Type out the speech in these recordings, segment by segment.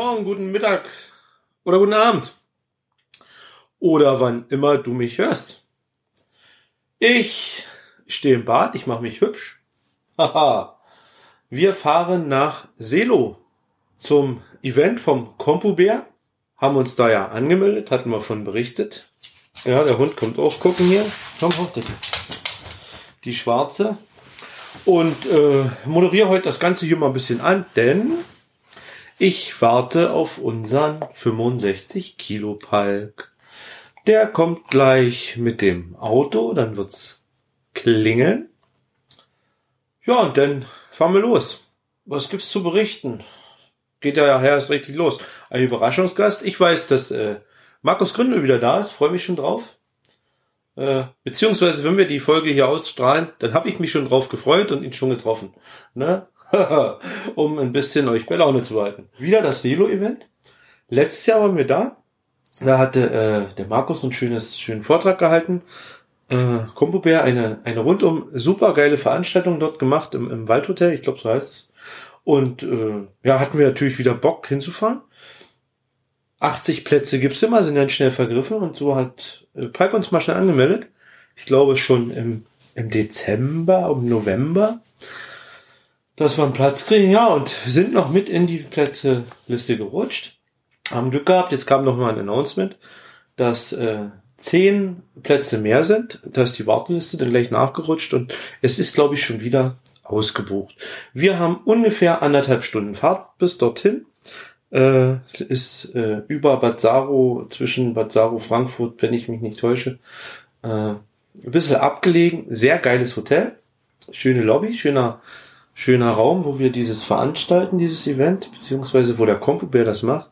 Morgen, guten Mittag oder guten Abend. Oder wann immer du mich hörst. Ich stehe im Bad, ich mache mich hübsch. Haha. Wir fahren nach Seelow zum Event vom CompuBär. Haben uns da ja angemeldet, hatten wir von berichtet. Ja, der Hund kommt auch gucken hier. Komm hoch, die Schwarze. Und moderiere heute das Ganze hier mal ein bisschen an, denn ich warte auf unseren 65 Kilo Palk. Der kommt gleich mit dem Auto, dann wird's klingeln. Ja, und dann fahren wir los. Was gibt's zu berichten? Geht ja erst richtig los. Ein Überraschungsgast. Ich weiß, dass Markus Gründel wieder da ist. Freue mich schon drauf. Beziehungsweise, wenn wir die Folge hier ausstrahlen, dann habe ich mich schon drauf gefreut und ihn schon getroffen. Ne? Um ein bisschen euch bei Laune zu behalten. Wieder das Seelow-Event. Letztes Jahr waren wir da. Da hatte der Markus einen schönen Vortrag gehalten. CompuBär eine rundum super geile Veranstaltung dort gemacht im Waldhotel. Ich glaube, so heißt es. Und hatten wir natürlich wieder Bock hinzufahren. 80 Plätze gibt's immer, sind dann schnell vergriffen. Und so hat Palk uns mal schnell angemeldet. Ich glaube schon im Dezember, im November. Dass wir einen Platz kriegen, ja, und sind noch mit in die Plätzeliste gerutscht. Haben Glück gehabt, jetzt kam noch mal ein Announcement, dass 10 Plätze mehr sind. Da ist die Warteliste dann gleich nachgerutscht und es ist, glaube ich, schon wieder ausgebucht. Wir haben ungefähr 1,5 Stunden Fahrt bis dorthin. Ist über Bad Saro, zwischen Bad Saro, Frankfurt, wenn ich mich nicht täusche. Ein bisschen abgelegen, sehr geiles Hotel, schöne Lobby, schöner Raum, wo wir dieses veranstalten, dieses Event, beziehungsweise wo der CompuBär das macht.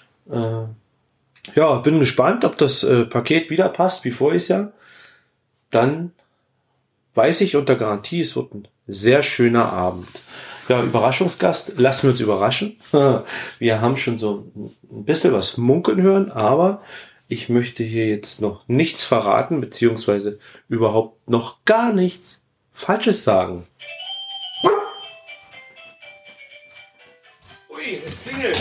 Bin gespannt, ob das Paket wieder passt, wie voriges Jahr. Dann weiß ich unter Garantie, es wird ein sehr schöner Abend. Ja, Überraschungsgast, lassen wir uns überraschen. Wir haben schon so ein bisschen was munkeln hören, aber ich möchte hier jetzt noch nichts verraten, beziehungsweise überhaupt noch gar nichts Falsches sagen. Ui, es klingelt.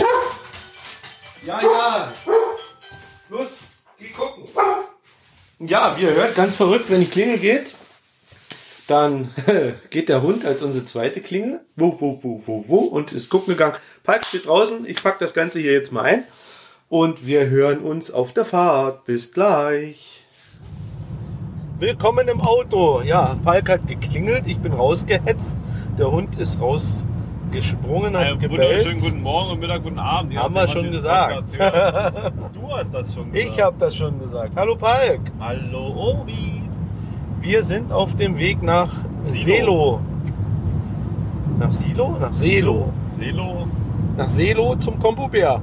Ja. Los, geh gucken. Ja, wie ihr hört, ganz verrückt, wenn die Klingel geht, dann geht der Hund als unsere zweite Klingel. Wo, und ist gucken gegangen. Palk steht draußen, ich pack das Ganze hier jetzt mal ein. Und wir hören uns auf der Fahrt. Bis gleich. Willkommen im Auto. Ja, Palk hat geklingelt, ich bin rausgehetzt. Der Hund ist rausgesprungen, hat gebellt. Wunderschönen guten Morgen und Mittag, guten Abend. Haben wir schon gesagt. Du hast das schon gesagt. Ich habe das schon gesagt. Hallo Palk. Hallo Obi. Wir sind auf dem Weg nach Seelow. Nach Silo? Nach Seelow. Nach Seelow zum CompuBär.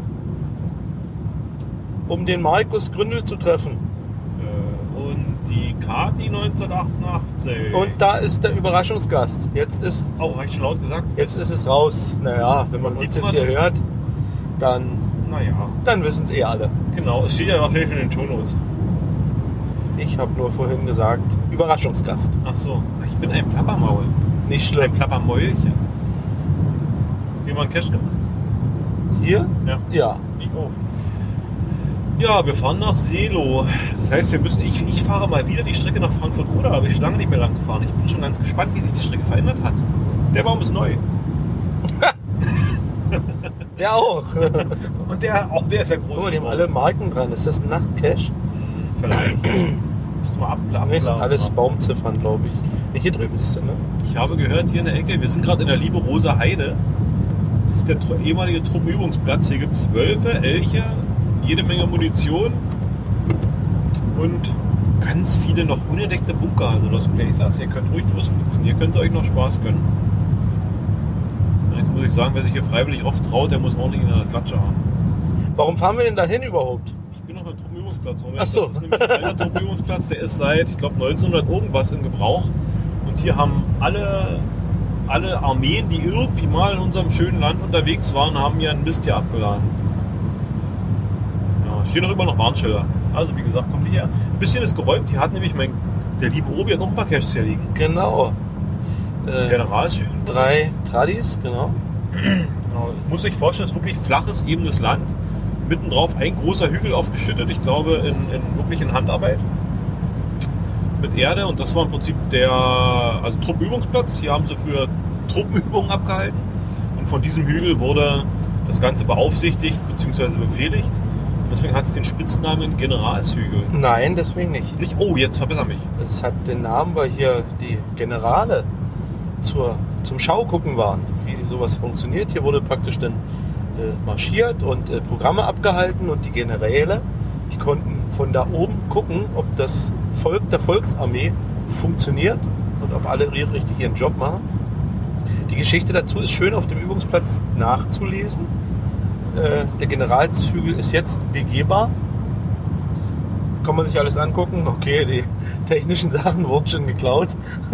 Um den Markus Gründel zu treffen. Und die Kati 1988. Und da ist der Überraschungsgast. Jetzt ist... Oh, habe ich schon laut gesagt? Jetzt ist es raus. Naja, wenn man uns jetzt hier hört, dann wissen es alle. Genau, es steht ja wahrscheinlich in den Shownotes. Ich habe nur vorhin gesagt, Überraschungsgast. Ach so, ich bin ein Plappermaul. Nicht schlimm. Ein Plappermäulchen. Hast du jemand Cash gemacht? Hier? Ja. Ich auch. Ja, wir fahren nach Seelow. Das heißt, ich fahre mal wieder die Strecke nach Frankfurt-Oder. Da habe ich schon lange nicht mehr lang gefahren. Ich bin schon ganz gespannt, wie sich die Strecke verändert hat. Der Baum ist neu. Der auch. Und der ist ja groß. Guck mal, die haben alle Marken dran. Ist das ein Nachtcache? Vielleicht. Musst du mal abladen. Das sind alles Baumziffern, glaube ich. Hier drüben ist es, ne? Ich habe gehört, hier in der Ecke, wir sind gerade in der Liebe-Rosa Heide. Das ist der ehemalige Truppenübungsplatz. Hier gibt es Wölfe, Elche, jede Menge Munition und ganz viele noch unentdeckte Bunker. Also das Places. Ihr könnt ruhig losflitzen. Ihr könnt euch noch Spaß gönnen. Jetzt muss ich sagen, wer sich hier freiwillig rauf traut, der muss ordentlich in der Klatsche haben. Warum fahren wir denn dahin überhaupt? Ich bin noch beim Truppenübungsplatz. Ach so. Das ist nämlich ein alter Truppenübungsplatz, der ist seit, ich glaube, 1900 irgendwas in Gebrauch. Und hier haben alle Armeen, die irgendwie mal in unserem schönen Land unterwegs waren, haben hier einen Mist hier abgeladen. Ja, stehen noch immer noch Warnschilder. Also wie gesagt, kommt hier. Ein bisschen ist geräumt. Hier hat nämlich der liebe Obi hat noch ein paar Caches hier liegen. Genau. Generalschön. 3 Tradis, genau. Genau. Muss sich vorstellen, es ist wirklich flaches, ebenes Land. Mitten drauf ein großer Hügel aufgeschüttet, ich glaube wirklich in Handarbeit. Mit Erde, und das war im Prinzip der Truppenübungsplatz. Hier haben sie früher Truppenübungen abgehalten. Und von diesem Hügel wurde das Ganze beaufsichtigt bzw. befehligt. Und deswegen hat es den Spitznamen Generalshügel. Nein, deswegen nicht. Nicht? Oh, jetzt verbessere mich. Es hat den Namen, weil hier die Generale zum Schaugucken waren, wie sowas funktioniert. Hier wurde praktisch dann marschiert und Programme abgehalten, und die Generäle, die konnten von da oben gucken, ob das Volk der Volksarmee funktioniert und ob alle richtig ihren Job machen. Die Geschichte dazu ist schön auf dem Übungsplatz nachzulesen. Der Generalshügel ist jetzt begehbar. Kann man sich alles angucken. Okay, die technischen Sachen wurden schon geklaut.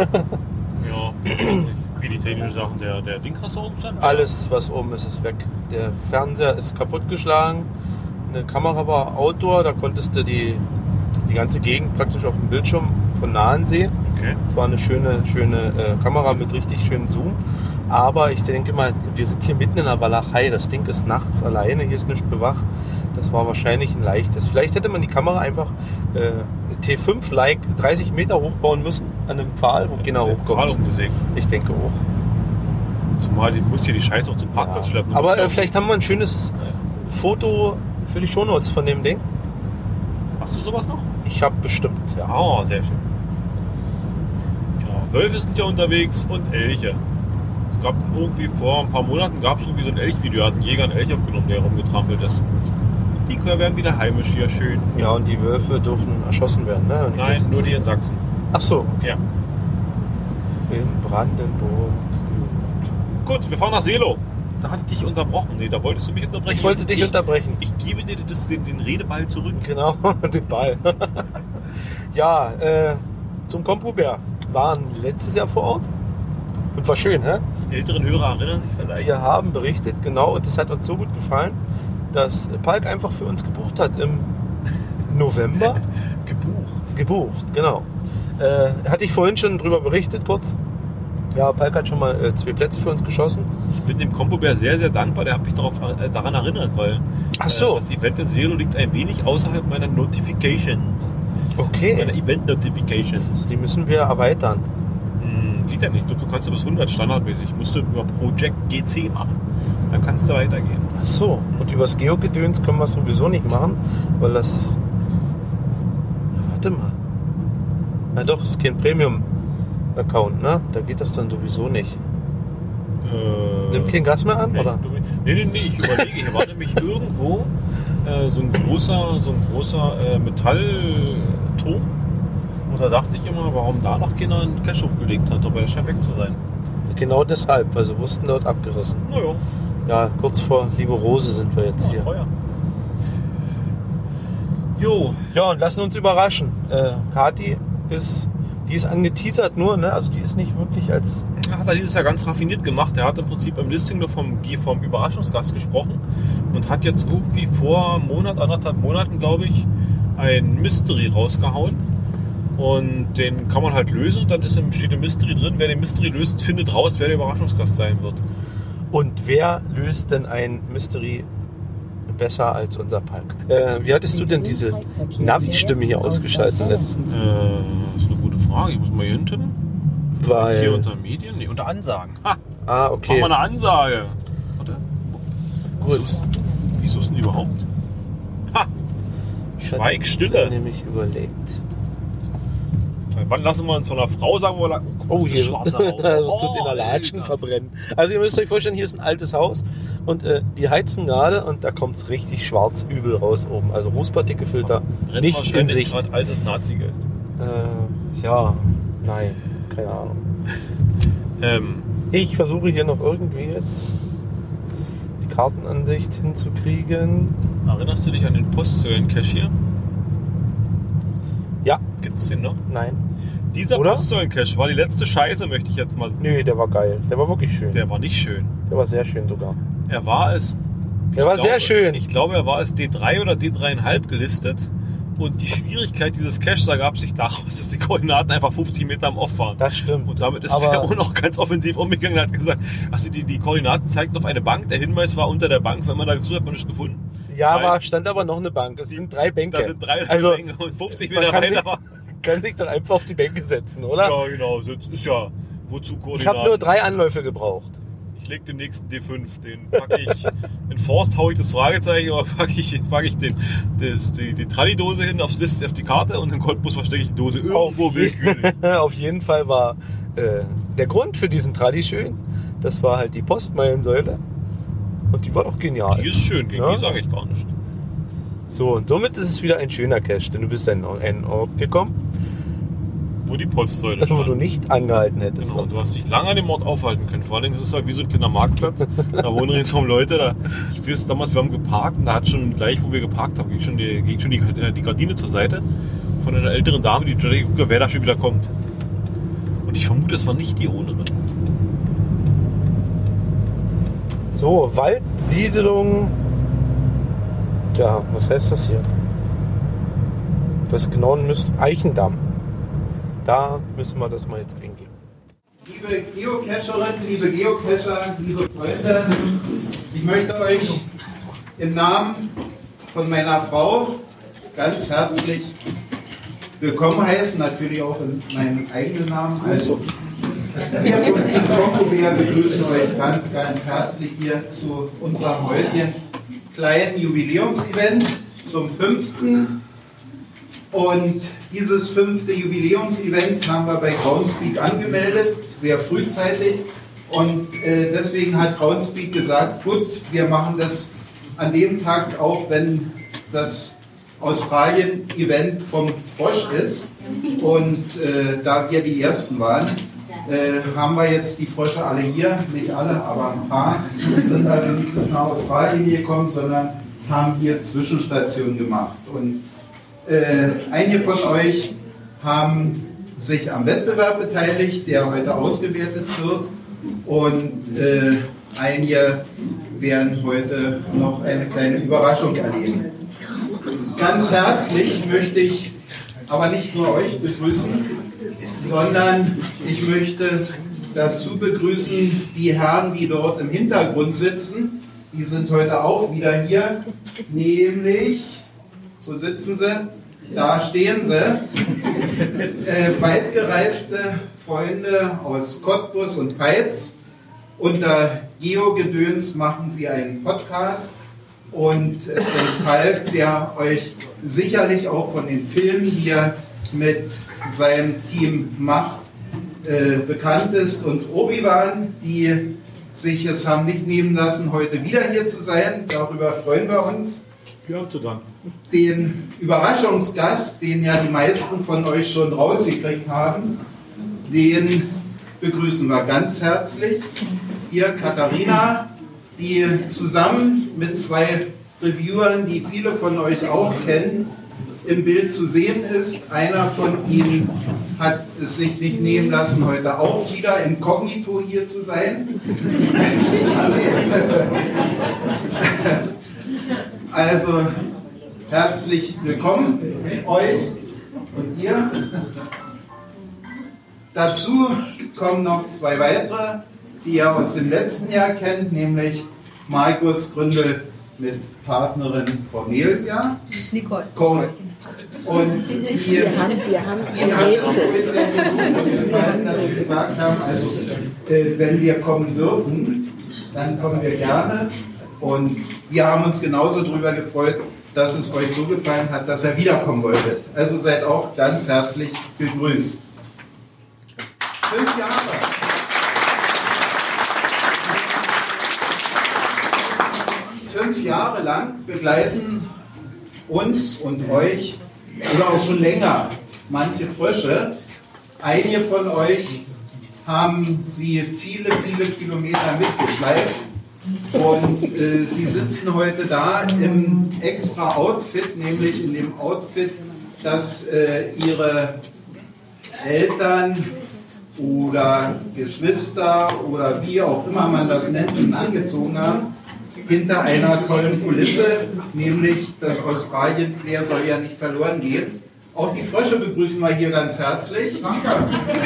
Ja, wie die technischen Sachen. Der Ding hast du oben stand? Alles, was oben ist, ist weg. Der Fernseher ist kaputtgeschlagen. Eine Kamera war Outdoor. Da konntest du die ganze Gegend praktisch auf dem Bildschirm von nahen sehen. Okay. Es war eine schöne Kamera mit richtig schönem Zoom. Aber ich denke mal, wir sind hier mitten in der Walachei. Das Ding ist nachts alleine. Hier ist nichts bewacht. Das war wahrscheinlich ein leichtes. Vielleicht hätte man die Kamera einfach T5-like 30 Meter hochbauen müssen an einem Pfahl, wo keiner hochkommt. Pfahl umgesägt. Ich denke auch. Zumal du musst hier die Scheiße auch zum Parkplatz schleppen. Aber vielleicht haben wir ein schönes Foto für die Shownotes von dem Ding. Hast du sowas noch? Ich habe bestimmt, ja. Oh, sehr schön. Ja, Wölfe sind ja unterwegs und Elche. Es gab irgendwie vor ein paar Monaten so ein Elchvideo, hat ein Jäger einen Elch aufgenommen, der herumgetrampelt ist. Die werden wieder heimisch hier, schön. Ja, und die Wölfe dürfen erschossen werden, ne? Und nein, nur die in Sachsen. Ach so. Ja. In Brandenburg. Gut, wir fahren nach Seelow. Da hatte ich dich unterbrochen. Nee, da wolltest du mich unterbrechen. Ich wollte dich unterbrechen. Ich gebe dir den Redeball zurück. Genau, den Ball. Ja, zum Kompubär. Waren letztes Jahr vor Ort. Und war schön, hä? Die älteren Hörer erinnern sich vielleicht. Wir haben berichtet, genau, und es hat uns so gut gefallen, dass Palk einfach für uns gebucht hat im November. Gebucht, genau. Hatte ich vorhin schon drüber berichtet, kurz. Ja, Palk hat schon mal 2 Plätze für uns geschossen. Ich bin dem Kompubär sehr, sehr dankbar. Der hat mich daran erinnert, weil ach so. Das Event in Seelow liegt ein wenig außerhalb meiner Notifications. Okay. Meiner Event-Notifications. Die müssen wir erweitern. Geht ja nicht. Du kannst ja bis 100 standardmäßig. Musst du über Project GC machen. Dann kannst du weitergehen. Ach so. Und übers Geo-Gedöns können wir es sowieso nicht machen, weil das... Warte mal. Na doch, ist kein Premium-Account, ne? Da geht das dann sowieso nicht. Nimmt kein Gas mehr an, oder? Nee, ich überlege. Hier war nämlich irgendwo so ein großer Metallturm. Und da dachte ich immer, warum da noch keiner einen Cache hochgelegt hat, aber der scheint weg zu sein. Genau deshalb, weil sie wussten, dort abgerissen. Naja. Ja, kurz vor Liebe Rose sind wir jetzt hier. Feuer. Jo. Ja, und lassen uns überraschen. Kati ist angeteasert nur, ne? Also die ist nicht wirklich als... Hat er dieses Jahr ganz raffiniert gemacht. Er hat im Prinzip im Listing nur vom Überraschungsgast gesprochen und hat jetzt irgendwie vor anderthalb Monaten, glaube ich, ein Mystery rausgehauen. Und den kann man halt lösen und dann steht im Mystery drin. Wer den Mystery löst, findet raus, wer der Überraschungsgast sein wird. Und wer löst denn ein Mystery besser als unser Palk? Wie hattest du denn diese Navi-Stimme hier ausgeschaltet letztens? Das ist eine gute Frage. Ich muss mal hier hintippen. Weil... Hier unter Medien? Nee, unter Ansagen. Ha! Ah, okay. Machen wir eine Ansage. Warte. Gut. Wieso ist denn die überhaupt? Ha! Schweig, Stille. Ich habe nämlich überlegt. Wann lassen wir uns von einer Frau sagen, wo wir oh, hier schwarze tut in der Alter. Latschen verbrennen. Also ihr müsst euch vorstellen, hier ist ein altes Haus und die heizen gerade und da kommt es richtig schwarz übel raus oben. Also Rußpartikelfilter nicht in Sicht. Gerade altes Nazi-Geld. Ja, nein, keine Ahnung. Ich versuche hier noch irgendwie jetzt die Kartenansicht hinzukriegen. Erinnerst du dich an den Postzöllen-Cache hier? Ja. Gibt's den noch? Nein. Dieser Oder? Postzöllen-Cache war die letzte Scheiße, möchte ich jetzt mal sagen. Nö, der war geil. Der war wirklich schön. Der war nicht schön. Der war sehr schön sogar. Er war es... Der war sehr schön. Ich glaube, er war als D3 oder D3,5 gelistet. Und die Schwierigkeit dieses Caches ergab sich daraus, dass die Koordinaten einfach 50 Meter am Off waren. Das stimmt. Und damit ist der Uno noch ganz offensiv umgegangen und hat gesagt, also die Koordinaten zeigten auf eine Bank. Der Hinweis war unter der Bank. Wenn man da gesucht hat, man nicht gefunden. Ja, stand aber noch eine Bank. Es sind 3 Bänke. Da sind 3 also, Bänke und 50 Meter weiter war. Kann sich dann einfach auf die Bänke setzen, oder? Ja, genau. Das ist ja, wozu Koordinaten? Ich habe nur 3 Anläufe gebraucht. Ich leg den nächsten D5, den packe ich, in Forst hau ich das Fragezeichen, aber packe ich die Tralli-Dose hin auf die Karte und in Cottbus verstecke ich die Dose irgendwo willkürlich. Auf jeden Fall war der Grund für diesen Tralli schön. Das war halt die Postmeilensäule. Und die war doch genial. Die ist schön, gegen die sage ich gar nicht. So, und somit ist es wieder ein schöner Cache, denn du bist an einen Ort gekommen, wo die Postsäule stand. Wo du nicht angehalten hättest. Genau, du hast dich lange an dem Ort aufhalten können. Vor allem ist es halt wie so ein kleiner Marktplatz. Da wohnen ringsherum Leute. Ich weiß damals, wir haben geparkt und da hat schon gleich, wo wir geparkt haben, ging schon die Gardine zur Seite von einer älteren Dame, die guckt, wer da schon wieder kommt. Und ich vermute, es war nicht die Ownerin. So, Waldsiedlung. Ja, was heißt das hier? Das genauen müsste Eichendamm. Da müssen wir das mal jetzt eingeben. Liebe Geocacherinnen, liebe Geocacher, liebe Freunde, ich möchte euch im Namen von meiner Frau ganz herzlich willkommen heißen, natürlich auch in meinem eigenen Namen. Also, wir von Team Konkobär begrüßen euch ganz, ganz herzlich hier zu unserem heutigen kleinen Jubiläumsevent zum 5. Und dieses 5. Jubiläumsevent haben wir bei Groundspeak angemeldet, sehr frühzeitig. Und deswegen hat Groundspeak gesagt, gut, wir machen das an dem Tag auch, wenn das Australien-Event vom Frosch ist. Und da wir die Ersten waren, haben wir jetzt die Frösche alle hier, nicht alle, aber ein paar. Die sind also nicht bis nach Australien gekommen, sondern haben hier Zwischenstationen gemacht. Und einige von euch haben sich am Wettbewerb beteiligt, der heute ausgewertet wird. Und einige werden heute noch eine kleine Überraschung erleben. Ganz herzlich möchte ich aber nicht nur euch begrüßen, sondern ich möchte dazu begrüßen die Herren, die dort im Hintergrund sitzen. Die sind heute auch wieder hier, nämlich, wo sitzen sie? Da stehen sie. Weitgereiste Freunde aus Cottbus und Peitz. Unter Geogedöns machen sie einen Podcast. Und Sven Kalk, der euch sicherlich auch von den Filmen, die er mit seinem Team macht, bekannt ist. Und Obi-Wan, die sich es haben nicht nehmen lassen, heute wieder hier zu sein. Darüber freuen wir uns. Ja, zu danken. Den Überraschungsgast, den ja die meisten von euch schon rausgekriegt haben, den begrüßen wir ganz herzlich. Hier Katharina, die zusammen mit 2 Reviewern, die viele von euch auch kennen, im Bild zu sehen ist. Einer von ihnen hat es sich nicht nehmen lassen, heute auch wieder inkognito hier zu sein. Also herzlich willkommen euch und ihr. Dazu kommen noch 2 weitere, die ihr aus dem letzten Jahr kennt, nämlich Markus Gründel mit Partnerin Cornelia. Nicole. Und sie, Ihnen hat es ein bisschen gefallen, dass Sie gesagt haben, also wenn wir kommen dürfen, dann kommen wir gerne. Und wir haben uns genauso darüber gefreut, dass es euch so gefallen hat, dass er wiederkommen wollte. Also seid auch ganz herzlich gegrüßt. 5 Jahre. 5 Jahre lang begleiten uns und euch, oder auch schon länger, manche Frösche. Einige von euch haben sie viele, viele Kilometer mitgeschleift. Und sie sitzen heute da im extra Outfit, nämlich in dem Outfit, das ihre Eltern oder Geschwister oder wie auch immer man das nennt, schon angezogen haben. hinter einer tollen Kulisse, nämlich das Australien-Flair soll ja nicht verloren gehen. Auch die Frösche begrüßen wir hier ganz herzlich. Danke.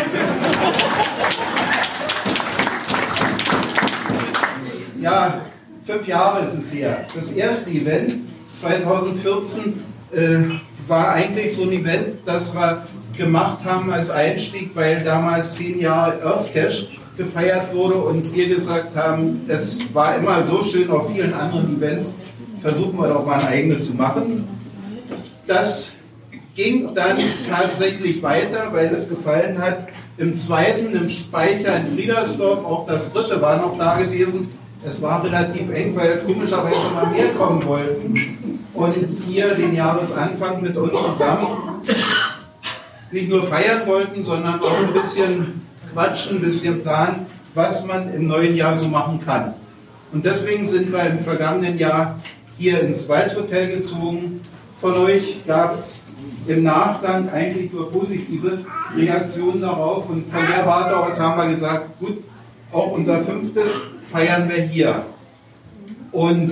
Ja, 5 Jahre ist es her. Das erste Event 2014 war eigentlich so ein Event, das wir gemacht haben als Einstieg, weil damals 10 Jahre Earthcache gefeiert wurde und wir gesagt haben, es war immer so schön auf vielen anderen Events, versuchen wir doch mal ein eigenes zu machen. Das ging dann tatsächlich weiter, weil es gefallen hat. Im zweiten, im Speicher in Friedersdorf, auch das dritte war noch da gewesen. Es war relativ eng, weil komischerweise mal mehr kommen wollten. Und hier den Jahresanfang mit uns zusammen nicht nur feiern wollten, sondern auch ein bisschen quatschen, ein bisschen planen, was man im neuen Jahr so machen kann. Und deswegen sind wir im vergangenen Jahr hier ins Waldhotel gezogen. Von euch gab es im Nachgang eigentlich nur positive Reaktionen darauf. Und von der Warte aus haben wir gesagt, gut, auch unser 5. feiern wir hier. Und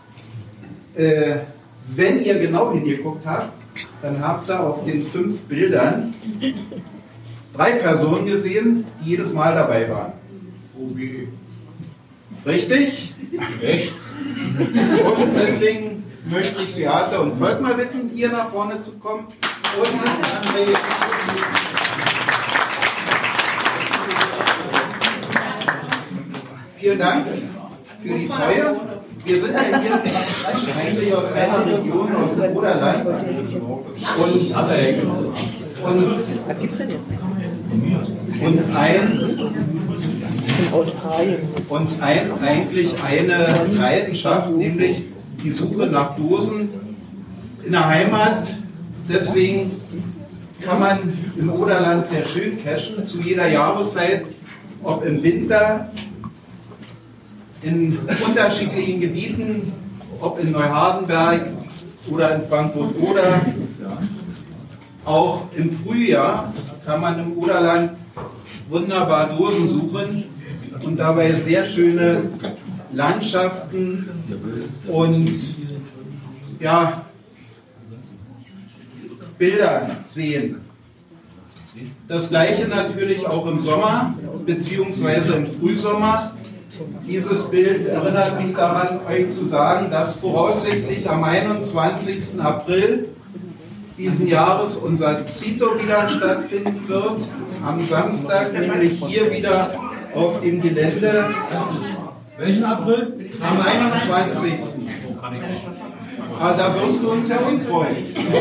wenn ihr genau hingeguckt habt, dann habt ihr auf den 5 Bildern 3 Personen gesehen, die jedes Mal dabei waren. Richtig? Rechts. Und deswegen möchte ich Beate und Volkmar bitten, hier nach vorne zu kommen. Und André. Vielen Dank für die Treue. Wir sind ja hier eigentlich aus einer Region, aus dem Oderland. Uns eint eigentlich eine Leidenschaft, nämlich die Suche nach Dosen in der Heimat. Deswegen kann man im Oderland sehr schön cachen, zu jeder Jahreszeit, ob im Winter, in unterschiedlichen Gebieten, ob in Neuhardenberg oder in Frankfurt oder auch im Frühjahr kann man im Oderland wunderbar Dosen suchen und dabei sehr schöne Landschaften und ja, Bilder sehen. Das gleiche natürlich auch im Sommer beziehungsweise im Frühsommer. Dieses Bild erinnert mich daran, euch zu sagen, dass voraussichtlich am 21. April diesen Jahres unser Zito wieder stattfinden wird. Am Samstag, nämlich hier wieder auf dem Gelände. Welchen April? Am 21. Aber da wirst du uns ja freuen.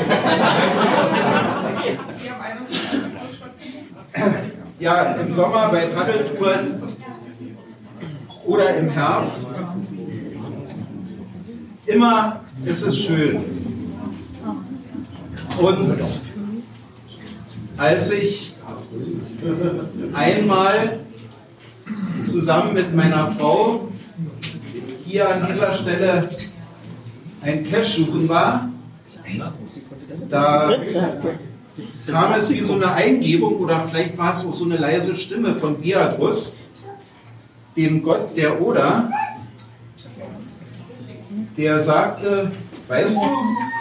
Ja, im Sommer bei Paddeltouren oder im Herbst. Immer ist es schön. Und als ich einmal zusammen mit meiner Frau hier an dieser Stelle ein Cache suchen war, da kam es wie so eine Eingebung oder vielleicht war es auch so eine leise Stimme von Biadrus, dem Gott der Oder, der sagte, weißt du,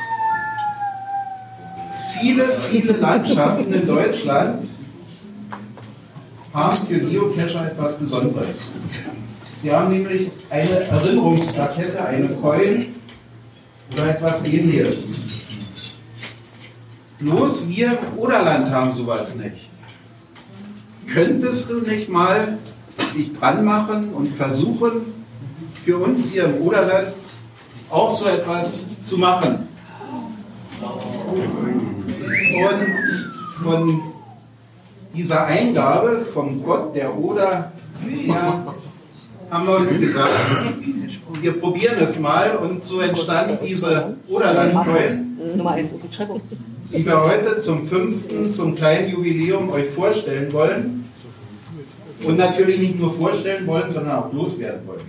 viele Landschaften in Deutschland haben für Geocacher etwas Besonderes. Sie haben nämlich eine Erinnerungsplakette, eine Coin oder etwas Ähnliches. Bloß wir im Oderland haben sowas nicht. Könntest du nicht mal dich dran machen und versuchen, für uns hier im Oderland auch so etwas zu machen? Und von dieser Eingabe vom Gott der Oder her haben wir uns gesagt, wir probieren es mal, und so entstand diese Oderland-Coin, die wir heute zum 5., zum kleinen Jubiläum euch vorstellen wollen. Und natürlich nicht nur vorstellen wollen, sondern auch loswerden wollen.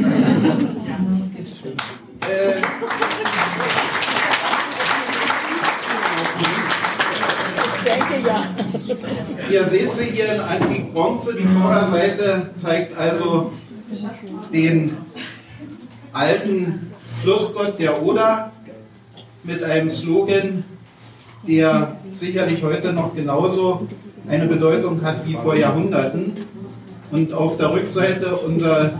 Ihr seht sie hier in Antik Bronze. Die Vorderseite zeigt also den alten Flussgott der Oder mit einem Slogan, der sicherlich heute noch genauso eine Bedeutung hat wie vor Jahrhunderten. Und auf der Rückseite unsere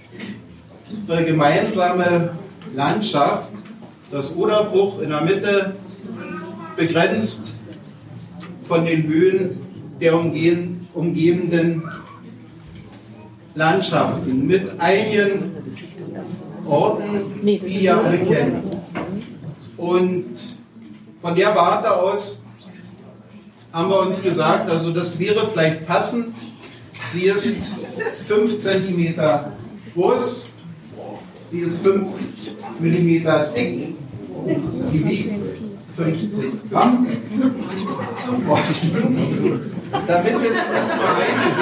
gemeinsame Landschaft, das Oderbruch in der Mitte, begrenzt von den Höhen der umgebenden Landschaften mit einigen Orten, die ihr alle kennt. Und von der Warte aus haben wir uns gesagt, also das wäre vielleicht passend. Sie ist 5 cm groß, sie ist 5 mm dick, sie wiegt 50 Gramm. Damit es erstmal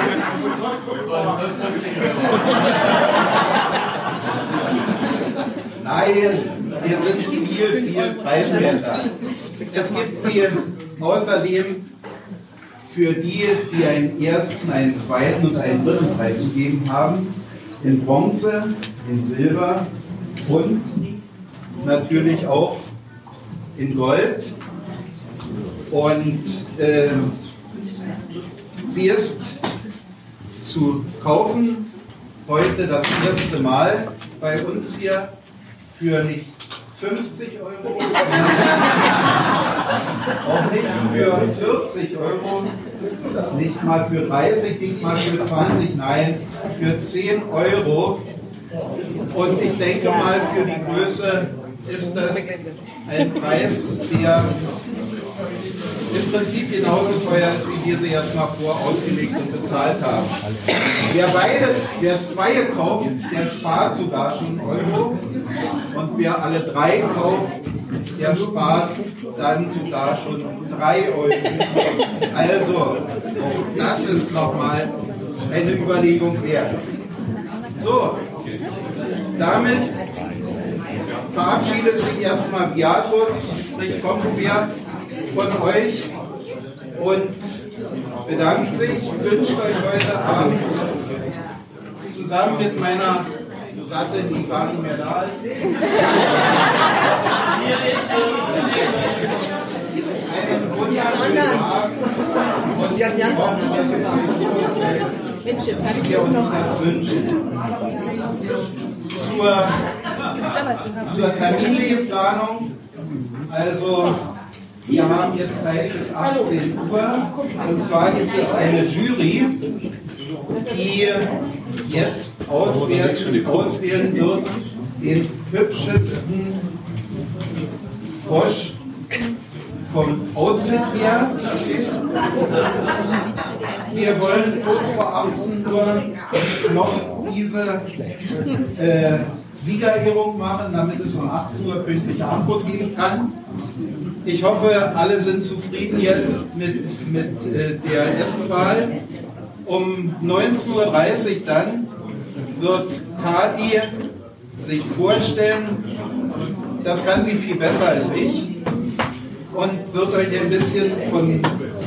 Nein, wir sind viel preiswerter. Es gibt sie außerdem für die, die einen ersten, einen zweiten und einen dritten Preis gegeben haben, in Bronze, in Silber und natürlich auch in Gold. Und sie ist zu kaufen heute das erste Mal bei uns hier für nicht 50 Euro, auch nicht für 40 Euro, nicht mal für 30, nicht mal für 20, nein, für 10 Euro. Und ich denke mal, für die Größe ist das ein Preis, der im Prinzip genauso teuer ist, wie wir sie erstmal vorausgelegt und bezahlt haben. Wer zwei kauft, der spart sogar schon einen Euro. Und wer alle 3 kauft, der spart dann sogar schon 3 Euro. Also, auch das ist nochmal eine Überlegung wert. So, damit verabschiedet sich erstmal Beatus, sprich Kompromier, von euch und bedankt sich, wünscht euch heute Abend zusammen mit meiner Gattin, die gar nicht mehr da ist, einen wunderschönen Abend und wir hoffen, dass es euch so gefällt, wie wir uns das wünschen. Zur Terminplanung, also wir haben jetzt Zeit bis 18 Uhr und zwar gibt es eine Jury, die jetzt auswählen wird den hübschesten Frosch vom Outfit her. Wir wollen kurz vor 18 Uhr noch diese Siegerehrung machen, damit es um 18 Uhr pünktliche Antwort geben kann. Ich hoffe, alle sind zufrieden jetzt mit der Essenwahl. Um 19:30 Uhr dann wird Kathi sich vorstellen. Das kann sie viel besser als ich und wird euch ein bisschen von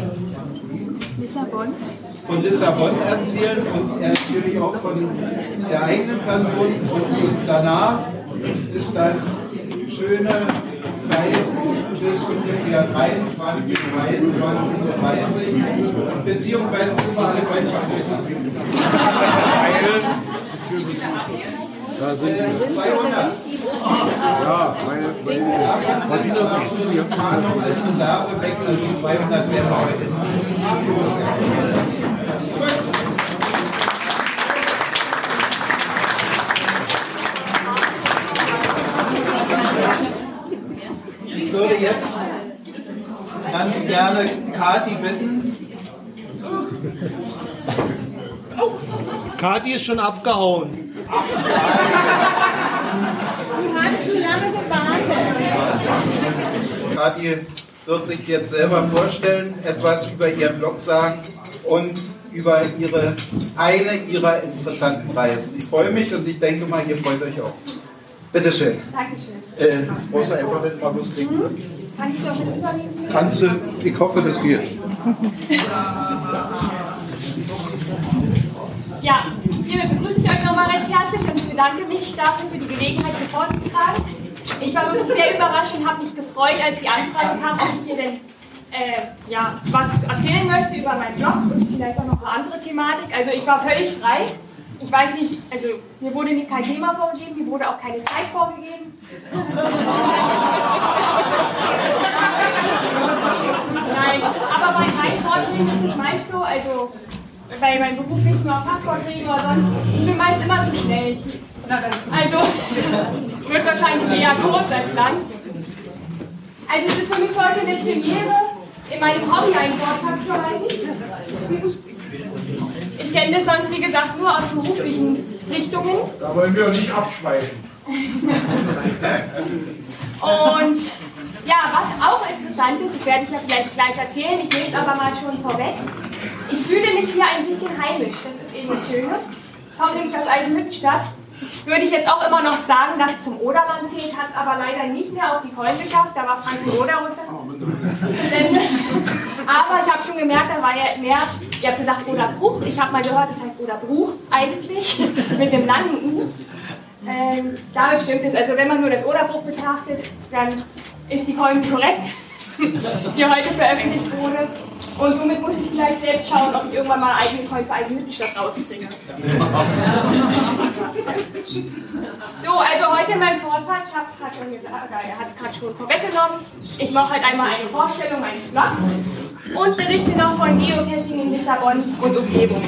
Lissabon erzählen und natürlich auch von der eigenen Person. Und danach ist dann schöne Zeit bis ungefähr 23, 23:30 Uhr, beziehungsweise bis wir alle Kreuzfahrt haben. 200. Ja, meine Ahnung als Reserve weg, also 200 werden wir heute nicht. Ich würde jetzt ganz gerne Kathi bitten. Kathi ist schon abgehauen. Du hast zu lange gewartet. Kathi wird sich jetzt selber vorstellen, etwas über ihren Blog sagen und über ihre interessanten Reisen. Ich freue mich und ich denke mal, ihr freut euch auch. Bitte schön. Dankeschön. Brauchst du einfach nicht mal loskriegen? Kann ich auch mit übernehmen? Kannst du, ich hoffe, das geht. Ja, hiermit begrüße ich euch nochmal recht herzlich und für bedanke mich dafür für die Gelegenheit, hier vorzutragen. Ich war wirklich sehr überrascht und habe mich gefreut, als die Anfrage kam, ob ich hier denn was erzählen möchte über meinen Blog und vielleicht auch noch eine andere Thematik. Also ich war völlig frei. Ich weiß nicht, also mir wurde kein Thema vorgegeben, mir wurde auch keine Zeit vorgegeben. Nein, aber bei meinen Vorträgen ist es meist so, also bei meinem Beruf nicht nur Fachvorträgen oder sonst, ich bin meist immer zu schnell. Also wird wahrscheinlich eher kurz als lang. Also es ist für mich heute eine Premiere, in meinem Hobby einen Vortrag zu halten. Ich kenne das sonst, wie gesagt, nur aus beruflichen Richtungen. Da wollen wir nicht abschweifen. Und ja, was auch interessant ist, das werde ich ja vielleicht gleich erzählen, ich nehme es aber mal schon vorweg. Ich fühle mich hier ein bisschen heimisch, das ist eben das Schöne. Ich komme nämlich aus Eisenhüttenstadt. Würde ich jetzt auch immer noch sagen, dass es zum Oderland zählt, hat es aber leider nicht mehr auf die Kollen geschafft, da war Franken-Oder runter. Das Ende. Aber ich habe schon gemerkt, da war ja mehr, ihr habt gesagt Oderbruch, ich habe mal gehört, das heißt Oderbruch eigentlich, mit dem langen U. Damit stimmt es, also wenn man nur das Oderbruch betrachtet, dann ist die Kollen korrekt, die heute veröffentlicht wurde. Und somit muss ich vielleicht selbst schauen, ob ich irgendwann mal eigene Coin für Eisenhüttenstadt rausbringe. So, also heute mein Vortrag, ich habe es gerade schon gesagt, er hat es gerade schon vorweggenommen. Ich mache halt einmal eine Vorstellung meines Blogs und berichte noch von Geocaching in Lissabon und Umgebung.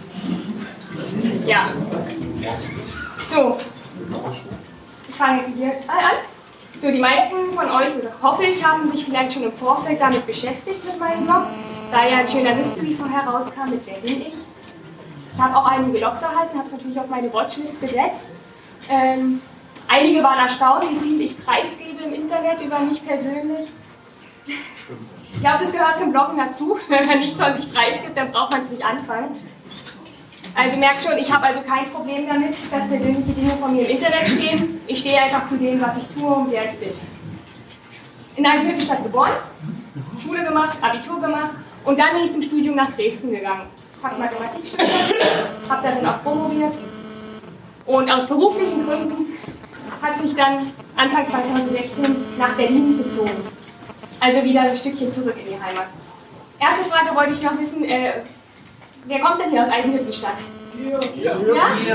Ja. So. Ich fange jetzt hier an. So, die meisten von euch, oder hoffe ich, haben sich vielleicht schon im Vorfeld damit beschäftigt mit meinem Blog, da ja ein schöner Mystery vorher rauskam, mit wer bin ich. Ich habe auch einige Blogs erhalten, habe es natürlich auf meine Watchlist gesetzt. Einige waren erstaunt, wie viel ich preisgebe im Internet über mich persönlich. Ich glaube, das gehört zum Bloggen dazu. Wenn man nichts von sich preisgibt, dann braucht man es nicht anfangen. Also merkt schon, ich habe also kein Problem damit, dass persönliche Dinge von mir im Internet stehen. Ich stehe einfach zu dem, was ich tue und wer ich bin. In Eisenhüttenstadt geboren, Schule gemacht, Abitur gemacht und dann bin ich zum Studium nach Dresden gegangen. Habe Mathematik studiert, habe darin auch promoviert und aus beruflichen Gründen hat es mich dann Anfang 2016 nach Berlin gezogen. Also wieder ein Stückchen zurück in die Heimat. Erste Frage wollte ich noch wissen, wer kommt denn hier aus Eisenhüttenstadt? Ja? Ja?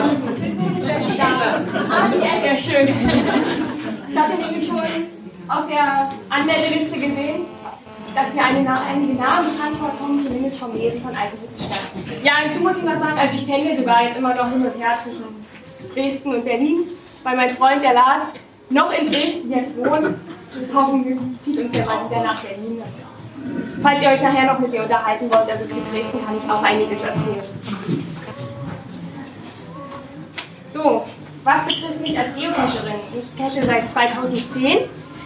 Ah, die Ecke, schön. Ich hatte nämlich schon auf der Anmeldeliste gesehen, dass mir einige Namen bekannt vorkommen, zumindest vom Lesen von Eisenhüttenstadt. Ja, dazu muss ich mal sagen, also ich pendle sogar jetzt immer noch hin und her zwischen Dresden und Berlin, weil mein Freund, der Lars, noch in Dresden jetzt wohnt. Hoffentlich zieht uns ja mal wieder nach Berlin. Falls ihr euch nachher noch mit mir unterhalten wollt, also zu Dresden kann ich auch einiges erzählen. So, was betrifft mich als Geocacherin? Ich cache seit 2010.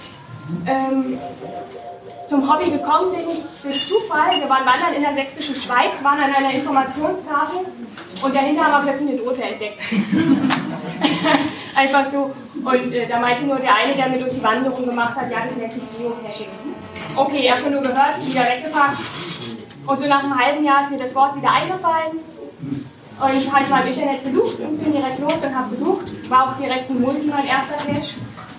Zum Hobby gekommen bin ich durch Zufall. Wir waren wandern in der sächsischen Schweiz, waren an einer Informationstafel und dahinter haben wir plötzlich eine Dose entdeckt. Einfach so. Und da meinte nur der eine, der mit uns die Wanderung gemacht hat, ja, das nennt sich Geocaching. Okay, erstmal nur gehört, wieder weggepackt. Und so nach einem halben Jahr ist mir das Wort wieder eingefallen. Und ich habe mal im Internet gesucht und bin direkt los und habe gesucht. War auch direkt ein Multi, mein erster Cache.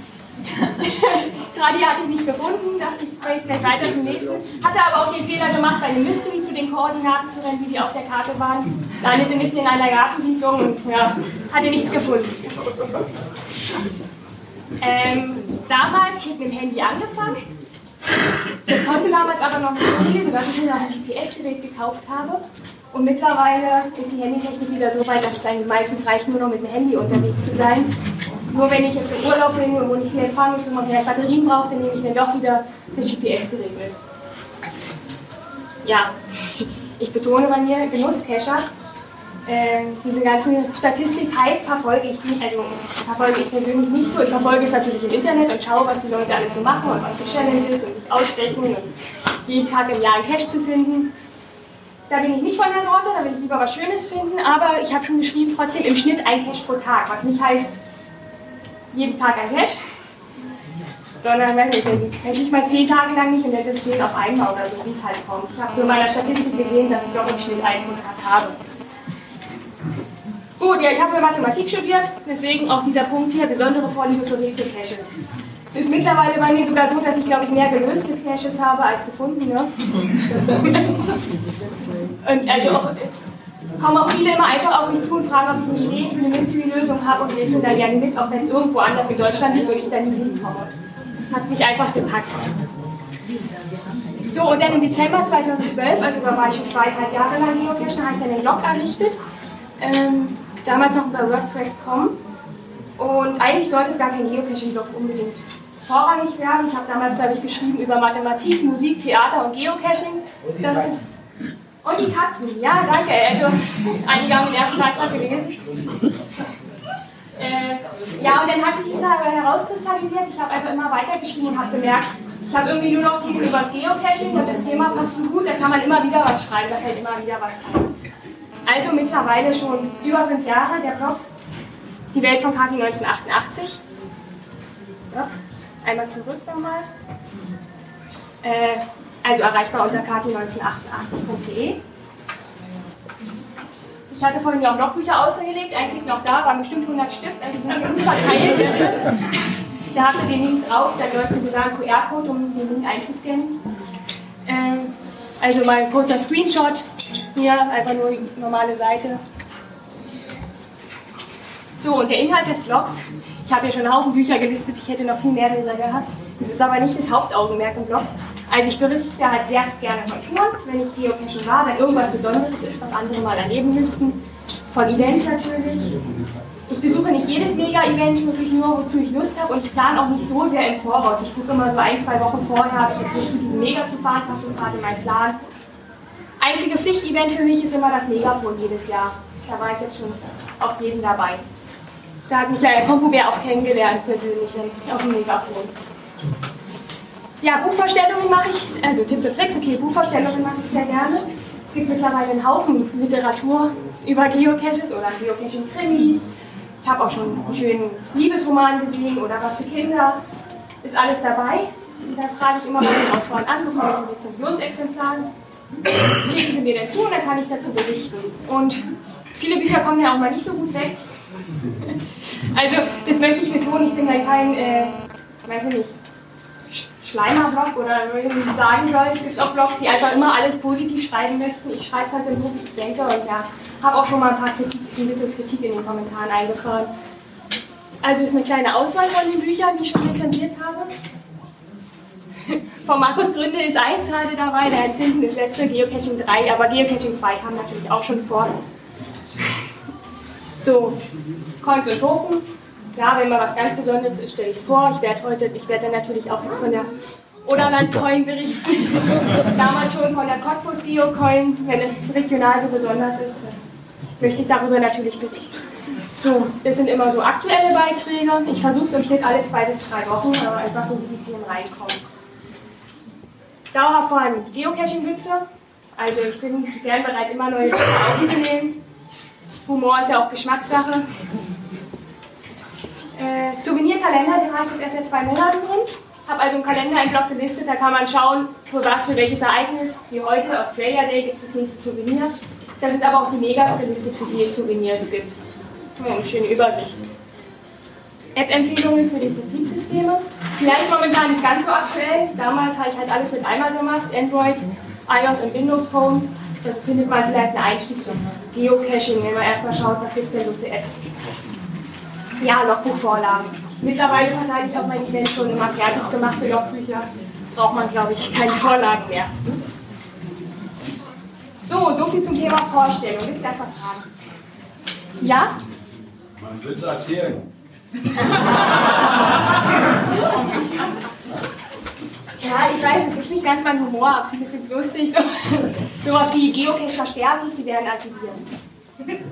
Tradi hatte ich nicht gefunden, dachte ich, gehe gleich weiter zum nächsten. Hatte aber auch den Fehler gemacht, bei einem Mystery zu den Koordinaten zu rennen, wie sie auf der Karte waren. Landete mitten in einer Gartensiedlung und ja, hatte nichts gefunden. Damals mit dem Handy angefangen. Das konnte damals aber noch nicht so viel, sodass ich mir noch ein GPS-Gerät gekauft habe. Und mittlerweile ist die Handytechnik wieder so weit, dass es eigentlich meistens reicht, nur noch mit dem Handy unterwegs zu sein. Nur wenn ich jetzt im Urlaub bin und wo nicht viel Empfang ist und man mehr Batterien braucht, dann nehme ich mir doch wieder das GPS-Gerät mit. Ja, ich betone bei mir Genusscacher. Diese ganze Statistik-Hype verfolge ich nicht, also verfolge ich persönlich nicht so. Ich verfolge es natürlich im Internet und schaue, was die Leute alles so machen und was für Challenges und sich ausstechen und jeden Tag im Jahr einen Cache zu finden. Da bin ich nicht von der Sorte, da will ich lieber was Schönes finden, aber ich habe schon geschrieben, trotzdem im Schnitt ein Cache pro Tag, was nicht heißt, jeden Tag ein Cache, sondern wenn ich cache ich mal 10 Tage lang nicht und dann sind 10 auf einmal oder so, wie es halt kommt. Ich habe so in meiner Statistik gesehen, dass ich doch im Schnitt einen pro Tag habe. Gut, ja, ich habe Mathematik studiert, deswegen auch dieser Punkt hier, besondere Vorliebe für Rätselcaches. Es ist mittlerweile bei mir sogar so, dass ich, glaube ich, mehr gelöste Caches habe als gefundene. Und also auch, kommen auch viele immer einfach auf mich zu und fragen, ob ich eine Idee für eine Mystery-Lösung habe und rätseln dann gerne mit, auch wenn es irgendwo anders in Deutschland sind und ich da nie hinkomme. Hat mich einfach gepackt. So, und dann im Dezember 2012, also da war ich schon 2,5 Jahre lang Geocachen, habe ich dann den Blog errichtet. Damals noch bei WordPress.com. Und eigentlich sollte es gar kein Geocaching-Blog unbedingt vorrangig werden. Ich habe damals, glaube ich, geschrieben über Mathematik, Musik, Theater und Geocaching. Das ist und die Katzen, ja, danke. Also, einige haben den ersten Beitrag gelesen. Ja, und dann hat sich das herauskristallisiert. Ich habe einfach immer weitergeschrieben und habe gemerkt, ich habe irgendwie nur noch Themen über das Geocaching und das Thema passt so gut, da kann man immer wieder was schreiben, da fällt immer wieder was ein. Also mittlerweile schon über 5 Jahre der Blog, die Welt von Kati 1988. Ja, einmal zurück nochmal. Also erreichbar unter kati1988.de. Ich hatte vorhin ja auch Logbücher ausgelegt, eins liegt noch da, waren bestimmt 100 Stück, also sind gut verteilt jetzt. Da habt ihr den Link drauf, da läuft sogar ein QR-Code, um den Link einzuscannen. Also mal ein kurzer Screenshot, hier einfach nur die normale Seite. So, und der Inhalt des Blogs, ich habe ja schon einen Haufen Bücher gelistet, ich hätte noch viel mehr darüber gehabt. Das ist aber nicht das Hauptaugenmerk im Blog. Also ich berichte halt sehr gerne von Touren, wenn ich Geocachen war, wenn irgendwas Besonderes ist, was andere mal erleben müssten. Von Events natürlich. Ich besuche nicht jedes Mega-Event, wirklich nur, wozu ich Lust habe, und ich plane auch nicht so sehr im Voraus. Ich gucke immer so 1-2 Wochen vorher, habe ich jetzt Lust, mit diesem Mega zu fahren, was ist gerade mein Plan. Einzige Pflichtevent für mich ist immer das Megafon jedes Jahr. Da war ich jetzt schon auf jeden dabei. Da hat mich ja der Kompobär auch kennengelernt, persönlich, auf dem Megafon. Ja, Buchvorstellungen mache ich, also Tipps und Tricks, okay, Buchvorstellungen mache ich sehr gerne. Es gibt mittlerweile einen Haufen Literatur über Geocaches oder Geocaching-Krimis. Ich habe auch schon einen schönen Liebesroman gesehen oder was für Kinder. Ist alles dabei. Und dann frage ich immer bei den Autoren an, bekomme ich ein Rezensionsexemplar. Schicken sie mir dann zu und dann kann ich dazu berichten. Und viele Bücher kommen ja auch mal nicht so gut weg. Also, das möchte ich betonen, ich bin ja kein, weiß ich nicht, Schleimer-Blog oder wie ich sagen soll. Es gibt auch Blogs, die einfach immer alles positiv schreiben möchten. Ich schreibe es halt dann so, wie ich denke, und ja, habe auch schon mal ein bisschen Kritik in den Kommentaren eingefahren. Also ist eine kleine Auswahl von den Büchern, die ich schon rezensiert habe. Von Markus Gründe ist 1 gerade dabei, da ist hinten das letzte Geocaching 3, aber Geocaching 2 kam natürlich auch schon vor. So, Coins und Token. Ja, wenn mal was ganz Besonderes ist, stelle ich es vor. Ich werde dann natürlich auch jetzt von der Oderland-Coin berichten. Damals schon von der Cottbus Geocoin. Wenn es regional so besonders ist, möchte ich darüber natürlich berichten. So, das sind immer so aktuelle Beiträge. Ich versuche es im Schnitt alle 2 bis 3 Wochen, aber einfach so, wie die Themen reinkommen. Dauerhaft vorhanden Geocaching-Witze. Also ich bin gern bereit, immer neue Witze aufzunehmen. Humor ist ja auch Geschmackssache. Souvenirkalender, den habe ich jetzt erst seit 2 Monaten drin. Habe also einen Kalender im Blog gelistet, da kann man schauen, für welches Ereignis, wie heute, Australia Day, gibt es das nächste Souvenir. Da sind aber auch die Megas gelistet, für die es Souvenirs gibt. Ja, eine schöne Übersicht. App-Empfehlungen für die Betriebssysteme. Vielleicht momentan nicht ganz so aktuell. Damals habe ich halt alles mit einmal gemacht, Android, iOS und Windows Phone. Da findet man vielleicht einen Einstieg in Geocaching, wenn man erstmal schaut, was gibt es denn so für Apps. Ja, Logbuchvorlagen. Mittlerweile verteile ich auch mein Event schon immer fertig gemachte Logbücher. Braucht man, glaube ich, keine Vorlagen mehr. So viel zum Thema Vorstellung. Gibt es erstmal Fragen? Ja? Man will es erzählen. Ja, ich weiß, es ist nicht ganz mein Humor, aber viele finden es lustig. Sowas wie Geocacher sterben nicht, sie werden archiviert.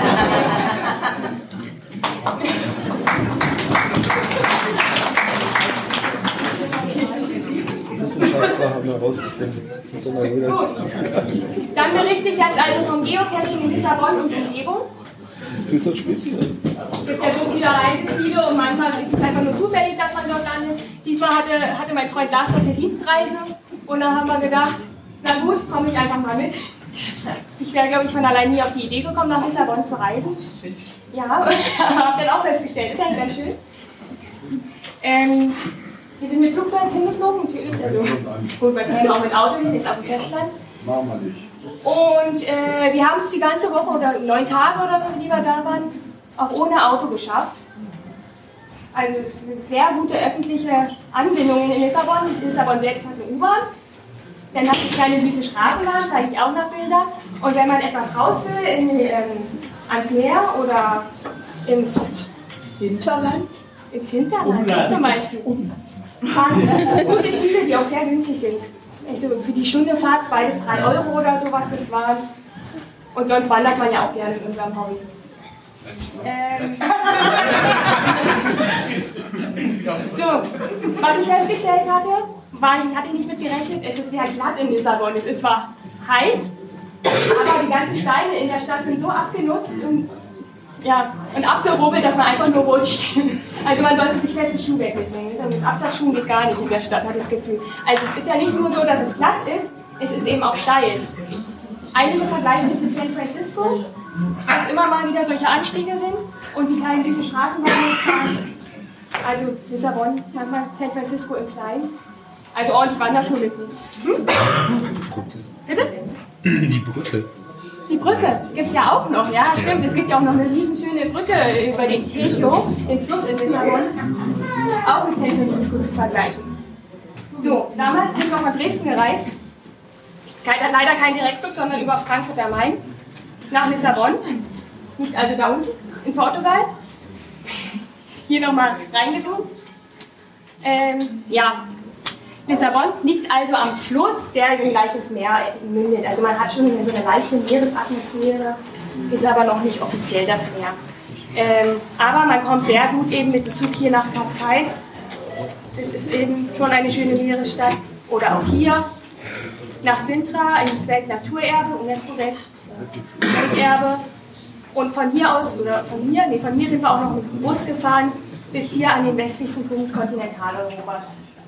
Wissenschaftler haben herausgefunden. Gut. Dann berichte ich jetzt also vom Geocaching in Lissabon und Umgebung. Ist das speziell? Es gibt ja so viele Reiseziele und manchmal ist es einfach nur zufällig, dass man dort landet. Diesmal hatte mein Freund Lars dort eine Dienstreise und dann haben wir gedacht, na gut, komme ich einfach mal mit. Ich wäre, glaube ich, von allein nie auf die Idee gekommen, nach Lissabon zu reisen. Ja, habe dann auch festgestellt, ist ja ganz schön. Wir sind mit Flugzeug hingeflogen, natürlich. Also, gut, man kann auch mit Auto hin, ist auf dem Festland. Machen wir nicht. Und wir haben es die ganze Woche oder 9 Tage oder so, die wir da waren, auch ohne Auto geschafft. Also es sind sehr gute öffentliche Anbindungen in Lissabon. Lissabon selbst hat eine U-Bahn. Dann hat es kleine süße Straßenbahn, zeige ich auch noch Bilder. Und wenn man etwas raus will, ans Meer oder ins Hinterland? Zum Beispiel. Fahren gute Züge, die auch sehr günstig sind. Also für die Stunde Fahrt 2 bis 3 Euro oder so, was das waren. Und sonst wandert man ja auch gerne in unserem Hobby. So, was ich festgestellt hatte, ich hatte nicht mit gerechnet, es ist sehr glatt in Lissabon. Es ist zwar heiß, aber die ganzen Steine in der Stadt sind so abgenutzt und abgerubbelt, dass man einfach nur rutscht. Also man sollte sich feste Schuhwerk mitnehmen. Mit Absatzschuhen geht gar nicht in der Stadt, hat das Gefühl. Also es ist ja nicht nur so, dass es glatt ist, es ist eben auch steil. Einige vergleichen es mit San Francisco, dass immer mal wieder solche Anstiege sind und die kleinen süßen Straßenbahnen fahren. Also Lissabon, manchmal San Francisco im Kleinen. Also ordentlich Wanderschuhe mitnehmen. Bitte? Die Brücke. Die Brücke gibt es ja auch noch, ja, stimmt. Es gibt ja auch noch eine riesenschöne Brücke über den Tejo, den Fluss in Lissabon, auch mit San Francisco zu vergleichen. So, damals bin ich noch von Dresden gereist, leider kein Direktflug, sondern über Frankfurt am Main, nach Lissabon, also da unten in Portugal. Hier nochmal reingezoomt. Lissabon liegt also am Fluss, der gleich ins Meer mündet. Also man hat schon so eine leichte Meeresatmosphäre, ist aber noch nicht offiziell das Meer. Aber man kommt sehr gut eben mit dem Zug hier nach Cascais. Das ist eben schon eine schöne Meeresstadt. Oder auch hier nach Sintra ins Weltnaturerbe, UNESCO-Welterbe. Und von hier aus, von hier sind wir auch noch mit dem Bus gefahren, bis hier an den westlichsten Punkt Kontinentaleuropas.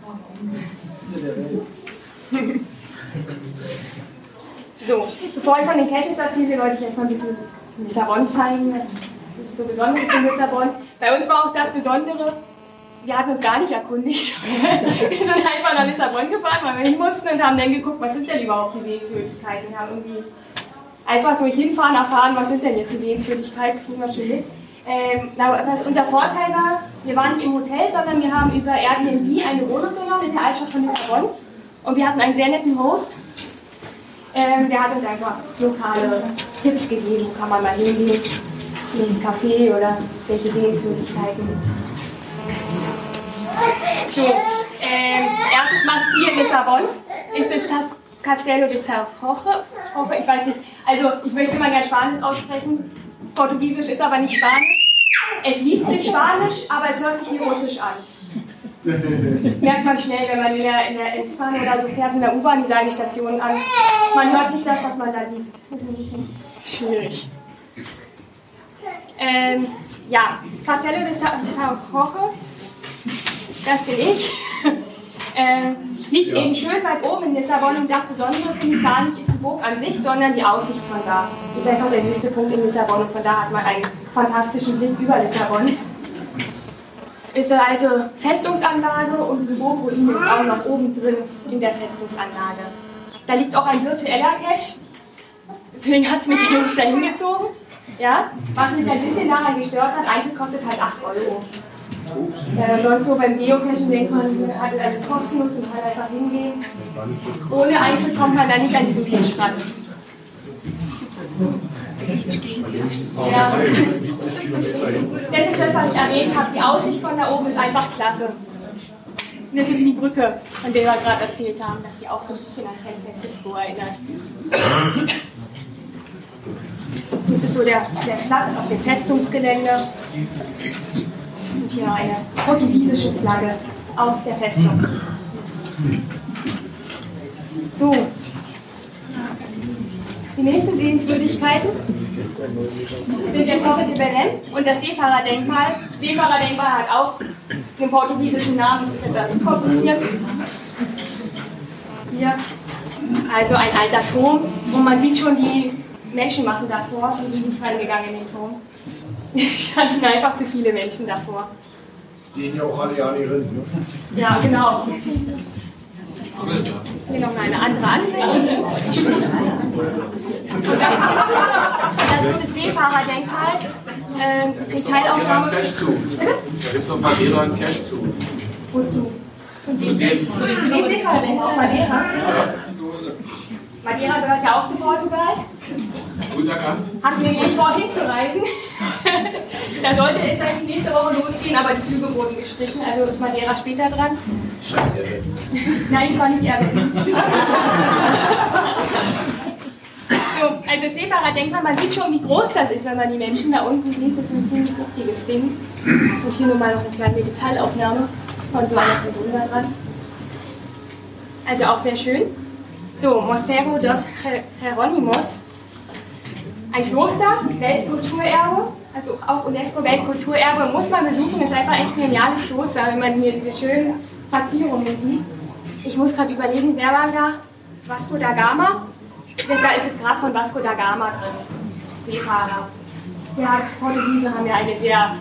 So, bevor ich von den Caches erzähle, wollte ich erstmal ein bisschen Lissabon zeigen. Das ist so besonders in Lissabon. Bei uns war auch das Besondere, wir haben uns gar nicht erkundigt. Wir sind einfach nach Lissabon gefahren, weil wir hin mussten und haben dann geguckt, was sind denn überhaupt die Sehenswürdigkeiten. Wir haben irgendwie einfach durch Hinfahren erfahren, was sind denn jetzt die Sehenswürdigkeiten, kriegen wir schon mit. Was unser Vorteil war, wir waren nicht im Hotel, sondern wir haben über Airbnb eine Wohnung genommen in der Altstadt von Lissabon und wir hatten einen sehr netten Host, der hat uns einfach lokale Tipps gegeben, wo kann man mal hingehen, ins Café oder welche Sehenswürdigkeiten. So, erstes Must-See in Lissabon ist es das Castelo de São Jorge. Ich weiß nicht, also ich möchte es immer gerne Spanisch aussprechen. Portugiesisch ist aber nicht Spanisch. Es liest sich Spanisch, aber es hört sich wie Russisch an. Das merkt man schnell, wenn man in der S-Bahn oder so fährt, in der U-Bahn, die sagen die Stationen an. Man hört nicht das, was man da liest. Das ist ein bisschen schwierig. Castelo de São Jorge, das bin ich. Liegt eben schön weit oben in Lissabon und das Besondere finde ich gar nicht ist die Burg an sich, sondern die Aussicht von da. Das ist einfach der höchste Punkt in Lissabon und von da hat man einen fantastischen Blick über Lissabon. Ist eine alte Festungsanlage und die Burgruine ist auch noch oben drin in der Festungsanlage. Da liegt auch ein virtueller Cache, deswegen hat es mich nicht dahin gezogen. Ja? Was mich ein bisschen daran gestört hat, Eintritt kostet halt 8 Euro. Sonst so beim Geocachen denkt man, hat alles kostenlos und kann einfach hingehen. Ohne Eintritt kommt man dann nicht an diesen Cache ran. Ja. Das ist das, was ich erwähnt habe. Die Aussicht von da oben ist einfach klasse. Und das ist die Brücke, von der wir gerade erzählt haben, dass sie auch so ein bisschen an San Francisco erinnert. Das ist so der Platz auf dem Festungsgelände. Und hier eine portugiesische Flagge auf der Festung. So. Die nächsten Sehenswürdigkeiten sind der Torre de Belém und das Seefahrerdenkmal. Seefahrerdenkmal hat auch den portugiesischen Namen, das ist etwas kompliziert. Hier, also ein alter Turm und man sieht schon die Menschenmassen davor, die sind nicht reingegangen in den Turm. Es standen einfach zu viele Menschen davor. Gehen ja auch alle ja nicht rein, ne? Ja, genau. Hier noch eine andere Ansicht. Und das ist das Seefahrerdenkmal. Teilaufnahme. Cash zu. Da gibt es auf Madeira einen Cash zu. Wozu? Zu dem Seefahrerdenkmal auf Madeira? Madeira gehört ja auch zu Portugal. Gut erkannt. Hatten wir nicht vor, hinzureisen. Da sollte es eigentlich nächste Woche losgehen, aber die Flüge wurden gestrichen, also ist Madeira später dran. Scheiß Erwin. Nein, ich soll nicht Erwin. So, also das Seefahrerdenkmal, man sieht schon, wie groß das ist, wenn man die Menschen da unten sieht. Das ist ein ziemlich wuchtiges Ding. Und hier nochmal noch eine kleine Detailaufnahme von so einer Person da dran. Also auch sehr schön. So, Mosteiro dos Jerónimos. Ein Kloster, Weltkulturerbe, also auch UNESCO-Weltkulturerbe, muss man besuchen. Das ist einfach echt ein geniales Kloster, wenn man hier diese schönen Verzierungen sieht. Ich muss gerade überlegen, wer war da? Vasco da Gama? Da ist das Grab von Vasco da Gama drin, Seefahrer. Ja, Portugiesen haben ja eine sehr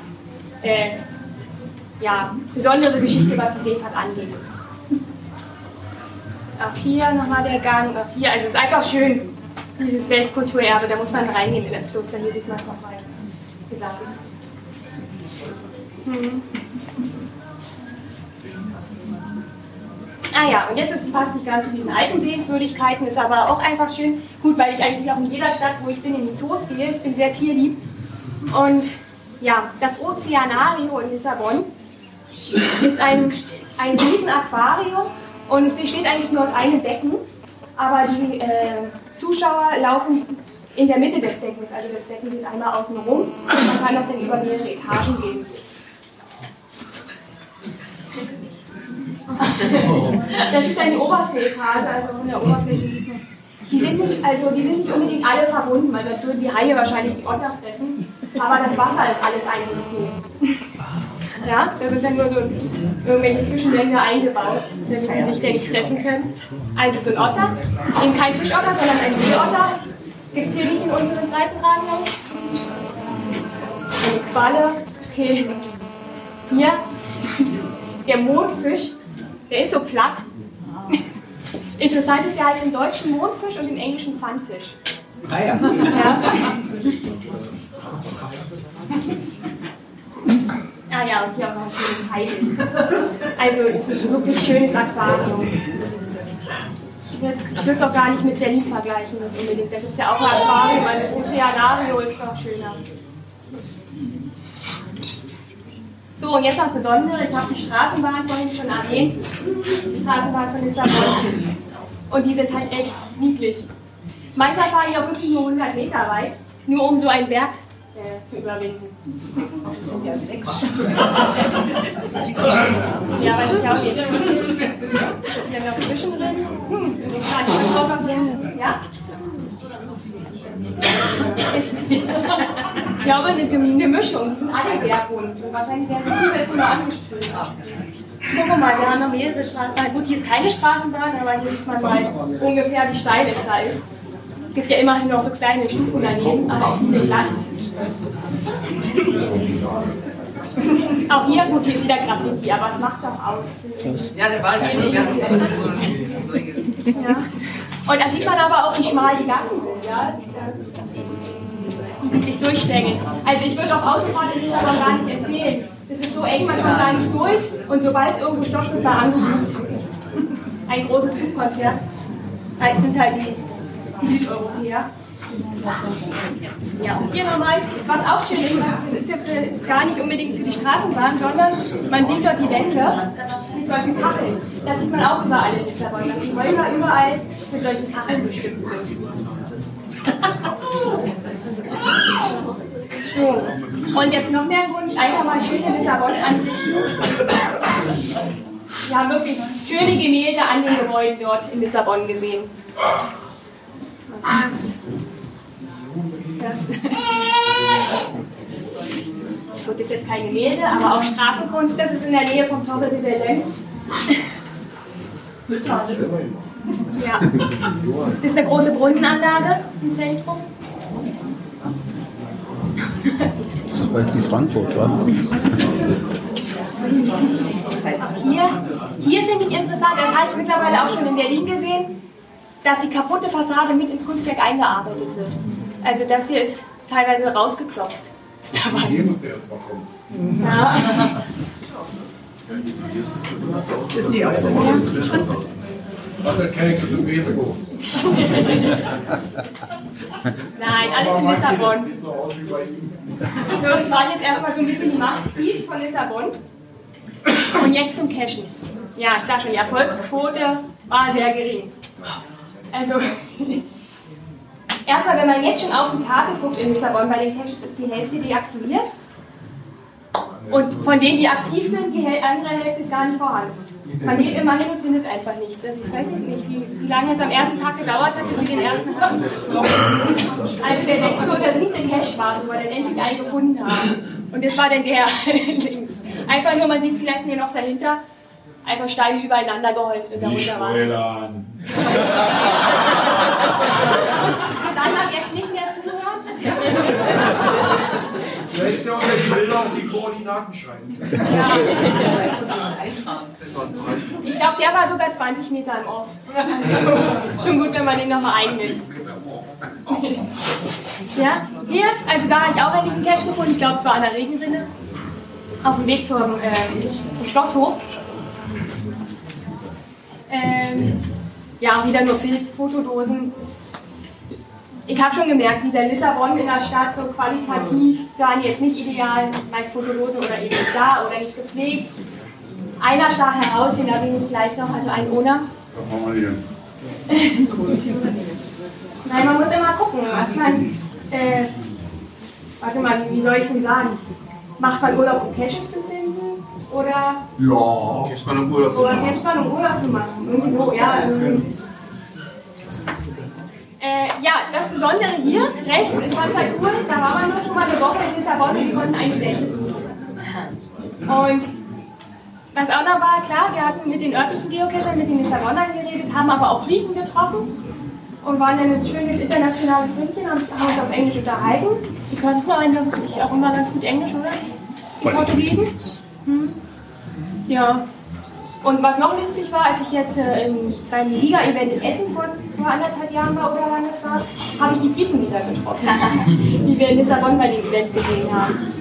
besondere Geschichte, was die Seefahrt angeht. Auch hier nochmal der Gang, auch hier, also es ist einfach schön, dieses Weltkulturerbe, da muss man reingehen in das Kloster, hier sieht man es nochmal gesagt. Ah ja, und jetzt passt nicht ganz zu diesen alten Sehenswürdigkeiten, ist aber auch einfach schön, gut, weil ich eigentlich auch in jeder Stadt, wo ich bin, in die Zoos gehe, ich bin sehr tierlieb. Und ja, das Ozeanario in Lissabon ist ein riesen Aquarium und es besteht eigentlich nur aus einem Becken, aber die Zuschauer laufen in der Mitte des Beckens, also das Becken geht einmal außen rum und man kann auch dann über mehrere Etagen gehen. Das ist dann die oberste Etage, also von der Oberfläche sieht man. Die sind nicht unbedingt alle verbunden, weil sonst würden die Haie wahrscheinlich die Otter fressen, aber das Wasser ist alles ein System. Ja, da sind dann nur so irgendwelche Zwischenländer eingebaut, damit die sich dann nicht fressen können. Also so ein Otter, eben kein Fischotter, sondern ein Seeotter. Gibt es hier nicht in unseren Breitengraden. Eine Qualle. Okay. Hier, der Mondfisch, der ist so platt. Interessant ist, der heißt im Deutschen Mondfisch und im Englischen Sunfish. Ah ja. Ah ja, und hier auch noch ein schönes Heide. Also es ist ein wirklich schönes Aquarium. Ich will es auch gar nicht mit Berlin vergleichen jetzt unbedingt. Da gibt es ja auch ein Aquarium, also das Ozeanario ist noch schöner. So, und jetzt das Besondere, ich habe die Straßenbahn vorhin schon erwähnt. Die Straßenbahn von Lissabon. Und die sind halt echt niedlich. Manchmal fahre ich auch wirklich nur 100 Meter weit, nur um so einen Berg zu überwinden. Das sind ja 6. Das sieht doch aus. Ja, weil ich ja auch nicht. Wir haben ja auch zwischendrin. Ja? Ich glaube, eine Mischung. Die sind alle sehr bunt. Und wahrscheinlich werden sie zusätzlich noch angespült. Guck mal, wir haben noch mehrere Straßenbahnen. Gut, hier ist keine Straßenbahn, aber hier sieht man mal ungefähr, wie steil es da ist. Es gibt ja immerhin noch so kleine Stufen daneben, aber auch diese glatt. Auch hier, gut, hier ist wieder Graffiti, aber es macht es auch aus. Krass. Ja, der war jetzt ja. Und da sieht man aber auch, wie schmal die Gassen sind, ja? Die sich durchschlängeln. Also ich würde auch Autofahren in Lissabon gar nicht empfehlen. Das ist so eng, man kommt gar nicht durch und sobald es irgendwo stoppt, wird da angeschrieben. Ein großes Flugkonzert. Es sind halt die Südeuropäer. Ja, und hier nochmal, was auch schön ist, das ist jetzt gar nicht unbedingt für die Straßenbahn, sondern man sieht dort die Wände mit solchen Kacheln. Das sieht man auch überall in Lissabon, dass die Häuser überall mit solchen Kacheln bestimmt sind. So, und jetzt noch mehr Grund, einfach mal schöne Lissabon-Ansichten. Wir haben wirklich schöne Gemälde an den Gebäuden dort in Lissabon gesehen. Das. Gut, das ist jetzt kein Gemälde, aber auch Straßenkunst. Das ist in der Nähe vom Torre de Belém. Ja. Das ist eine große Brunnenanlage im Zentrum. Bald wie Frankfurt, wa? Hier finde ich interessant, das habe ich mittlerweile auch schon in Berlin gesehen, dass die kaputte Fassade mit ins Kunstwerk eingearbeitet wird. Also das hier ist teilweise rausgeklopft. Ist da weit. Hier muss der erst mal kommen. Ja. Ist die auch so? Das kenne ich zum Mexiko. Nein, alles in Lissabon. Sieht so aus wie bei ihm. So, das waren jetzt erstmal so ein bisschen die Must-Sees von Lissabon. Und jetzt zum Cashen. Ja, ich sag schon, die Erfolgsquote war sehr gering. Also, erstmal, wenn man jetzt schon auf die Karte guckt in Lissabon, bei den Caches ist die Hälfte deaktiviert. Und von denen, die aktiv sind, die andere Hälfte ist gar nicht vorhanden. Man geht immer hin und findet einfach nichts. Also ich weiß nicht, wie lange es am ersten Tag gedauert hat, bis wir den ersten hatten. Also der 6. oder 7. Cache war es, wo wir dann endlich einen gefunden haben. Und das war dann der links. Einfach nur, man sieht es vielleicht mir noch dahinter, einfach Steine übereinander gehäuft und darunter war es. Dann ab jetzt nicht mehr zuhören. Vielleicht ja unter die Bilder auch die Koordinaten schreiben. Ja. Ich glaube, der war sogar 20 Meter im Off. Also, schon gut, wenn man den nochmal einmisst. Ja, hier, also da habe ich auch endlich einen Cache gefunden. Ich glaube, es war an der Regenrinne. Auf dem Weg zum Schlosshof. Ja, wieder nur Fotodosen. Ich habe schon gemerkt, die Lissabon in der Stadt so qualitativ sahen jetzt nicht ideal, meist Fotodosen oder eben nicht da oder nicht gepflegt. Einer stach heraus, den erwähne ich gleich noch, also ein Owner. Nein, man muss immer gucken. Warte mal, wie soll ich es denn sagen? Macht man Urlaub, um Caches zu finden? Oder? Ja. Cache mal um Urlaub zu Oder machen. Cache mal um Urlaub zu machen. Irgendwie so, ja. Ja, das Besondere hier, rechts, ich fand es halt cool, da war man nur schon mal eine Woche in Lissabon und wir konnten ein Event besuchen. Und was auch noch war, klar, wir hatten mit den örtlichen Geocachern, mit den Lissabonern geredet, haben aber auch Briten getroffen und waren dann ein schönes internationales Mädchen, haben uns auf Englisch unterhalten. Die konnten eigentlich auch immer ganz gut Englisch, oder? Die Portugiesen. Ja. Und was noch lustig war, als ich jetzt beim Liga-Event in Essen vor 1,5 Jahren war oder wann das war, habe ich die Briten wieder getroffen, die wir in Lissabon bei dem Event gesehen haben.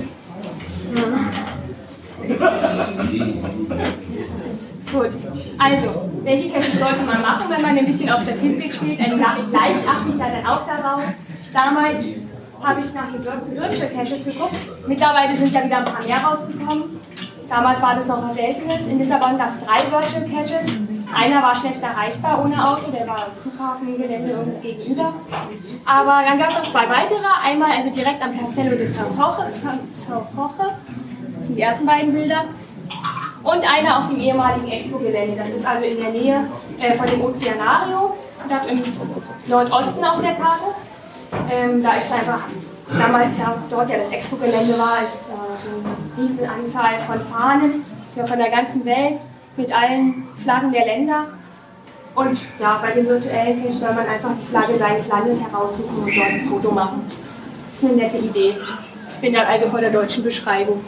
Gut, also, welche Caches sollte man machen, wenn man ein bisschen auf Statistik steht? Leicht achte ich ja dann auch darauf. Damals habe ich nach den Virtual Caches geguckt. Mittlerweile sind ja wieder ein paar mehr rausgekommen. Damals war das noch was Seltenes. In Lissabon gab es 3 Virtual Caches. Einer war schlecht erreichbar ohne Auto, der war am Flughafengelände irgendwo gegenüber. Aber dann gab es noch 2 weitere. Einmal also direkt am Castello de São Jorge. Das sind die ersten beiden Bilder. Und einer auf dem ehemaligen Expo-Gelände. Das ist also in der Nähe von dem Oceanario, dort im Nordosten auf der Karte. Da ist einfach, damals, da dort ja das Expo-Gelände war, ist eine riesige Anzahl von Fahnen von der ganzen Welt mit allen Flaggen der Länder. Und ja, bei dem virtuellen Cache soll man einfach die Flagge seines Landes heraussuchen und dort ein Foto machen. Das ist eine nette Idee. Ich bin dann also vor der deutschen Beschreibung.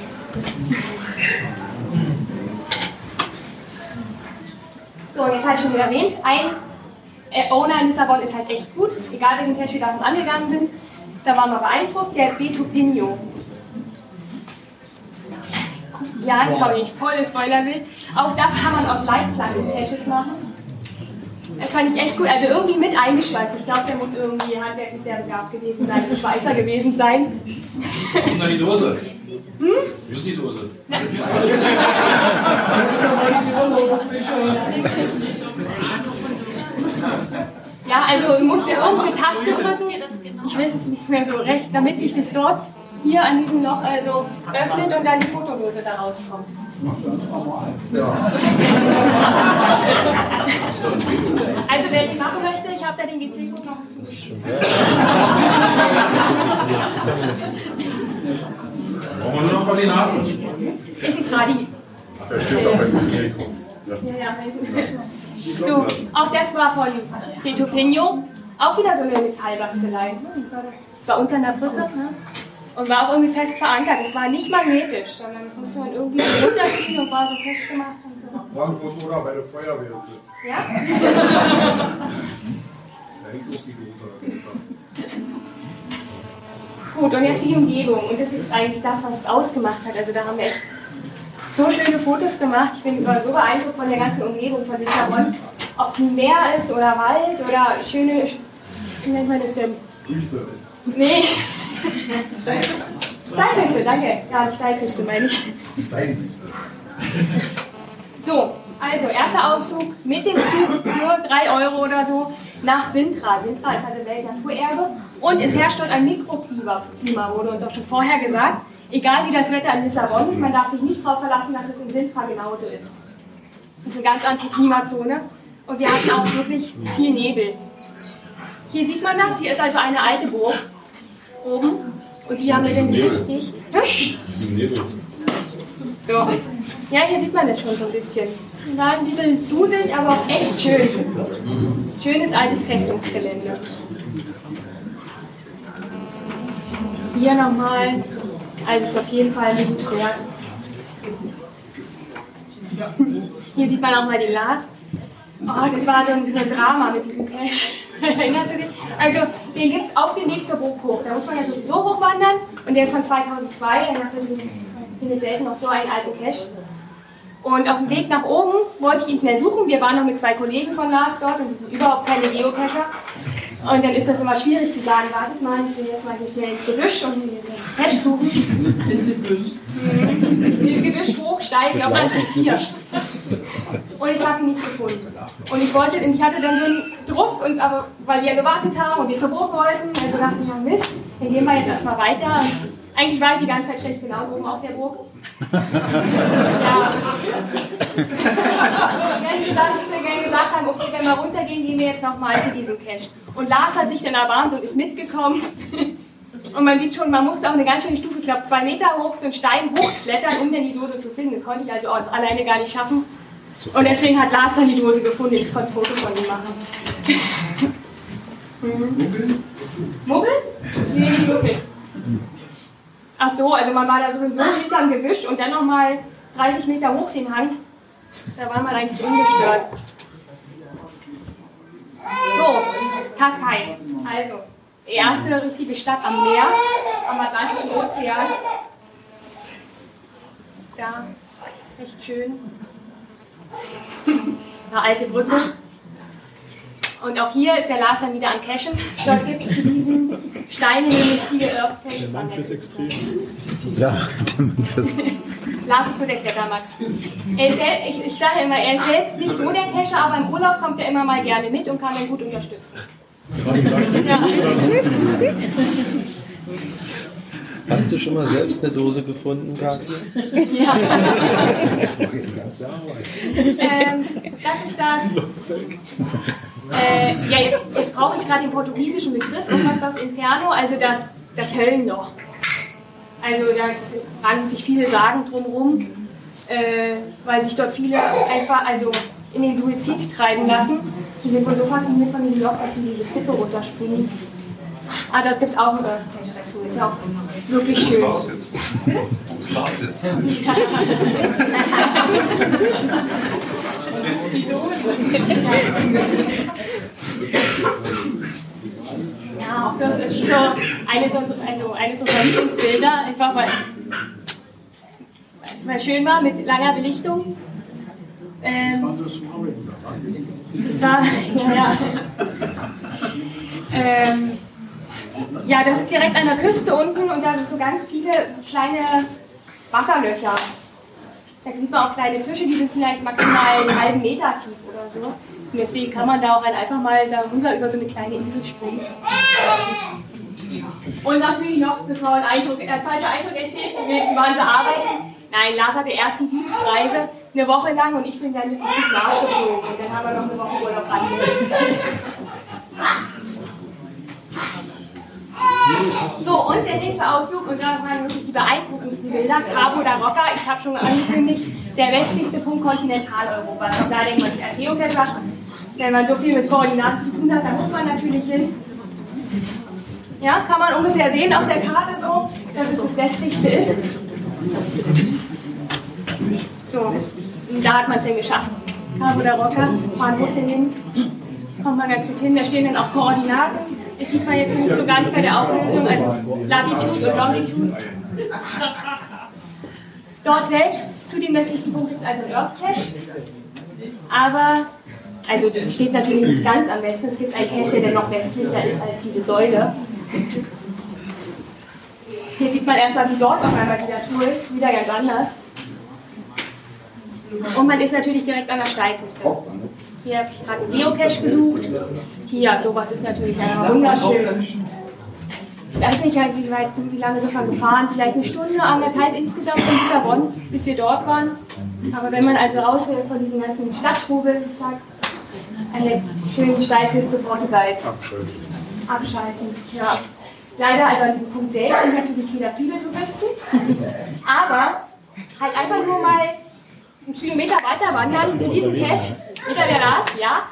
So, jetzt habe ich schon erwähnt, ein Owner in Lissabon ist halt echt gut, egal welchen Cache wir davon angegangen sind. Da waren wir beeindruckt, der Beto Pinho. Ja, jetzt habe ich voll Spoilerbild. Auch das kann man aus Leitplanken-Caches machen. Das fand ich echt gut, also irgendwie mit eingeschweißt. Ich glaube, der muss irgendwie handwerklich sehr begabt gewesen sein, ein Schweißer gewesen sein. Wo ist denn die Dose? Wo ist die Dose? Ja, also du musst ja irgendeine Taste drücken, ich weiß es nicht mehr so recht, damit sich das dort hier an diesem Loch also öffnet und dann die Fotodose da rauskommt. Also wer die machen möchte, ich habe da den GC-Code noch. Brauchen wir nur noch Koordinaten? Ist ein Tradi. Das stimmt auch ein GC-Code. Ja. So, auch das war von Beto Pinho. Auch wieder so eine Metallbastelei. Das war unter einer Brücke. Ne? Und war auch irgendwie fest verankert. Es war nicht magnetisch, sondern das musste man irgendwie runterziehen und war so festgemacht und so. Frankfurt oder bei der Feuerwehr. Ja? Da hängt auch die Dose. Gut, und jetzt die Umgebung. Und das ist eigentlich das, was es ausgemacht hat. Also da haben wir echt so schöne Fotos gemacht. Ich bin so beeindruckt von der ganzen Umgebung von Lissabon. Ob es ein Meer ist oder Wald oder schöne, wie nennt man das denn? Nee. Steinküste, danke. Ja, die Steinküste meine ich. So, also erster Ausflug mit dem Zug für 3 € oder so nach Sintra. Sintra ist also Weltnaturerbe und es herrscht dort ein Mikroklima, wurde uns auch schon vorher gesagt. Egal wie das Wetter in Lissabon ist, man darf sich nicht darauf verlassen, dass es in Sintra genauso ist. Das ist eine ganz andere Klimazone und wir hatten auch wirklich viel Nebel. Hier sieht man das, hier ist also eine alte Burg oben und die haben wir dann besichtigt. So, ja, hier sieht man das schon so ein bisschen. War ein bisschen duselig, aber auch echt schön. Schönes altes Festungsgelände. Hier nochmal, also ist auf jeden Fall ein gut wert. Hier sieht man auch mal den Lars. Oh, das war so ein Drama mit diesem Cache. Erinnerst du dich? Also, den gibt es auf dem Weg zur Burg hoch. Da muss man ja sowieso hochwandern und der ist von 2002. Man findet selten noch so einen alten Cache. Und auf dem Weg nach oben wollte ich ihn schnell suchen. Wir waren noch mit 2 Kollegen von Lars dort und die sind überhaupt keine Geocacher. Und dann ist das immer schwierig zu sagen, wartet mal, ich will jetzt mal hier schnell ins Gebüsch und den Cache suchen. Ins Gebüsch? Ins Gebüsch hoch, steil, ich glaube an C4. Und ich habe ihn nicht gefunden. Und ich hatte dann so einen Druck, aber weil wir gewartet haben und wir zur Burg wollten, also dachte ich, Mist, dann gehen wir jetzt erstmal weiter. Und eigentlich war ich die ganze Zeit schlecht genau oben auf der Burg. Ja. Wenn wir gesagt haben, okay, wenn wir runtergehen, gehen wir jetzt nochmal zu diesem Cache. Und Lars hat sich dann erbarmt und ist mitgekommen. Und man sieht schon, man musste auch eine ganz schöne Stufe, ich glaube 2 Meter hoch, so einen Stein hochklettern, um dann die Dose zu finden. Das konnte ich also alleine gar nicht schaffen. Und deswegen hat Lars dann die Dose gefunden. Ich konnte ein Foto von ihm machen. Muggel? Nee, nicht wirklich. Ach so, also man war da so hinterm Gebüsch und dann nochmal 30 Meter hoch den Hang. Da war man eigentlich ungestört. So, Cascais. Also, die erste richtige Stadt am Meer, am Atlantischen Ozean. Da, echt schön. Eine alte Brücke. Und auch hier ist der Lars dann wieder am Cachen. Dort gibt es zu diesen Steinen nämlich viele Earth Caches. Der Mann fürs Extrem. Ja, der Mann fürs Lars ist so der Klettermax. Ich sage immer, er ist selbst nicht so der Cacher, aber im Urlaub kommt er immer mal gerne mit und kann ihn gut unterstützen. Ja. Hast du schon mal selbst eine Dose gefunden, Kathi? Ja. Das ist das. Ja, jetzt brauche ich gerade den portugiesischen Begriff, irgendwas das Inferno, also das Höllenloch. Also da ranken sich viele Sagen drumherum, weil sich dort viele einfach in den Suizid treiben lassen. Die sind wohl so fasziniert von dem Loch, dass sie diese Klippe runterspringen. Ah, dort gibt es auch einen Earth Cache dazu, ist ja auch wirklich schön. Das war's jetzt. Ja, auch das ist so eines unserer Lieblingsbilder, einfach weil schön war mit langer Belichtung. Das war, ja, das ist direkt an der Küste unten und da sind so ganz viele kleine Wasserlöcher. Da sieht man auch kleine Fische, die sind vielleicht maximal einen halben Meter tief oder so. Und deswegen kann man da auch einfach mal darüber über so eine kleine Insel springen. Und natürlich noch, bevor ein falscher Eindruck entsteht, wir waren sie arbeiten. Nein, Lars hatte erst die Dienstreise eine Woche lang und ich bin dann mit dem Flug nachgeflogen. Und dann haben wir noch eine Woche Urlaub angelegt. So, und der nächste Ausflug, und da waren wirklich die beeindruckendsten Bilder, Cabo da Roca, ich habe schon angekündigt, der westlichste Punkt Kontinentaleuropas. Und da denkt man sich als Geocacher, wenn man so viel mit Koordinaten zu tun hat, da muss man natürlich hin. Ja, kann man ungefähr sehen auf der Karte so, dass es das westlichste ist. So, und da hat man es dann geschafft. Cabo da Roca, fahren Busse hin, kommt man ganz gut hin, da stehen dann auch Koordinaten. Das sieht man jetzt nicht so ganz bei der Auflösung, also Latitude und Longitude. Dort selbst, zu dem westlichsten Punkt, gibt es also ein Earth Cache. Aber, also das steht natürlich nicht ganz am Westen, es gibt einen Cache, der noch westlicher ist als diese Säule. Hier sieht man erstmal, wie dort auf einmal die Natur ist, wieder ganz anders. Und man ist natürlich direkt an der Steilküste. Hier habe ich gerade einen Geocache besucht. Hier, sowas ist natürlich wunderschön. Ich weiß nicht, wie lange sind wir gefahren, vielleicht eine Stunde, 1,5 insgesamt von Lissabon, bis wir dort waren. Aber wenn man also raus will von diesem ganzen Stadttrubel, an der schönen Steilküste Portugals abschalten. Ja. Leider, also an diesem Punkt selbst sind natürlich wieder viele Touristen, aber halt einfach nur mal einen Kilometer weiter wandern zu diesem Cache, wieder der Lars, ja.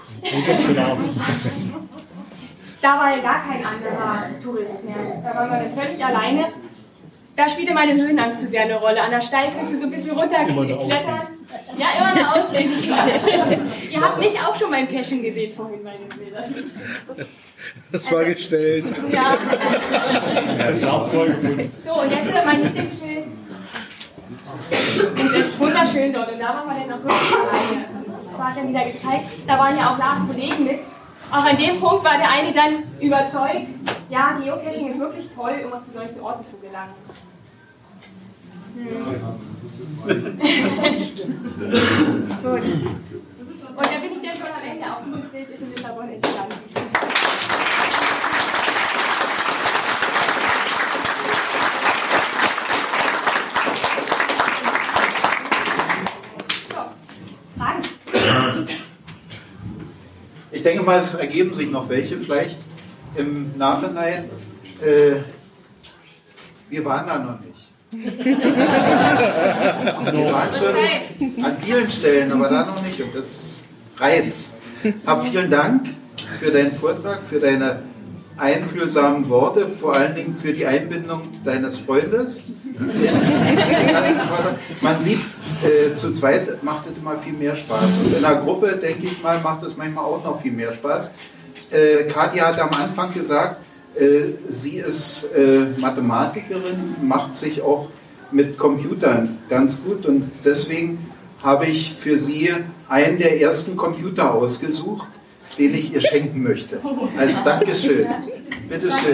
Da war ja gar kein anderer Tourist mehr. Da waren wir dann völlig alleine. Da spielte meine Höhenangst zu sehr eine Rolle. An der Steilküste so ein bisschen runterklettern. Ja, immer eine Ausrede, ich weiß. Ihr habt nicht auch schon mein Passion gesehen vorhin, meine Bilder. Das war gestellt. Ja. So, und jetzt mein Lieblingsbild. Das ist echt wunderschön dort. Und da waren wir dann noch wirklich alleine. Das hat dann wieder gezeigt. Da waren ja auch Lars Kollegen mit. Auch an dem Punkt war der eine dann überzeugt, ja, Geocaching ist wirklich toll, um zu solchen Orten zu gelangen. Gut. Und da bin ich dann schon am Ende. Auch dieses Bild ist in Lissabon entstanden. So, Fragen? Ich denke mal, es ergeben sich noch welche, vielleicht im Nachhinein. Wir waren da noch nicht. Wir waren schon an vielen Stellen, aber da noch nicht. Und das reizt. Hab vielen Dank für deinen Vortrag, für deine einfühlsamen Worte, vor allen Dingen für die Einbindung deines Freundes. Man sieht, zu zweit macht es immer viel mehr Spaß. Und in einer Gruppe, denke ich mal, macht es manchmal auch noch viel mehr Spaß. Katja hat am Anfang gesagt, sie ist Mathematikerin, macht sich auch mit Computern ganz gut. Und deswegen habe ich für sie einen der ersten Computer ausgesucht, den ich ihr schenken möchte. Als Dankeschön. Bitte schön.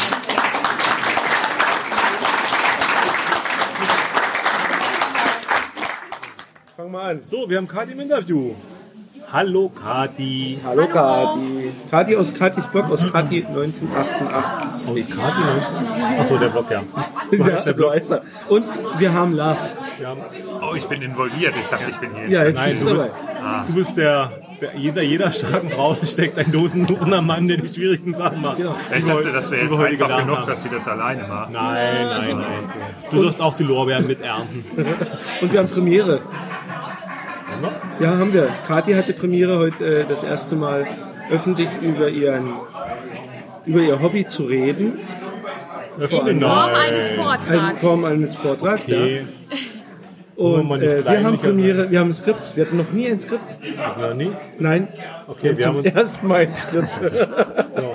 Fang mal an. So, wir haben Kathi im Interview. Hallo Kathi. Hallo Kathi. Kathi aus Kathis Blog, aus Kathi 1988. Aus Kathi 1988? Achso, der Blog, ja. Ja, so heißt er. Und wir haben Lars. Oh, ich bin involviert. Ich dachte, ich bin hier. Ja, jetzt Nein, bist du dabei. Du bist jeder starken Frau steckt ein dosensuchender Mann, der die schwierigen Sachen macht. Genau. Ich dachte, das wäre jetzt einfach genug, dass sie das alleine macht. Nein. Du sollst auch die Lorbeeren miternten. Und wir haben Premiere. Ja, haben wir. Kathi hatte Premiere heute das erste Mal öffentlich über ihr Hobby zu reden. In Form eines Vortrags. In Form eines Vortrags, okay. Ja. Und wir haben Premiere, wir haben ein Skript. Wir hatten noch nie ein Skript. Noch nie? Nein. Okay, wir haben uns erst mal ein Skript. So.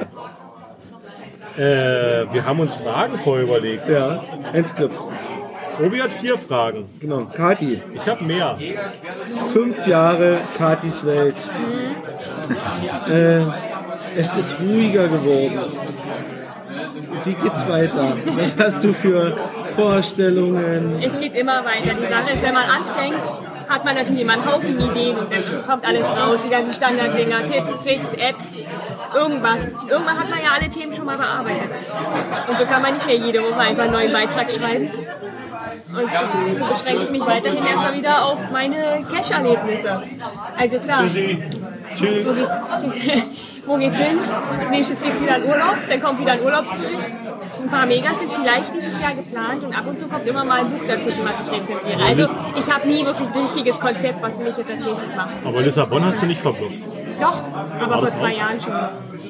Wir haben uns Fragen vorher überlegt. Ja, ein Skript. Obi hat 4 Fragen. Genau. Kathi. Ich habe mehr. 5 Jahre Kathis Welt. Es ist ruhiger geworden. Wie geht's weiter? Was hast du für Vorstellungen? Es geht immer weiter. Die Sache ist, wenn man anfängt, hat man natürlich immer einen Haufen Ideen und dann kommt alles raus, die ganzen Standarddinger, Tipps, Tricks, Apps, irgendwas. Irgendwann hat man ja alle Themen schon mal bearbeitet. Und so kann man nicht mehr jede Woche einfach einen neuen Beitrag schreiben. Und so beschränke ich mich weiterhin erstmal wieder auf meine Cache-Erlebnisse. Also klar. Tschüss. Wo geht's hin? Als nächstes geht's wieder in Urlaub, dann kommt wieder ein Urlaubsbericht. Ein paar Megas sind vielleicht dieses Jahr geplant und ab und zu kommt immer mal ein Buch dazwischen, was ich rezensiere. Also ich habe nie wirklich ein richtiges Konzept, was will ich jetzt als nächstes machen. Aber Lissabon hast du nicht verbirgt. Doch, aber vor 2 Jahren schon.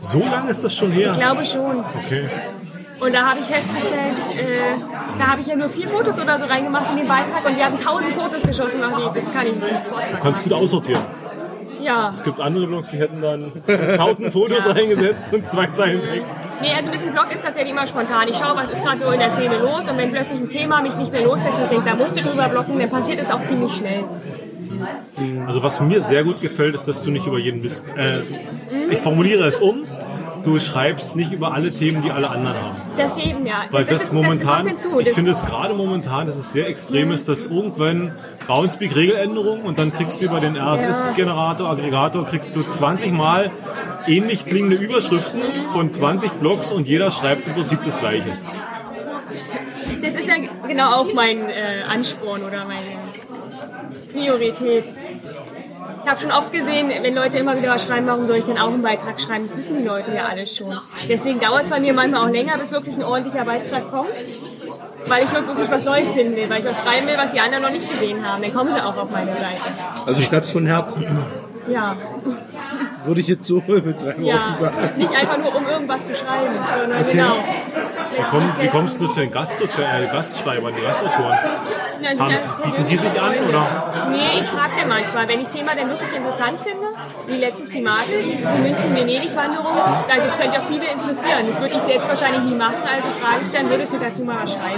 So lange ist das schon her? Ich glaube schon. Okay. Und da habe ich festgestellt, da habe ich ja nur 4 Fotos oder so reingemacht in den Beitrag und wir hatten 1000 Fotos geschossen. Das kann ich nicht. Du kannst gut aussortieren. Ja. Es gibt andere Blogs, die hätten dann 1000 Fotos reingesetzt und 2 Zeilen Text. Nee, also mit dem Blog ist tatsächlich immer spontan. Ich schaue, was ist gerade so in der Szene los und wenn plötzlich ein Thema mich nicht mehr loslässt und ich denke, da musst du drüber blocken, dann passiert es auch ziemlich schnell. Also was mir sehr gut gefällt, ist, dass du nicht über jeden Mist... Ich formuliere es um. Du schreibst nicht über alle Themen, die alle anderen haben. Das eben, ja. Weil das momentan, kommt hinzu. ich finde jetzt gerade momentan, dass es sehr extrem ist, dass irgendwann Groundspeak-Regeländerungen und dann kriegst du über den RSS-Generator, Aggregator, kriegst du 20 Mal ähnlich klingende Überschriften von 20 Blogs und jeder schreibt im Prinzip das Gleiche. Das ist ja genau auch mein Ansporn oder meine Priorität. Ich habe schon oft gesehen, wenn Leute immer wieder was schreiben, warum soll ich denn auch einen Beitrag schreiben? Das wissen die Leute ja alles schon. Deswegen dauert es bei mir manchmal auch länger, bis wirklich ein ordentlicher Beitrag kommt. Weil ich wirklich was Neues finden will, weil ich was schreiben will, was die anderen noch nicht gesehen haben. Dann kommen sie auch auf meine Seite. Also schreibst von Herzen. Ja. Würde ich jetzt so mit 3 Worten sagen. Nicht einfach nur, um irgendwas zu schreiben, sondern genau. Wie kommst du zu den Gastschreibern, die Gastautoren? Bieten die sich an, oder? Nee, ich frage den manchmal, wenn ich das Thema dann wirklich interessant finde, wie letztens die Mate, die München-Venedig-Wanderung, das könnte ja viele interessieren. Das würde ich selbst wahrscheinlich nie machen, also frage ich dann, würdest du dazu mal was schreiben?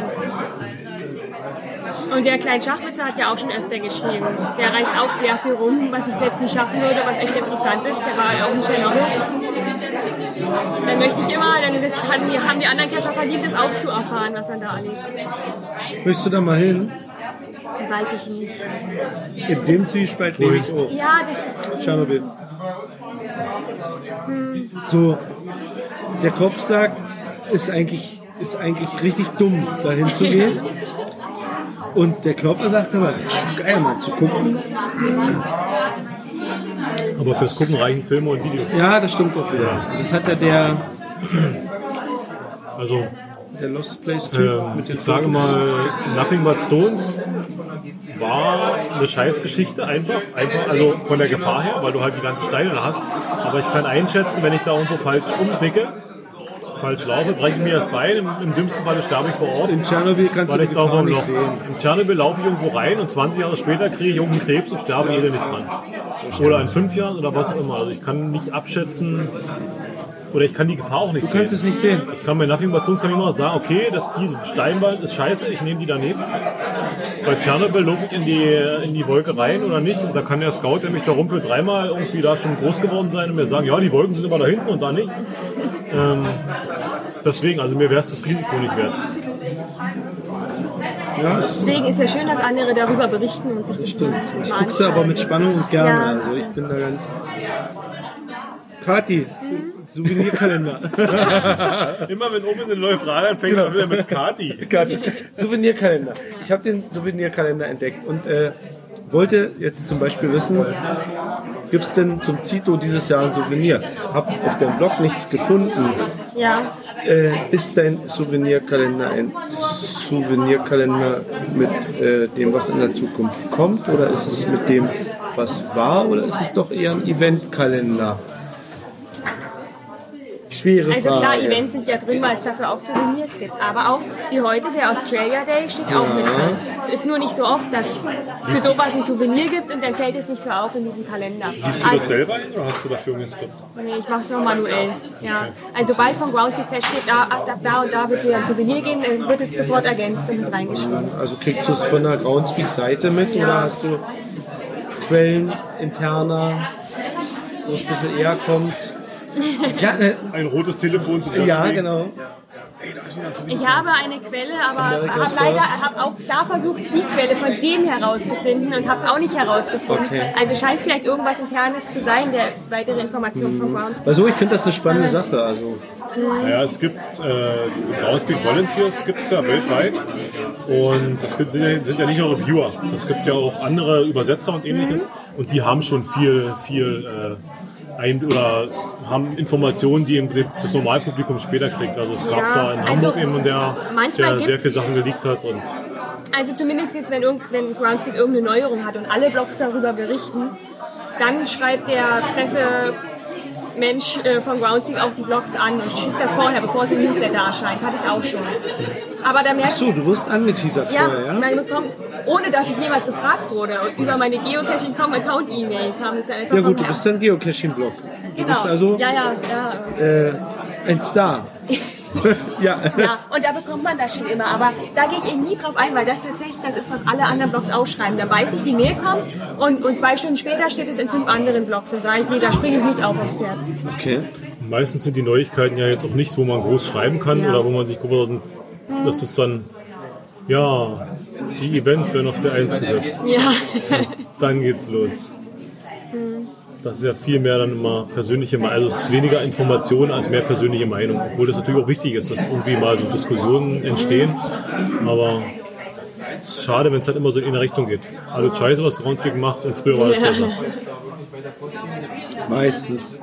Und der Klein Schachwitzer hat ja auch schon öfter geschrieben. Der reist auch sehr viel rum, was ich selbst nicht schaffen würde, was echt interessant ist. Der war auch in Tschernobyl. Dann möchte ich immer, haben die anderen Cacher verdient, das auch zu erfahren, was man da erlebt. Möchtest du da mal hin? Weiß ich nicht. In dem Zwiespalt lebe ich auch. Ja, das ist... Tschernobyl. So, der Kopf sagt, ist eigentlich richtig dumm, dahin zu gehen. Und der Körper sagt aber, schon geil, mal zu gucken. Aber fürs Gucken reichen Filme und Videos. Ja, das stimmt auch wieder. Das hat ja der Lost Place Typ mit den ich sage mal, Nothing But Stones war eine Scheißgeschichte, einfach, also von der Gefahr her, weil du halt die ganzen Steine da hast. Aber ich kann einschätzen, wenn ich da irgendwo falsch umknicke, falsch laufe, breche ich mir das Bein, im dümmsten Fall sterbe ich vor Ort. In Tschernobyl kannst du die Gefahr nicht sehen. In Tschernobyl laufe ich irgendwo rein und 20 Jahre später kriege ich irgendeinen Krebs und sterbe nicht dran. Oder in 5 Jahren oder was auch immer. Also ich kann nicht abschätzen, oder ich kann die Gefahr auch nicht sehen. Du kannst es nicht sehen. Ich kann bei Nothing But Stones immer sagen, okay, diese Steinwand ist scheiße, ich nehme die daneben. Bei Tschernobyl laufe ich in die Wolke rein oder nicht. Und da kann der Scout, der mich da rumführt, 3-mal irgendwie da schon groß geworden sein und mir sagen, ja, die Wolken sind immer da hinten und da nicht. Deswegen, also mir wäre es das Risiko nicht wert. Ja, deswegen ist es schön, dass andere darüber berichten und sich das stimmt. Ich gucke es aber mit Spannung und gerne. Ja, also ich bin da ganz... Kati, Souvenirkalender. Immer wenn oben eine neue Frage anfängt, genau. Wieder mit Kati. Souvenirkalender. Ich habe den Souvenirkalender entdeckt und wollte jetzt zum Beispiel wissen, gibt es denn zum Zito dieses Jahr ein Souvenir? Hab auf dem Blog nichts gefunden. Ja. Ist dein Souvenirkalender ein Souvenirkalender mit dem, was in der Zukunft kommt? Oder ist es mit dem, was war? Oder ist es doch eher ein Eventkalender? Schwere also Frage. Klar, Events sind ja drin, weil es dafür auch Souvenirs gibt. Aber auch wie heute, der Australia Day steht auch mit drin. Es ist nur nicht so oft, dass es für sowas ein Souvenir gibt und dann fällt es nicht so auf in diesem Kalender. Liest du das selber oder hast du dafür ein Skript? Nee, ich mache es noch manuell. Ja. Also sobald von Groundspeak feststeht, ab da und da wird es wieder ein Souvenir geben, dann wird es sofort ergänzt und mit reingeschrieben. Also kriegst du es von der Groundspeak-Seite mit oder hast du Quellen interner, wo es ein bisschen eher kommt? Ja, ein rotes Telefon zu Ja, genau. Ich habe eine Quelle, aber habe auch da versucht, die Quelle von dem herauszufinden und habe es auch nicht herausgefunden. Okay. Also scheint es vielleicht irgendwas Internes zu sein, der weitere Informationen von Groundspeak. Also ich finde das eine spannende Sache. Also. Naja, es gibt Groundspeak Volunteers, gibt es ja weltweit. Und das sind ja nicht nur Reviewer. Es gibt ja auch andere Übersetzer und ähnliches. Und die haben schon viel oder haben Informationen, die das Normalpublikum später kriegt. Also es gab da in Hamburg jemanden, der sehr viele Sachen geleakt hat. Und also zumindest wenn Groundspeak irgendeine Neuerung hat und alle Blogs darüber berichten, dann schreibt der Mensch von Groundspeak auch die Blogs an und schickt das vorher, bevor es im Newsletter erscheint. Hatte ich auch schon. Aber da merkt Achso, du wirst angeteasert vorher, ja? Man bekommt, ohne dass ich jemals gefragt wurde, und über meine Geocaching.com-Account-E-Mail kam es dann einfach Ja gut, vom du Herrn. bist ein Geocaching-Blog. Du Genau. bist also ein Star. Ja. Ja, und da bekommt man das schon immer. Aber da gehe ich eben nie drauf ein, weil das tatsächlich das ist, was alle anderen Blogs ausschreiben. Dann weiß ich, die Mail kommt und 2 Stunden später steht es in 5 anderen Blogs und sage ich, nee, da springe ich nicht auf aufs Pferd. Okay. Meistens sind die Neuigkeiten ja jetzt auch nichts, wo man groß schreiben kann oder wo man sich guckt, das ist dann, ja, die Events werden auf der 1 gesetzt. Ja. Dann geht's los. Das ist ja viel mehr dann immer persönliche Meinung. Also es ist weniger Information als mehr persönliche Meinung. Obwohl das natürlich auch wichtig ist, dass irgendwie mal so Diskussionen entstehen. Aber es ist schade, wenn es halt immer so in eine Richtung geht. Alles scheiße, was Groundspeak macht und früher war es besser. Meistens.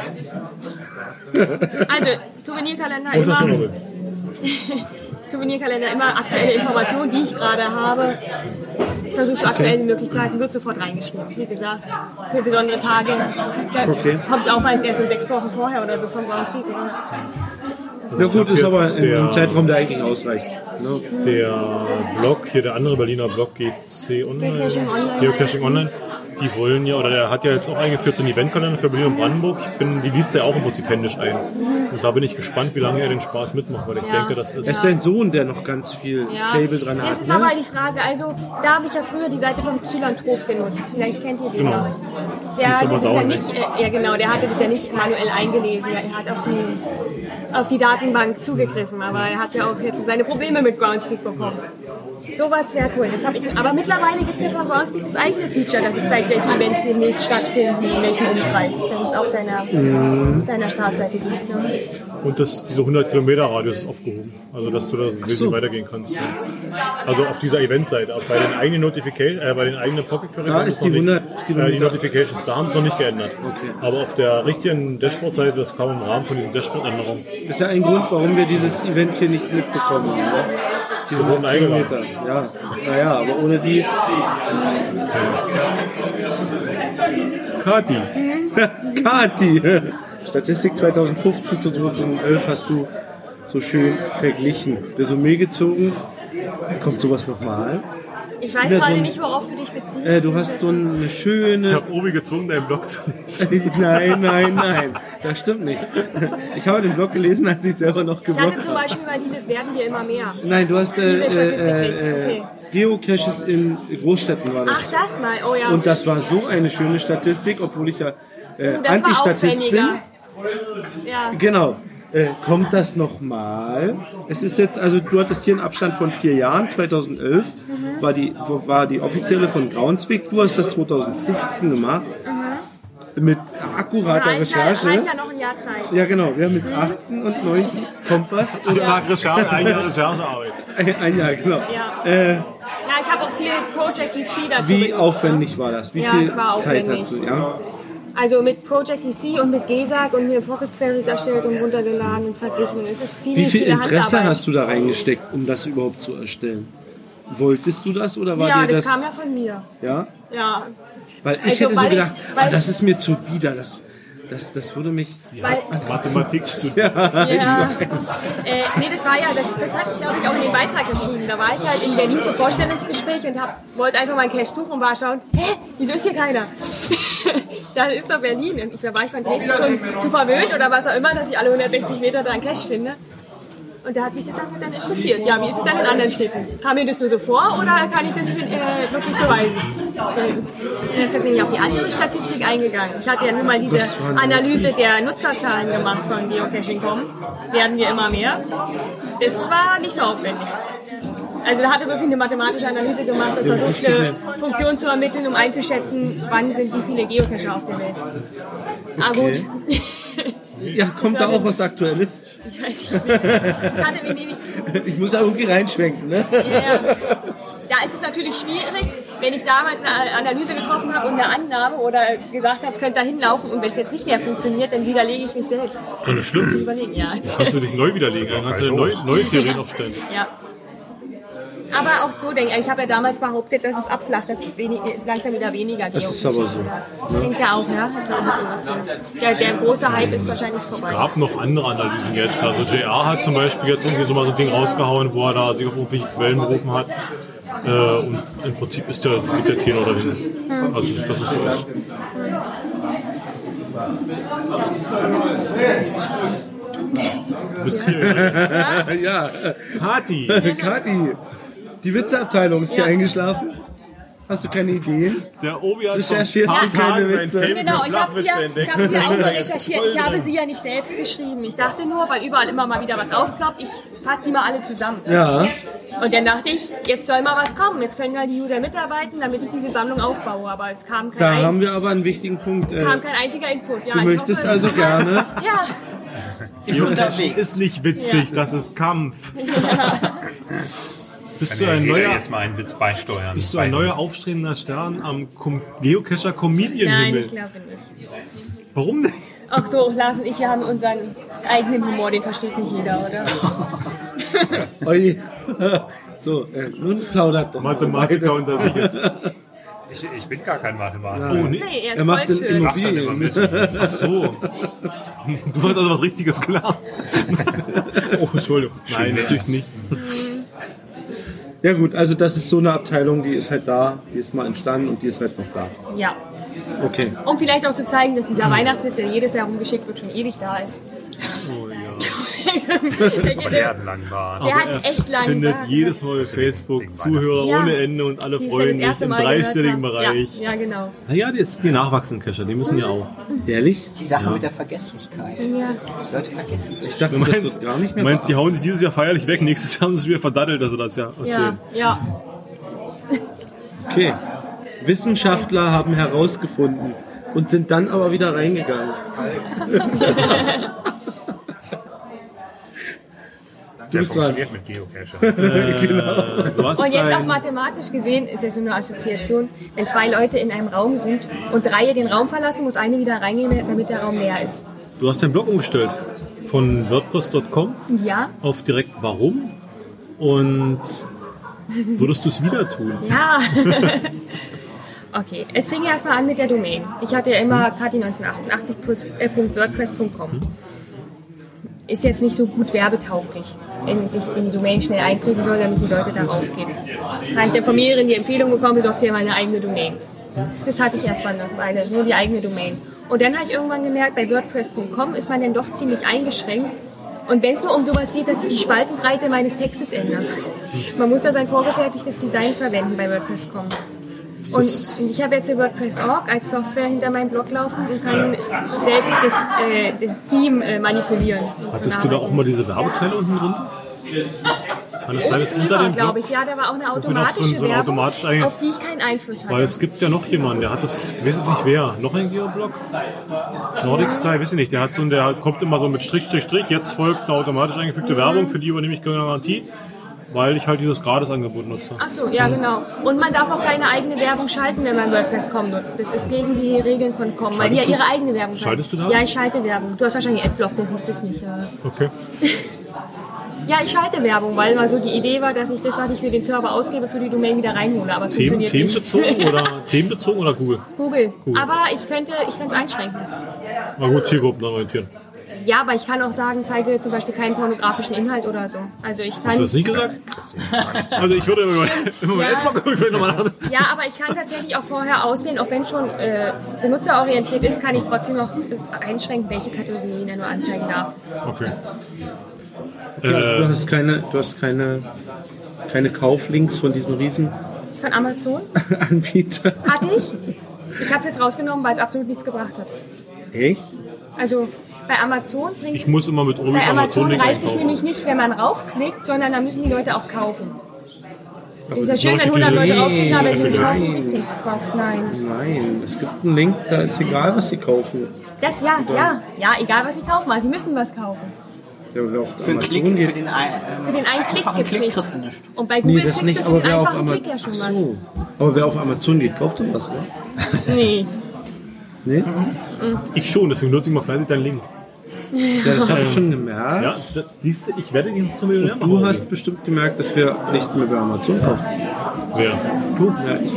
Also, Souvenirkalender immer. Souvenirkalender immer aktuelle Informationen, die ich gerade habe. Versuche so aktuell wie möglich zu halten, wird sofort reingeschrieben. Wie gesagt, für besondere Tage. Da kommt auch meist erst so 6 Wochen vorher oder so vom Groundspeak. Ja gut, ist aber im Zeitraum, der eigentlich ausreicht. Ne? Der Blog, hier der andere Berliner Blog, GC Online, Geocaching Online, die wollen ja, oder der hat ja jetzt auch eingeführt so einen Eventkalender für Berlin und Brandenburg. Die liest er auch im Prinzip händisch ein. Und da bin ich gespannt, wie lange er den Spaß mitmacht, weil ich denke, das ist... Es ist sein Sohn, der noch ganz viel Fable dran hat. Das ist aber die Frage, also da habe ich ja früher die Seite von Xylanthrop genutzt. Vielleicht kennt ihr den noch. Der hatte das ja nicht, der hatte das ja nicht manuell eingelesen. Er hat auf die Datenbank zugegriffen, aber er hat ja auch jetzt seine Probleme mit Groundspeak bekommen. Sowas wäre cool. Das habe ich. Aber mittlerweile gibt es ja von Groundspeak das eigene Feature, dass es zeigt, welche Events demnächst stattfinden, in welchem Umkreis. Das ist auf deiner Startseite siehst. Ne? Und dieser 100 Kilometer Radius ist aufgehoben. Also dass du da ein bisschen weitergehen kannst. Ja. Also auf dieser Eventseite. Auch bei den eigenen bei den eigenen Pocket Queries. Da ist die 100 Kilometer. Die Notifications, da haben sie es noch nicht geändert. Okay. Aber auf der richtigen Dashboard-Seite, das kam im Rahmen von diesen Dashboard-Änderungen. Das ist ja ein Grund, warum wir dieses Event hier nicht mitbekommen haben. Ne? Die 100 Kilometer. Ja, naja, aber ohne die... Kati. Kati. Statistik 2015 zu 2011 hast du so schön verglichen. Resümee gezogen. Kommt sowas nochmal? Ich weiß gerade nicht, worauf du dich beziehst. Du hast so eine schöne... Ich habe Obi gezogen, deinen Blog zu lesen. Nein. Das stimmt nicht. Ich habe den Blog gelesen, als ich selber noch gebloggt habe. Ich hatte zum Beispiel mal dieses Werden wir immer mehr. Nein, du hast Geocaches in Großstädten war das. Ach, das mal, oh ja. Und das war so eine schöne Statistik, obwohl ich ja Antistatist bin. Ja. Genau. Kommt das nochmal? Es ist jetzt, also du hattest hier einen Abstand von 4 Jahren, 2011 war die offizielle von Groundspeak. Du hast das 2015 gemacht. Mit akkurater Recherche. Reicht ja noch ein Jahr Zeit. Ja genau, wir haben jetzt 18 und 19. Kommt was? Ein Jahr Recherchearbeit. Ein Jahr, genau. Ja, ich habe auch viel Project EC dazu Wie benutzt. aufwendig war das? Wie viel Zeit hast du? Ja? Also mit Project EC und mit GESAG und mir Pocket Queries erstellt und runtergeladen und verglichen. Es ist ziemlich Wie viel Interesse Handarbeit. hast du da reingesteckt, um das überhaupt zu erstellen? Wolltest du das oder war dir das... Ja, das kam ja von mir. Ja? Ja. Weil ich hätte so gedacht, das ist mir zu bieder, das würde mich... Mathematik studieren. Ja. Nee, das war ja, das hatte ich glaube ich auch in den Beitrag geschrieben. Da war ich halt in Berlin zum Vorstellungsgespräch und wollte einfach mal einen Cache suchen und war schauen, wieso ist hier keiner? Da ist doch Berlin. War ich von Technik schon zu verwöhnt oder was auch immer, dass ich alle 160 Meter da einen Cache finde. Und da hat mich das einfach dann interessiert. Ja, wie ist es dann in anderen Städten? Kam mir das nur so vor oder kann ich das hier, wirklich beweisen? Das ist jetzt nämlich auf die andere Statistik eingegangen. Ich hatte ja nur mal diese Analyse der Nutzerzahlen gemacht von Geocaching.com. Werden wir immer mehr. Das war nicht so aufwendig. Also da hatte wirklich eine mathematische Analyse gemacht und versucht, eine Funktion zu ermitteln, um einzuschätzen, wann sind wie viele Geocacher auf der Welt. Ah, gut. Ja, kommt da auch was Aktuelles? Ich weiß nicht. Ich muss da irgendwie reinschwenken, ne? Ja. Da ist es natürlich schwierig, wenn ich damals eine Analyse getroffen habe und eine Annahme oder gesagt habe, es könnte da hinlaufen und wenn es jetzt nicht mehr funktioniert, dann widerlege ich mich selbst. Das ist schlimm. Überlegen, ja. Kannst du dich neu widerlegen, dann kannst du neue Theorien aufstellen. Ja. Aber auch so denke ich habe ja damals behauptet, dass es abflacht, dass es langsam wieder weniger geht. Das ist aber so. Ich denke ja auch, ja. Der große Hype ist wahrscheinlich vorbei. Es gab noch andere Analysen jetzt. Also JR hat zum Beispiel jetzt irgendwie so mal so ein Ding rausgehauen, wo er da sich auf irgendwelche Quellen berufen hat. Und im Prinzip geht der Tenor dahin. Also das ist so ist. Du bist hier. Ja. Party. Kathi, die Witzeabteilung ist hier eingeschlafen. Hast du keine Ideen? Der Obi hat Recherchierst du keine Witze? Genau, ich habe sie ja auch nur recherchiert. Ich habe sie ja nicht selbst geschrieben. Ich dachte nur, weil überall immer mal wieder was aufploppt, ich fasse die mal alle zusammen. Ja. Und dann dachte ich, jetzt soll mal was kommen. Jetzt können ja die User mitarbeiten, damit ich diese Sammlung aufbaue. Aber es kam kein haben wir aber einen wichtigen Punkt. Es kam kein einziger Input. Ja, du möchtest hoffe, also gerne... Ja. Geocaching ist nicht witzig, das ist Kampf. Ja. Bist du ein neuer, jetzt mal einen Witz beisteuern? Bist du ein neuer aufstrebender Stern am Geocacher Comedian-Himmel? Nein, ich glaube nicht. Warum nicht? Ach so, Lars und ich haben unseren eigenen Humor, den versteht nicht jeder, oder? Oi. So, nun plaudert doch. Mathematiker unter sich jetzt. Ich bin gar kein Mathematiker. Oh, nee. Nee, Er macht den Immobilien mit. Ach so. Du hast also was Richtiges gelernt. Oh, Entschuldigung. Nein, natürlich nicht. Ja gut, also das ist so eine Abteilung, die ist halt da, die ist mal entstanden und die ist halt noch da. Ja. Okay. Um vielleicht auch zu zeigen, dass dieser Weihnachtswitz, der jedes Jahr rumgeschickt wird, schon ewig da ist. Oh ja. Der hat einen langen Bart. Der hat echt langen findet Bart. jedes Mal auf Facebook Zuhörer Ja. ohne Ende und alle Die es freuen ja das sich erste im Mal gehört dreistelligen haben. Bereich. Ja, genau. Naja, die nachwachsenden Cacher, die müssen ja auch. Ehrlich? Die Sache mit der Vergesslichkeit. Ja. Die Leute vergessen sich. Ich dachte, Du das meinst, wird gar nicht mehr die hauen sich dieses Jahr feierlich weg, nächstes Jahr haben sie es wieder verdattelt, also das ist ja auch Ja, schön. ja. Okay. Wissenschaftler haben herausgefunden und sind dann aber wieder reingegangen. Du bist dran. Mit Geocacher. Genau. Du hast Und jetzt dein- auch mathematisch gesehen, ist jetzt nur eine Assoziation, wenn zwei Leute in einem Raum sind und drei den Raum verlassen, muss eine wieder reingehen, damit der Raum leer ist. Du hast deinen Blog umgestellt von WordPress.com Ja, auf direkt Warum und würdest du es wieder tun? ja. Okay, es fing erstmal an mit der Domain. Ich hatte ja immer kati1988.wordpress.com. Ist jetzt nicht so gut werbetauglich, wenn sich die Domain schnell einprägen soll, damit die Leute darauf gehen. Da habe ich dann von mehreren die Empfehlung bekommen, besorgt dir meine eigene Domain. Das hatte ich erstmal noch, nur die eigene Domain. Und dann habe ich irgendwann gemerkt, bei WordPress.com ist man dann doch ziemlich eingeschränkt. Und wenn es nur um sowas geht, dass sich die Spaltenbreite meines Textes ändert. Man muss da sein vorgefertigtes Design verwenden bei WordPress.com. Und ich habe jetzt WordPress.org als Software hinter meinem Blog laufen und kann selbst das Theme manipulieren. Hattest du da auch mal diese Werbezeile unten drunter? Kann es sein, dass unter dem Blog? Glaube ich, ja, da war auch eine noch automatische so ein Werbung, automatisch eigentlich- auf die ich keinen Einfluss hatte. Weil es gibt ja noch jemanden, der hat das, ich weiß jetzt nicht wer, noch ein Geoblog? Nordic Style, weiß ich nicht, der kommt immer so mit Strich, Strich, Strich, jetzt folgt eine automatisch eingefügte Werbung, für die übernehme ich keine Garantie, weil ich halt dieses Gratisangebot nutze. Ach so, ja genau. Und man darf auch keine eigene Werbung schalten, wenn man WordPress.com nutzt. Das ist gegen die Regeln von Com, weil die ja Schaltest du- ihre eigene Werbung schalten. Schaltest du da? Ja, ich schalte Werbung. Du hast wahrscheinlich Adblock, dann siehst du es nicht. Ja. Okay. Ja, ich schalte Werbung, weil mal so die Idee war, dass ich das, was ich für den Server ausgebe, für die Domain wieder reinhole. Aber es funktioniert nicht. Themenbezogen oder Google? Google. Aber ich könnte es einschränken. Na gut, Zielgruppen orientieren. Ja, aber ich kann auch sagen, zeige zum Beispiel keinen pornografischen Inhalt oder so. Also ich kann. Hast du das nicht gesagt? Also ich würde immer Ja. vielleicht nochmal nach. Ja, aber ich kann tatsächlich auch vorher auswählen, auch wenn schon benutzerorientiert ist, kann ich trotzdem noch einschränken, welche Kategorien er nur anzeigen darf. Okay. Also du hast keine Kauflinks von diesem riesen Von Amazon? Anbieter. Hatte ich. Ich habe es jetzt rausgenommen, weil es absolut nichts gebracht hat. Echt? Also bei Amazon bringt Ich muss immer mit Omi bei Amazon Amazon reicht es nämlich nicht, wenn man raufklickt, sondern dann müssen die Leute auch kaufen. Aber Ist ja die schön, wenn 100 Leute raufklicken, aber wenn sie nicht kaufen, bringt es nein. nichts kostet. Nein. Nein, es gibt einen Link, da ist egal, was sie kaufen. Das ja, egal was sie kaufen, aber sie müssen was kaufen. Der auf Für den Klick, Amazon für geht. den, Für den einen Klick einfachen gibt's Klick nichts. kriegst du nicht. Und bei Google Nee, das kriegst nicht, du für aber den wer auf einfachen Amazon. Klick ja schon Ach was. so. Aber wer auf Amazon geht, kauft doch was, oder? Nee. Nee? Ich schon, deswegen nutze ich mal fleißig deinen Link. Ja, das habe ich schon gemerkt. Ja, siehst du, ich werde ihn zum Millionär machen. Du hast bestimmt gemerkt, dass wir nicht mehr bei Amazon kaufen. Wer? Du? Ja, ich.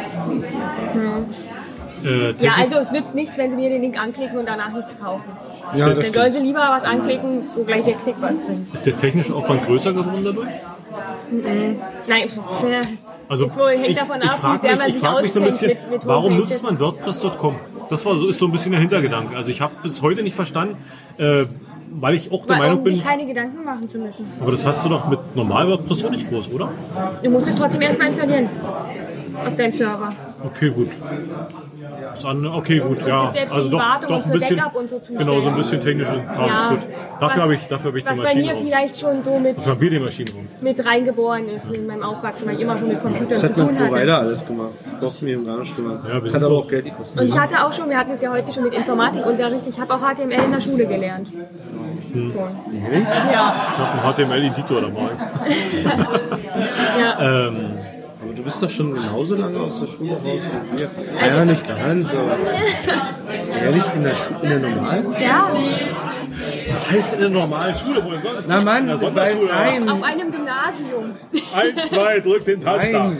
Ja, also es nützt nichts, wenn Sie mir den Link anklicken und danach nichts kaufen. Ja, das Dann sollen Sie lieber was anklicken, wo gleich der Klick was bringt. Ist der technische Aufwand größer geworden dadurch? Nein, Also das wohl hängt davon ab, wie sehr man sich frag mich so ein bisschen, auskennt mit warum Homepages. nutzt man WordPress.com? Das ist so ein bisschen der Hintergedanke. Also ich habe bis heute nicht verstanden, weil ich auch der Meinung um bin, sich keine Gedanken machen zu müssen. aber das hast du doch mit normal WordPress auch nicht groß, oder? Du musst es trotzdem erstmal installieren. Auf deinem Server. Okay, gut. Okay, gut, ja. selbst Also die doch Wartung ein für bisschen, Backup und so zustellen. genau, so ein bisschen technische Kram Ja. ist gut. Dafür habe ich die Was bei Maschine mir rum. vielleicht schon so mit, Dafür haben wir die Maschine rum. mit reingeboren ist in meinem Aufwachsen, weil ich immer schon mit Computern Das zu hat mein tun hatte. Provider alles gemacht. Braucht mir gar nicht gemacht. Ja, wir das sind hat aber doch- auch Geld gekostet. Und ich hatte auch schon, wir hatten es ja heute schon mit Informatikunterricht, ich habe auch HTML in der Schule gelernt. Schon. Ja. Ich habe einen HTML-Editor damals. Ja. Aber du bist doch schon genauso lange aus der Schule raus wie wir. Ja, nicht ganz, aber. Ehrlich, in der normalen? Ja, Was heißt in der normalen Schule? Wo denn sonst? Na Mann, in der weil, Sonderschule? nein. auf einem Gymnasium. 1, 2, drück den Taster. Nein.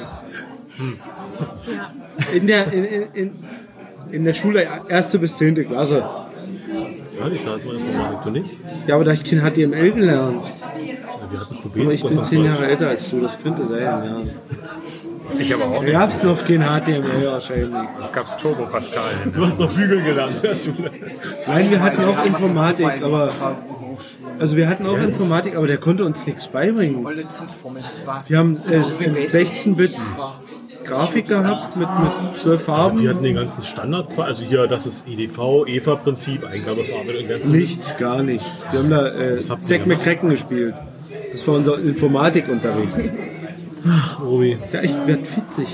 Ja. In der Schule 1. bis 10. Klasse. Ja, die Tat mal Informatik, du nicht? Ja, aber da habe ich kein HTML gelernt. Ja, wir hatten Aber ich bin 10 Jahre älter als du, das könnte sein, ja. Ich aber auch Da nicht. gab es noch kein HTML wahrscheinlich. Es gab Turbo Pascal. Du hast noch Bügeln gelernt in der Schule. Nein, wir hatten auch Informatik, aber. Also wir hatten auch Informatik, aber der konnte uns nichts beibringen. Wir haben 16-Bit Grafik gehabt mit 12 Farben. Wir hatten den ganzen Standard, also hier, das ist EDV, EVA-Prinzip, Eingabeverarbeitung, ganzen. Nichts, gar nichts. Wir haben da habt ihr Zack McCracken gespielt. Das war unser Informatikunterricht. Ach, Obi. Ja, ich werd fitzig.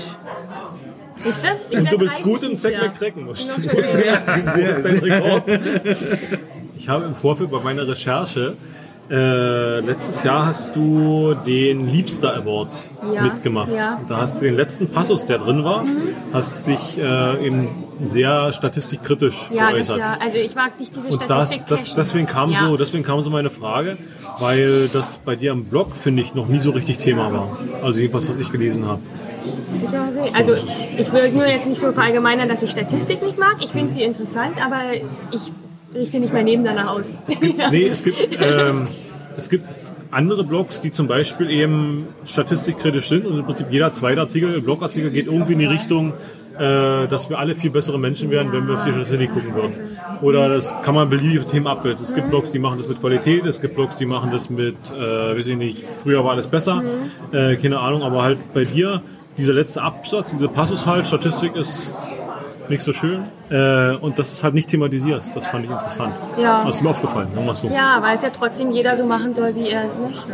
Du bist gut im Zack McCracken. Wo ist dein Rekord? Ich habe im Vorfeld bei meiner Recherche letztes Jahr hast du den Liebster Award mitgemacht. Ja. Und da hast du den letzten Passus, der drin war, hast dich eben sehr statistikkritisch geäußert. Ja, also ich mag nicht diese Und Statistik. deswegen kam so meine Frage, weil das bei dir am Blog, finde ich, noch nie so richtig Thema war. Also jedenfalls, was ich gelesen habe. Ist ja okay. Also ich will nur jetzt nicht so verallgemeinern, dass ich Statistik nicht mag. Ich finde sie interessant, aber ich richte nicht mein Leben danach aus. Nee, es gibt andere Blogs, die zum Beispiel eben statistikkritisch sind und im Prinzip jeder zweite Blogartikel geht irgendwie in die Richtung, dass wir alle viel bessere Menschen wären, wenn wir auf die Statistik gucken würden. Oder das kann man beliebige Themen abwälzen. Es gibt Blogs, die machen das mit Qualität, es gibt Blogs, die machen das mit, weiß ich nicht, früher war alles besser, keine Ahnung, aber halt bei dir, dieser letzte Absatz, diese Passus halt, Statistik ist nicht so schön und das ist halt nicht thematisierst. Das fand ich interessant. Ja. Das ist mir aufgefallen, sagen wir es so. Ja, weil es ja trotzdem jeder so machen soll, wie er möchte.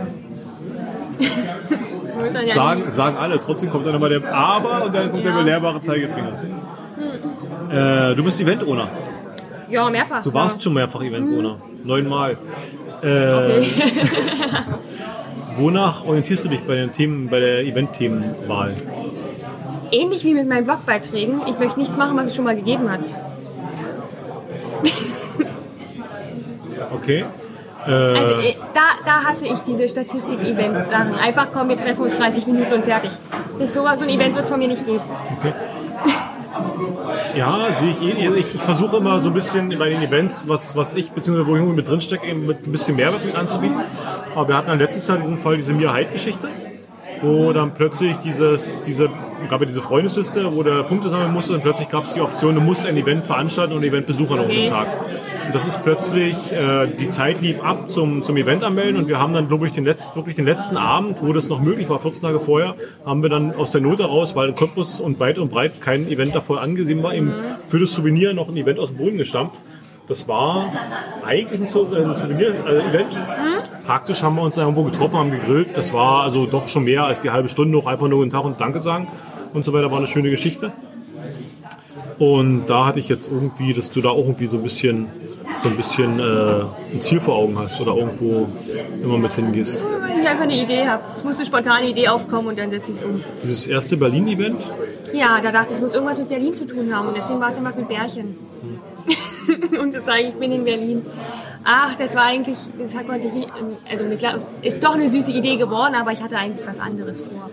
Muss er ja nicht- Sagen alle, trotzdem kommt dann immer der Aber und dann kommt der belehrbare Zeigefinger. Du bist Event-Owner. Ja, mehrfach. Du warst schon mehrfach Event-Owner. 9-mal. Okay. Wonach orientierst du dich bei den Themen, bei der Event-Themenwahl? Ähnlich wie mit meinen Blogbeiträgen. Ich möchte nichts machen, was es schon mal gegeben hat. Okay. Also da hasse ich diese Statistik-Events-Sachen. Einfach komm, wir treffen uns 30 Minuten und fertig. Das ist so ein Event wird es von mir nicht geben. Okay. Ja, sehe ich ähnlich. Ich versuche immer so ein bisschen bei den Events, was ich, beziehungsweise wo ich mit drin stecke, eben mit ein bisschen Mehrwert mit anzubieten. Aber wir hatten dann letztes Jahr diesen Fall, diese Mir-Hype-Geschichte, wo dann plötzlich gab es diese Freundesliste, wo der Punkte sammeln musste und plötzlich gab es die Option, du musst ein Event veranstalten und Eventbesucher noch am Tag. Und das ist plötzlich, die Zeit lief ab zum Event anmelden und wir haben dann, glaube ich, wirklich den letzten Abend, wo das noch möglich war, 14 Tage vorher, haben wir dann aus der Not heraus, weil in Cottbus und weit und breit kein Event davor angesehen war, eben für das Souvenir noch ein Event aus dem Boden gestampft. Das war eigentlich ein Souvenir-Event. Praktisch haben wir uns da irgendwo getroffen, haben gegrillt. Das war also doch schon mehr als die halbe Stunde, auch einfach nur guten Tag und Danke sagen und so weiter. War eine schöne Geschichte. Und da hatte ich jetzt irgendwie, dass du da auch irgendwie so ein bisschen ein Ziel vor Augen hast oder irgendwo immer mit hingehst. Wenn ich einfach eine Idee habe. Es muss eine spontane Idee aufkommen und dann setze ich es um. Dieses erste Berlin-Event? Ja, da dachte ich, es muss irgendwas mit Berlin zu tun haben und deswegen war es irgendwas mit Bärchen. Und zu sagen, ich bin in Berlin. Ach, das war eigentlich, konnte ich nicht, also ist doch eine süße Idee geworden, aber ich hatte eigentlich was anderes vor.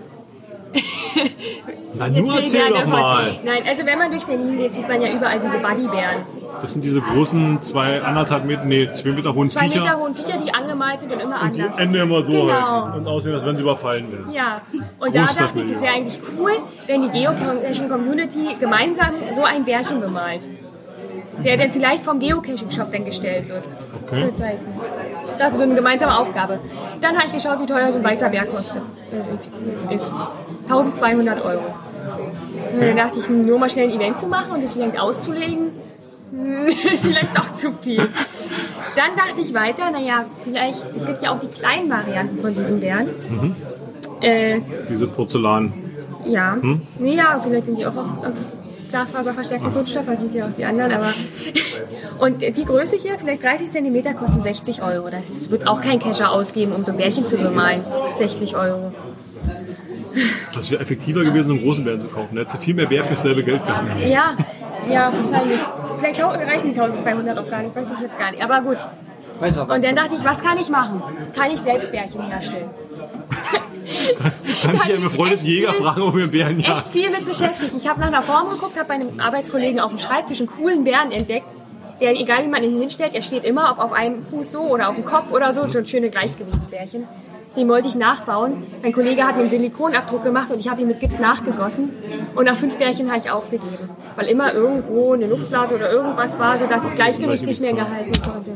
Na, nur erzähl doch mal. Nein, also wenn man durch Berlin geht, sieht man ja überall diese Buddybären. Das sind diese großen 2,5 Meter, 2 Meter hohen Viecher. 2 Meter hohen Viecher, die angemalt sind und immer und anders. Die Ende immer so genau. Halt. Und aussehen, als wenn sie überfallen werden. Ja, und da dachte ich, das wäre eigentlich cool, wenn die Geocaching-Community gemeinsam so ein Bärchen bemalt. Der dann vielleicht vom Geocaching-Shop dann gestellt wird. Okay. Für Zeichen. Das ist so eine gemeinsame Aufgabe. Dann habe ich geschaut, wie teuer so ein weißer Bär kostet. Ist 1.200 €. Und dann dachte ich, nur mal schnell ein Event zu machen und das vielleicht auszulegen, ist vielleicht auch zu viel. Dann dachte ich weiter, naja, vielleicht, es gibt ja auch die kleinen Varianten von diesen Bären. Mhm. Diese Porzellan. Ja, nee, ja, vielleicht sind die auch aus Glasfaserverstärkten Kunststoff, da sind ja auch die anderen, aber und die Größe hier, vielleicht 30 cm, kosten 60 €. Das wird auch kein Cacher ausgeben, um so ein Bärchen zu bemalen. 60 €. Das wäre effektiver gewesen, einen großen Bären zu kaufen. Da hättest du viel mehr Bär für dasselbe Geld gehabt. Ja, wahrscheinlich. Vielleicht reichen die 1.200 auch gar nicht, weiß ich jetzt gar nicht. Aber gut. Und dann dachte ich, was kann ich machen? Kann ich selbst Bärchen herstellen? Kann ich einen befreundeten Jäger fragen, ob wir Bären jagen? Echt viel mit beschäftigt. Ich habe nach einer Form geguckt, habe bei einem Arbeitskollegen auf dem Schreibtisch einen coolen Bären entdeckt. Der, egal wie man ihn hinstellt, er steht immer, ob auf einem Fuß so oder auf dem Kopf oder so, schon schöne Gleichgewichtsbärchen. Den wollte ich nachbauen. Mein Kollege hat mir einen Silikonabdruck gemacht und ich habe ihn mit Gips nachgegossen. Und nach 5 Bärchen habe ich aufgegeben. Weil immer irgendwo eine Luftblase oder irgendwas war, sodass das Gleichgewicht nicht mehr gehalten konnte.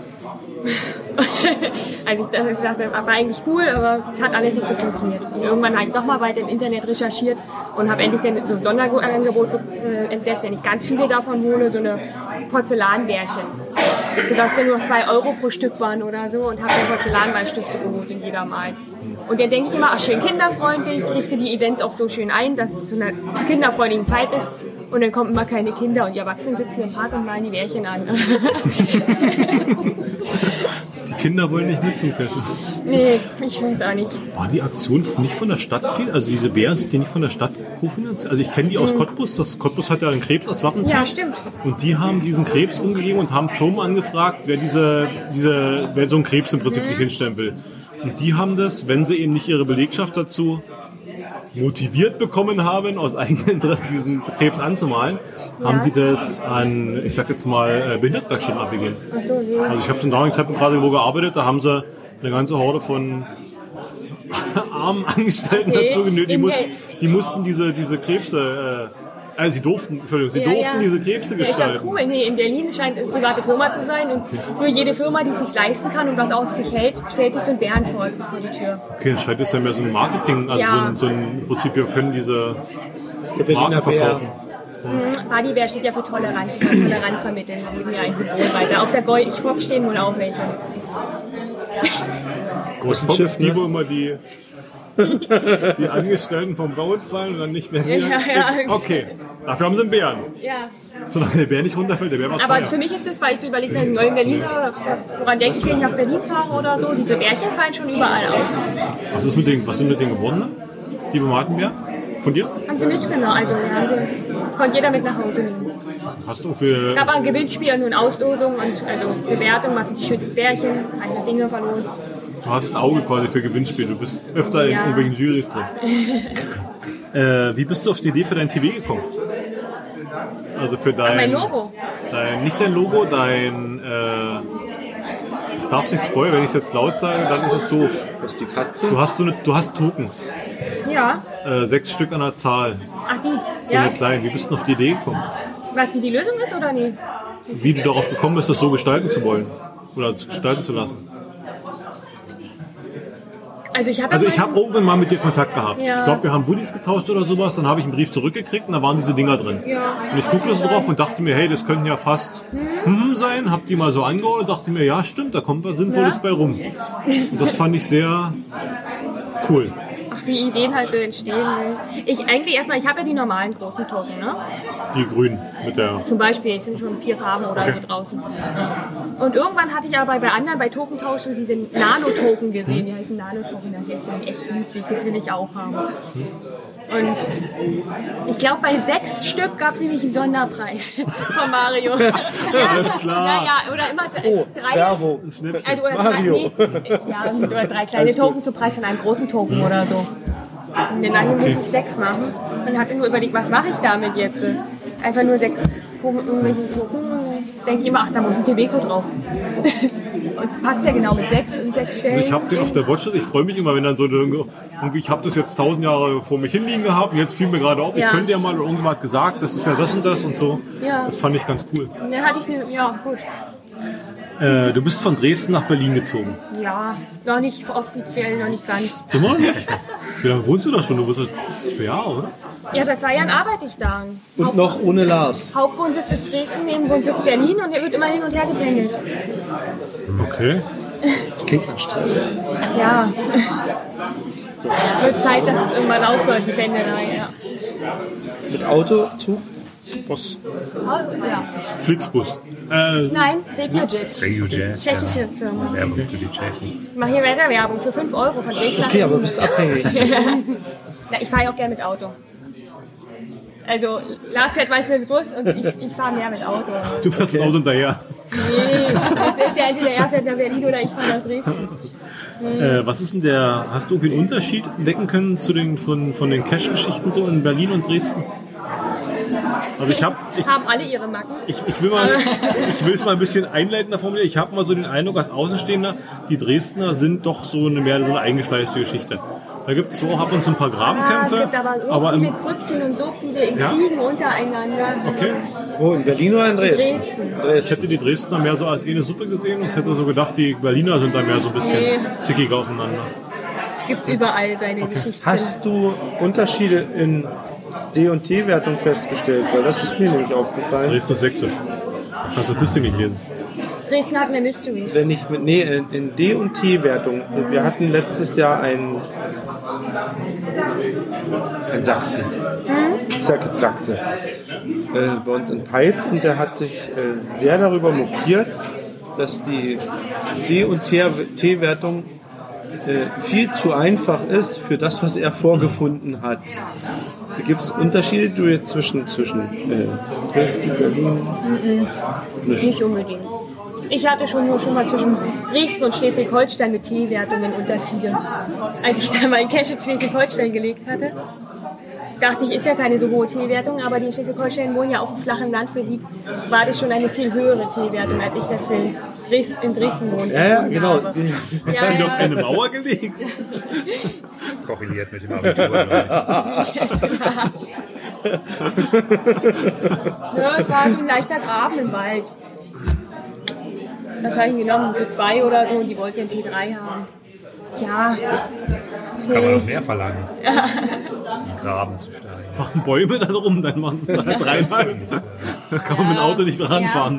Also ich dachte, das war eigentlich cool, aber es hat alles nicht so funktioniert. Und irgendwann habe ich nochmal weiter im Internet recherchiert und habe endlich dann so ein Sonderangebot entdeckt, denn ich ganz viele davon hole, so eine Porzellanbärchen. Sodass dann nur 2 € pro Stück waren oder so und habe dann Porzellanmalstifte geholt und jeder malt. Und dann denke ich immer, ach schön kinderfreundlich, ich richte die Events auch so schön ein, dass es zu einer kinderfreundlichen Zeit ist. Und dann kommen immer keine Kinder und die Erwachsenen sitzen im Park und malen die Bärchen an. Die Kinder wollen nicht mit zum Cachen. Nee, ich weiß auch nicht. War die Aktion nicht von der Stadt viel? Also diese Bären sind die nicht von der Stadt kofinanziert? Also ich kenne die aus Cottbus. Das Cottbus hat ja einen Krebs als Wappentier. Ja, stimmt. Und die haben diesen Krebs umgegeben und haben Firmen angefragt, wer wer so einen Krebs im Prinzip sich hinstellen will. Und die haben das, wenn sie eben nicht ihre Belegschaft dazu motiviert bekommen haben, aus eigenem Interesse diesen Krebs anzumalen, haben die das an, ich sag jetzt mal, Behindertenwerkstätten abgegeben. Ach so, nee. Also ich habe zum damaligen Zeitpunkt gerade wo gearbeitet, da haben sie eine ganze Horde von armen Angestellten dazu genötigt. Die mussten diese Krebse, sie durften diese Krebse gestalten. Ist ja cool. Nee, in Berlin scheint eine private Firma zu sein und nur jede Firma, die es sich leisten kann und was auf sich hält, stellt sich so einen Bären vor die Tür. Okay, dann scheint es ja mehr so ein Marketing, also so ein im Prinzip, wir können diese Marken verkaufen. Buddybär steht ja für Toleranz, Toleranz vermitteln, wir geben ja ein Symbol weiter. Auf der Gold-Ich-Fock stehen wohl auch welche. Großen Schiff, die wo immer die Angestellten vom Boot fallen und dann nicht mehr wieder. Ja. Okay, dafür haben sie einen Bären. Ja. Solange der Bär nicht runterfällt, der Bär war Aber teuer. für mich ist das, weil ich so überlege, in Berlin, woran denke ich, wenn ich nach Berlin fahre oder so, diese Bärchen fallen schon überall auf. Was sind mit denen gewonnen? Die bemalten Bären? Von dir? Haben sie mitgenommen, also konnte jeder mit nach Hause nehmen. Hast du für... Es gab auch ein Gewinnspiel und eine Auslosung und also Bewertung, was sind die schönsten Bärchen, eine Dinge verlost. Du hast ein Auge quasi für Gewinnspiel, du bist öfter in irgendwelchen Jurys drin. Wie bist du auf die Idee für dein TV gekommen? Also für dein... Mein Logo? Nicht dein Logo, dein... ich darf es nicht spoilern, wenn ich es jetzt laut sage, dann ist es doof. Das ist die Katze? Du hast Tokens. Ja. 6 Stück an der Zahl. Ach die, so ja. eine kleine. Wie bist du auf die Idee gekommen? Was, wie die Lösung ist oder nie? Wie du darauf gekommen bist, das so gestalten zu wollen. Oder gestalten zu lassen. Also ich habe irgendwann mal mit dir Kontakt gehabt. Ja. Ich glaube, wir haben Woodies getauscht oder sowas. Dann habe ich einen Brief zurückgekriegt und da waren diese Dinger drin. Ja. Und ich guckte so drauf und dachte mir, hey, das könnten ja fast sein. Hab die mal so angehört und dachte mir, ja stimmt, da kommt was Sinnvolles bei rum. Und das fand ich sehr cool. Ach, wie Ideen halt so entstehen. Ich habe ja die normalen großen Token, ne? Die grünen mit der... Zum Beispiel, es sind schon 4 Farben oder so draußen. Und irgendwann hatte ich aber bei Tokentausch so diese Nano-Token gesehen. Die heißen Nano-Token, das ist ja echt niedlich, das will ich auch haben. Und ich glaube, bei 6 Stück gab es nämlich einen Sonderpreis von Mario. Alles klar. Ja, oder immer 3. Bravo, ein Schnäppchen. Also, oder Mario. irgendwie so 3 kleine Tokens zum Preis von einem großen Token oder so. Und dann muss ich 6 machen und hatte nur überlegt, was mache ich damit jetzt? Einfach nur 6 irgendwelche Token. Denke ich immer, ach, da muss ein TB-Code drauf. Und es passt ja genau mit 6 und 6 Stellen. Also ich habe den auf der Watchlist, ich freue mich immer, wenn dann so irgendwie, ich habe das jetzt 1000 Jahre vor mich hinliegen gehabt und jetzt fiel mir gerade auf, ich könnte ja mal, oder irgendjemand hat gesagt, das ist ja das und das und so. Ja. Das fand ich ganz cool. Dann hatte ich mir, ja, gut. Du bist von Dresden nach Berlin gezogen. Ja, noch nicht offiziell, noch nicht ganz. Immer nicht? Wie lange wohnst du da schon? Du bist 2 Jahre, oder? Ja, seit 2 Jahren arbeite ich da. Und noch ohne Lars. Hauptwohnsitz ist Dresden, Nebenwohnsitz Berlin und er wird immer hin und her gependelt. Okay. Das klingt nach Stress. Ja. Wird Zeit, dass es irgendwann aufhört, die Pendelei, ja. Mit Auto, Zug? Bus. Ja. Flixbus. Nein, RegioJet. RegioJet. Tschechische Firma. Werbung für die Tschechen. Ich mache hier Werbung für 5 Euro von Dresden. Okay, aber bist abhängig. Ja, ich fahre ja auch gerne mit Auto. Also, Lars fährt meist mit Bus und ich fahre mehr mit Auto. Du fährst mit Auto hinterher. Nee, das ist ja entweder er fährt nach Berlin oder ich fahre nach Dresden. Was ist denn hast du irgendwie einen Unterschied entdecken können zu von den Cash-Geschichten so in Berlin und Dresden? Also haben alle ihre Macken. Ich will es mal ein bisschen einleitender formulieren. Ich habe mal so den Eindruck als Außenstehender, die Dresdner sind doch mehr so eine eingeschleifte Geschichte. Da gibt es zwar ab und zu ein paar Grabenkämpfe. Es gibt aber so viele Grüppchen und so viele Intrigen untereinander. Okay. Wo, in Berlin oder in Dresden? Ich hätte die Dresdner mehr so als eine Suppe gesehen und hätte so gedacht, die Berliner sind da mehr so ein bisschen zickiger aufeinander. Gibt es überall seine Geschichten. Hast du Unterschiede in D&T-Wertung festgestellt? Weil das ist mir nämlich aufgefallen. Dresden ist sächsisch. Hast du das Ding nicht gelesen? Dresden hat eine Mystery. Wenn ich in D&T-Wertung, wir hatten letztes Jahr ein Sachsen. Ich sage jetzt Sachse. Bei uns in Peitz und der hat sich sehr darüber mokiert, dass die D&T-Wertung viel zu einfach ist für das, was er vorgefunden hat. Gibt es Unterschiede du jetzt zwischen Dresden, Berlin? Nicht unbedingt. Ich hatte schon mal zwischen Dresden und Schleswig-Holstein mit T-Wertungen Unterschiede. Als ich da meinen Cash in Schleswig-Holstein gelegt hatte, dachte ich, ist ja keine so hohe T-Wertung, aber die in Schleswig-Holstein wohnen ja auf dem flachen Land, für die war das schon eine viel höhere T-Wertung, als ich das für in Dresden wohne. Ja, genau. Hast du auf eine Mauer gelegt? Das korreliert mit dem Abitur. Ja, es war so ein leichter Graben im Wald. Das habe ich genommen für 2 oder so und die wollten den T3 haben. Ja. Das kann man noch mehr verlangen. Zum Graben zu steigen. Machen Bäume da rum, dann machen sie da 3,5. Da kann man mit dem Auto nicht mehr ranfahren.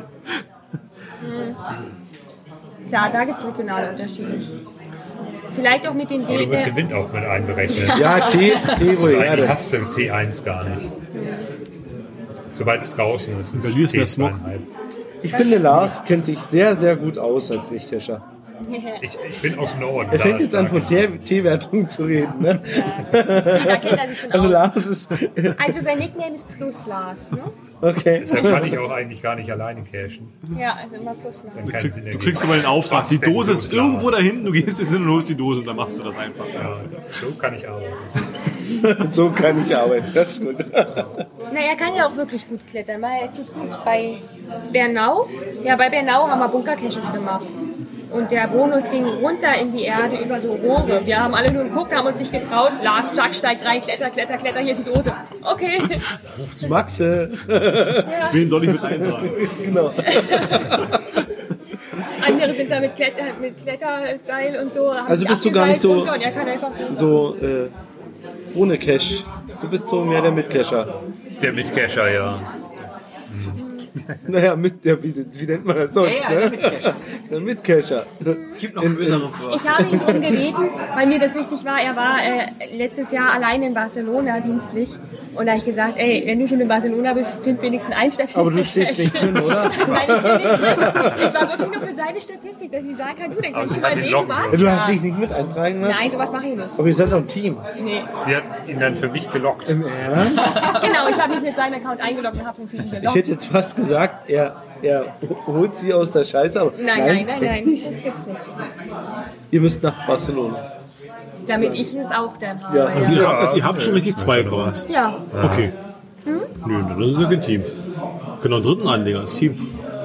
Ja, da gibt es regionale Unterschiede. Vielleicht auch mit den Aber du musst den Wind auch mit einberechnen. Ja, T wohl. Also eigentlich hast du T1 gar nicht. Sobald es draußen ist, Berlin ist mehr Smog. Ich finde, Lars kennt sich sehr, sehr gut aus als Nicht-Cacher. Ich bin aus dem Norden. Er fängt jetzt an, von T-Wertung zu reden. Ne? Da kennt er sich schon also aus. Lars ist... Also sein Nickname ist Plus Lars, ne? Okay. Deshalb kann ich auch eigentlich gar nicht alleine cashen. Ja, also immer Plus Lars. Du kriegst aber den Auftrag, die Dose ist irgendwo da hinten, du gehst jetzt hin und holst die Dose und dann machst du das einfach. Ja, so kann ich arbeiten. So kann ich arbeiten, das ist gut. Na, er kann ja auch wirklich gut klettern, weil er tut gut bei Bernau. Ja, bei Bernau haben wir Bunkercaches gemacht. Und der Bonus ging runter in die Erde über so Rohre. Wir haben alle nur geguckt, haben uns nicht getraut. Lars, zack, steigt rein, kletter, hier ist die Dose. Okay. Ruf's Maxe. Ja. Wen soll ich mit eintragen? Genau. Andere sind da mit Kletterseil und so. Also bist du gar nicht so, und er kann einfach ohne Cash. Du bist so mehr der Mitcacher. Der Mitcacher, ja. Naja, wie nennt man das sonst? Ja, der Mitcacher. Der Mitcacher. Es gibt noch größere Wörter. Ich habe ihn darum gebeten, weil mir das wichtig war. Er war letztes Jahr allein in Barcelona dienstlich. Und da habe ich gesagt, ey, wenn du schon in Barcelona bist, find wenigstens ein Statistik. Aber du stehst nicht drin, oder? Nein, ich stehe nicht drin. Es war wirklich nur für seine Statistik, dass ich sagen kann, du, dann kannst du mal sehen, du warst Du da. hast dich nicht mit eintragen lassen? Nein, sowas mache ich nicht. Aber ihr seid doch ein Team. Nee. Sie hat ihn dann für mich gelockt. Im Ernst? Genau, ich habe mich mit seinem Account eingeloggt und habe ihn für ihn Ich gelockt. hätte jetzt fast gesagt, er holt sie aus der Scheiße. Aber Nein, echt nicht? das gibt's nicht. Ihr müsst nach Barcelona. Damit ich es auch dann habe. Ja. Also ihr habt schon richtig 2 Accounts. Ja. Okay. Nö, das ist ja kein Team. Können auch einen dritten anlegen als Team.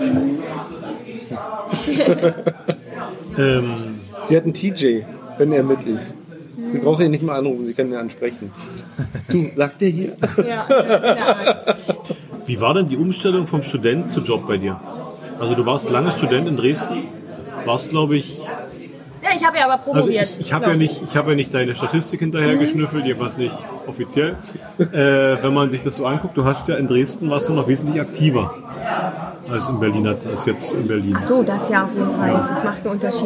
Sie hat einen TJ, wenn er mit ist. Sie braucht ihn nicht mal anrufen, sie kann ihn ansprechen. Du, lag der hier? Ja, das ist in der Art. Wie war denn die Umstellung vom Student zu Job bei dir? Also du warst lange Student in Dresden, warst glaube ich... Ja, ich habe ja aber Also promoviert. ich habe ja nicht deine Statistik hinterher geschnüffelt, jedenfalls nicht offiziell. Wenn man sich das so anguckt, du hast ja in Dresden warst du noch wesentlich aktiver als in Berlin, als jetzt in Berlin. Ach so, das ja auf jeden Fall. Das macht einen Unterschied.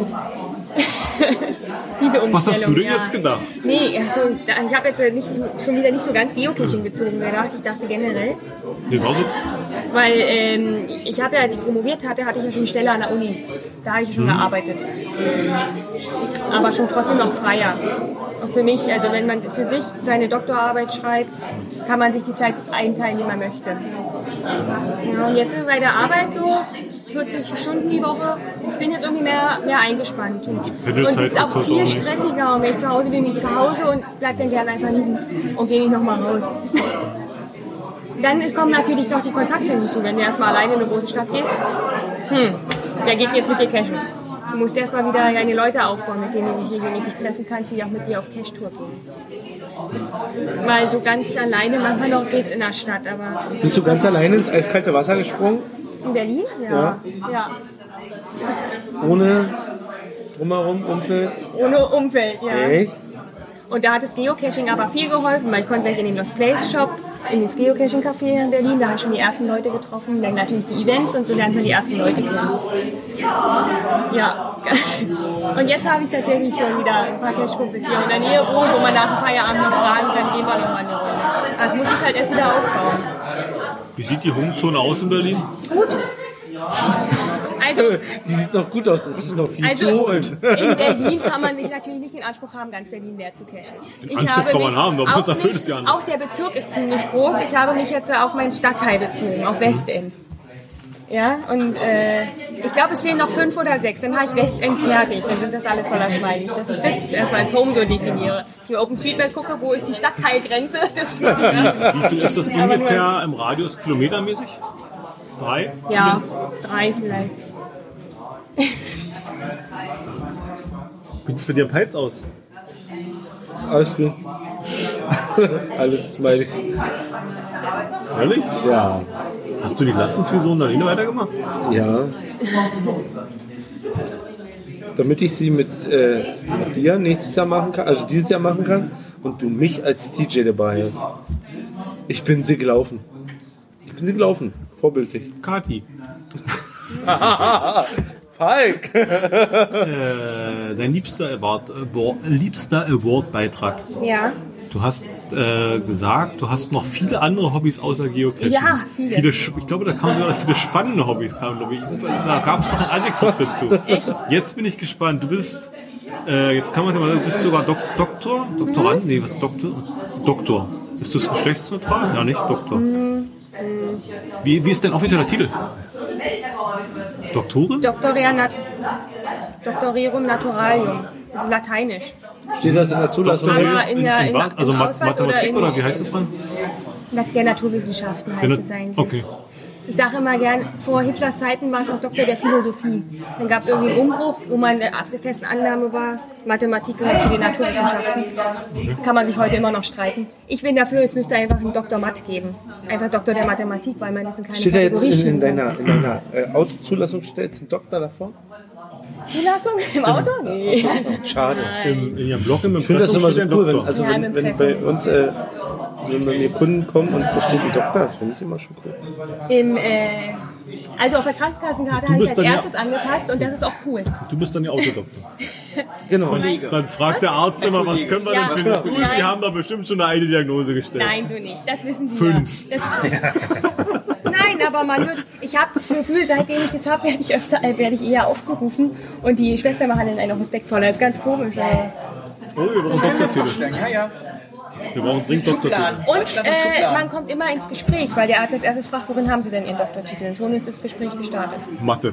Diese Umstellung. Was hast du denn ja. jetzt gedacht? Nee, also, ich habe jetzt schon wieder nicht so ganz Geocaching bezogen gedacht. Ich dachte generell. Nee, war so. Weil ich habe ja, als ich promoviert hatte, hatte ich ja schon eine Stelle an der Uni. Da habe ich ja schon gearbeitet. Aber schon trotzdem noch freier. Auch für mich, also wenn man für sich seine Doktorarbeit schreibt, kann man sich die Zeit einteilen, wie man möchte. Ja, und jetzt ist bei der Arbeit so 40 Stunden die Woche. Ich bin jetzt irgendwie mehr eingespannt. Und es ist auch viel stressiger. Und wenn ich zu Hause bin, bin ich zu Hause und bleib dann gerne einfach liegen und gehe nicht nochmal raus. Dann kommen natürlich doch die Kontakte hinzu. Wenn du erstmal alleine in eine große Stadt gehst, wer geht jetzt mit dir cashen? Du musst erstmal wieder deine Leute aufbauen, mit denen du dich regelmäßig treffen kannst, die auch mit dir auf Cache-Tour gehen. Weil so ganz alleine, manchmal noch geht's in der Stadt, aber... Bist du ganz alleine ins eiskalte Wasser gesprungen? In Berlin? Ja. Ohne drumherum Umfeld? Ohne Umfeld, ja. Echt? Und da hat das Geocaching aber viel geholfen, weil ich konnte gleich in den Lost Place Shop, in das Geocaching Café in Berlin, da habe ich schon die ersten Leute getroffen, dann natürlich die Events und so lernt man die ersten Leute kennen. Ja. Und jetzt habe ich tatsächlich schon wieder ein paar Cache-Kumpels hier in der Nähe wohnen, wo man nach dem Feierabend noch fragen kann, gehen wir noch mal eine Runde. Das muss ich halt erst wieder aufbauen. Wie sieht die Homezone aus in Berlin? Gut. Also, die sieht noch gut aus, das ist noch viel zu also holen. in Berlin kann man natürlich nicht den Anspruch haben, ganz Berlin leer zu cachen. Anspruch kann man haben, aber dafür ist ja nicht. Auch der Bezirk ist ziemlich groß. Ich habe mich jetzt auf meinen Stadtteil bezogen, auf Westend. Ja, und ich glaube, es fehlen noch 5 oder 6. Dann habe ich Westend fertig. Dann sind das alles voller Smileys. Dass ich das erstmal als Home so definiere. Dass ich hier OpenStreetMap gucke, wo ist die Stadtteilgrenze? Das Wie viel ist das ungefähr im Radius kilometermäßig? 3? Ja, 3 vielleicht. Wie sieht es mit dir Peits aus? Alles gut. Alles Smileys. Ehrlich? Ja. Hast du die Lassensvision dann weitergemacht? Ja. Damit ich sie mit dir nächstes Jahr machen kann, also dieses Jahr machen kann und du mich als TJ dabei hast. Ich bin sie gelaufen. Vorbildlich. Kati. Falk! Dein liebster Award-Beitrag. Ja. Du hast gesagt, du hast noch viele andere Hobbys außer Geocaching. Ja, viele. Ich glaube, da kamen sogar viele spannende Hobbys. Da gab es noch ein Adjektiv dazu. Echt? Jetzt bin ich gespannt. Du bist, jetzt kann man ja mal sagen, du bist sogar Doktorand? Nee, was Doktor. Ist das geschlechtsneutral? Ja, nicht Doktor. Wie ist dein offizieller Titel? Doktorin? Doctorarium Naturalium. Das ist lateinisch. Steht das in der Zulassung? Aber in der also Ausweis Mathematik oder wie heißt das dann? Der Naturwissenschaften heißt es eigentlich. Okay. Ich sage immer gern, vor Hitlers Zeiten war es auch Doktor der Philosophie. Dann gab es irgendwie einen Umbruch, wo man der festen Annahme war, Mathematik gehört zu den Naturwissenschaften. Kann man sich heute immer noch streiten. Ich bin dafür, es müsste einfach einen Dr. Math geben. Einfach Doktor der Mathematik, weil man das in keine Steht da jetzt Kategorie in deiner Autozulassung steht ein Doktor davor? Zulassung im Auto? Nee. Schade. In Ihrem Blog im Ich finde das immer so cool, wenn, Ja, wenn bei uns Also wenn bei mir Kunden kommen und da steht ein Doktor, das finde ich immer schon cool. Also auf der Krankenkassenkarte heißt als erstes angepasst und das ist auch cool. Du bist dann der Autodoktor. Genau. Dann fragt der Arzt immer, was können wir denn für eine tun? Nein. Die haben da bestimmt schon eine Diagnose gestellt. Nein, so nicht. Das wissen Sie 5. ja. Nein, aber ich habe das Gefühl, seitdem ich das habe, werde ich eher aufgerufen und die Schwestern machen dann einen auch respektvoller. Das ist ganz komisch. Weil Oh, wir brauchen Doktortitel. Ja. Wir brauchen dringend Doktortitel. und man kommt immer ins Gespräch, weil der Arzt als erstes fragt, worin haben Sie denn Ihren Doktortitel? Und schon ist das Gespräch gestartet. Mathe.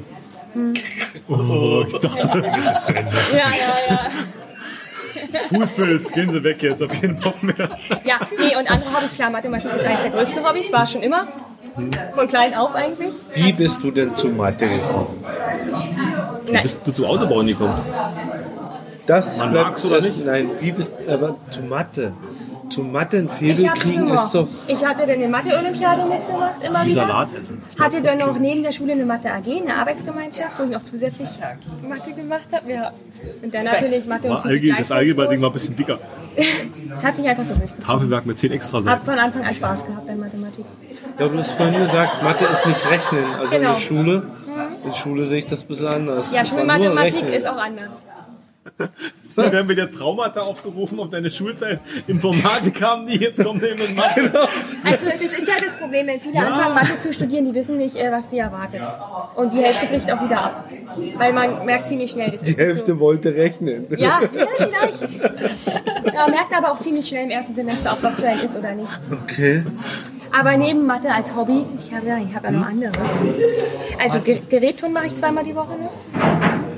Oh, ich dachte, das ist zu Ende. Ja. Fußpilz, gehen Sie weg jetzt, auf keinen Bock mehr. Ja, nee, und andere Hobbys, klar, Mathematik ist eines der größten Hobbys, war schon immer. Von klein auf eigentlich. Wie bist du denn zu Mathe gekommen? Wie bist du zum Autobauen gekommen? Das Man bleibt mag's oder das, nicht? Nein, wie bist aber zu Mathe? Zu Mathe ein Febel Ich hab's kriegen gemocht. ist doch... Ich hatte dann eine Mathe-Olympiade mitgemacht, immer Wie wieder. Salat essen. Hatte dann noch neben der Schule eine Mathe-AG, eine Arbeitsgemeinschaft, wo ich noch zusätzlich Mathe gemacht habe. Ja. Und dann natürlich Mathe und Physik. Das Algebra-Ding war ein bisschen dicker. Es hat sich einfach so durchgeführt. Tafelwerk mit 10 extra Ich Seiten. habe von Anfang an Spaß gehabt bei Mathematik. Ja, du hast vorhin gesagt, Mathe ist nicht Rechnen. Also Genau. in der Schule. In der Schule sehe ich das ein bisschen anders. Ja, Das war nur Schulmathematik Rechnen. ist auch anders. Dann werden wieder Traumata aufgerufen auf deine Schulzeit. Informatik haben die, jetzt kommen die mit Mathe. Also das ist ja das Problem, wenn viele anfangen Mathe zu studieren, die wissen nicht, was sie erwartet. Und die Hälfte bricht auch wieder ab. Weil man merkt ziemlich schnell, das Die ist Hälfte so. wollte rechnen. Ja, vielleicht. Ja, merkt aber auch ziemlich schnell im ersten Semester, ob was für einen ist oder nicht. Okay. Aber neben Mathe als Hobby, ich habe ja noch andere. Also Gerätturnen mache ich 2-mal die Woche noch.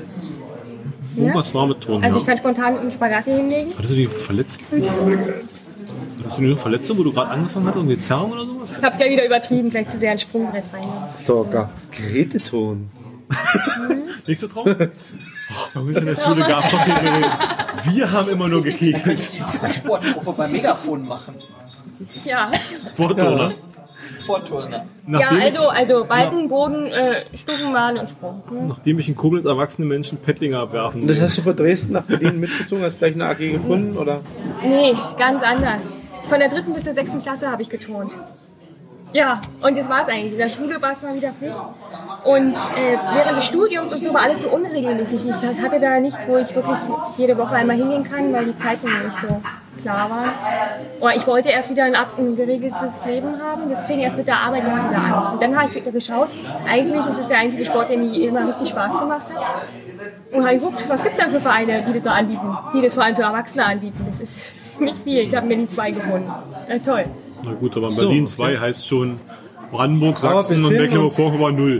Oh, was war mit Turnen? Also ich kann spontan einen Spagat hier hinlegen. Hattest du die verletzt? Hattest du eine Verletzung, wo du gerade angefangen hast, irgendwie Zerrung oder sowas? Ich habe es gleich wieder übertrieben, gleich zu sehr ins Sprungbrett rein. Stalker. Geräteton. Nächster Traum? Ach, bei uns in der Schule gab es doch kein Gerät. Wir haben immer nur gekegelt. Die Sportgruppe beim Megafon machen. Ja. Vorturner. Vorturner. Ja, also Balken, Boden, Stufenbahn und Sprung. Nachdem ich in Koblenz erwachsene Menschen Pettlinger abwerfen. Und das hast du von Dresden nach Berlin mitgezogen? Hast gleich eine AG gefunden? Oder? Nee, ganz anders. Von der 3. bis zur 6. Klasse habe ich geturnt. Ja, und das war es eigentlich. In der Schule war es mal wieder Pflicht. Und während des Studiums und so war alles so unregelmäßig. Ich hatte da nichts, wo ich wirklich jede Woche einmal hingehen kann, weil die Zeiten nicht so klar waren. Oder ich wollte erst wieder ein geregeltes Leben haben. Das fing erst mit der Arbeit jetzt wieder an. Und dann habe ich wieder geschaut. Eigentlich ist es der einzige Sport, der mir immer richtig Spaß gemacht hat. Und habe geguckt, was gibt es denn für Vereine, die das noch anbieten? Die das vor allem für Erwachsene anbieten. Das ist nicht viel. Ich habe mir die 2 gefunden. Ja, toll. Na gut, aber in Berlin 2 heißt schon Brandenburg, Sachsen und Mecklenburg-Vorpommern 0.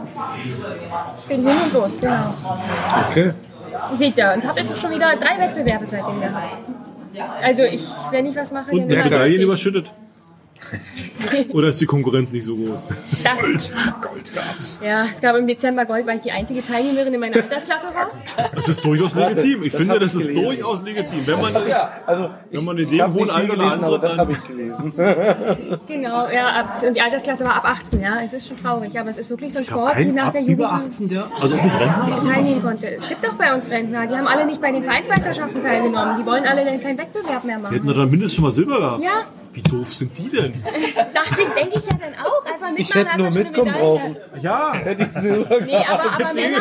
Ich bin hin und los, genau. Okay. Wieder. Und habe jetzt auch schon wieder 3 Wettbewerbe seitdem gehabt. Also wenn ich was mache, Und dann eine immer Medaillen richtig. überschüttet? Oder ist die Konkurrenz nicht so groß? Gold gab's. Ja, es gab im Dezember Gold, weil ich die einzige Teilnehmerin in meiner Altersklasse war. Das ist durchaus legitim. Ich finde, das ist durchaus legitim. Wenn man in dem hohen Alter eine aber das Antwort habe ich gelesen. Genau, ja, und die Altersklasse war ab 18, ja. Es ist schon traurig, aber es ist wirklich so ein Sport, die nach der Jugend über 18, der, also auch mit Rentner? teilnehmen konnte. Es gibt auch bei uns Rentner, die haben alle nicht bei den Vereinsmeisterschaften teilgenommen. Die wollen alle dann keinen Wettbewerb mehr Die machen. hätten dann mindestens schon mal Silber gehabt. Ja, Wie doof sind die denn? denke ich ja dann auch. Einfach mitmachen, Ich hätte nur hat man schon eine mitkommen Medaille. brauchen. Ja. Hätte ich Silber Nee, aber Männer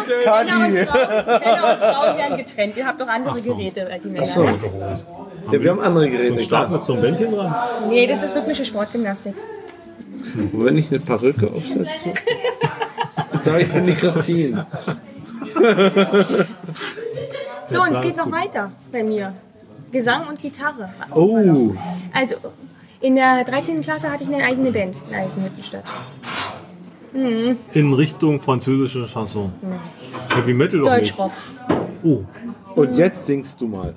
und Frauen werden getrennt. Ihr habt doch andere Geräte als die Männer. Achso. Ne? Ja, wir haben andere So Geräte. ein Stab mit so einem Bändchen dran. Nee, das ist rhythmische Sportgymnastik. Und wenn ich eine Perücke aufsetze, dann sage ich, ich bin die Christine. So, und es geht noch weiter bei mir. Gesang und Gitarre. Oh. Also, in der 13. Klasse hatte ich eine eigene Band in Eisenhüttenstadt. In Richtung französische Chanson. Heavy Metal doch nicht. Deutschrock. Oh. Und jetzt singst du mal.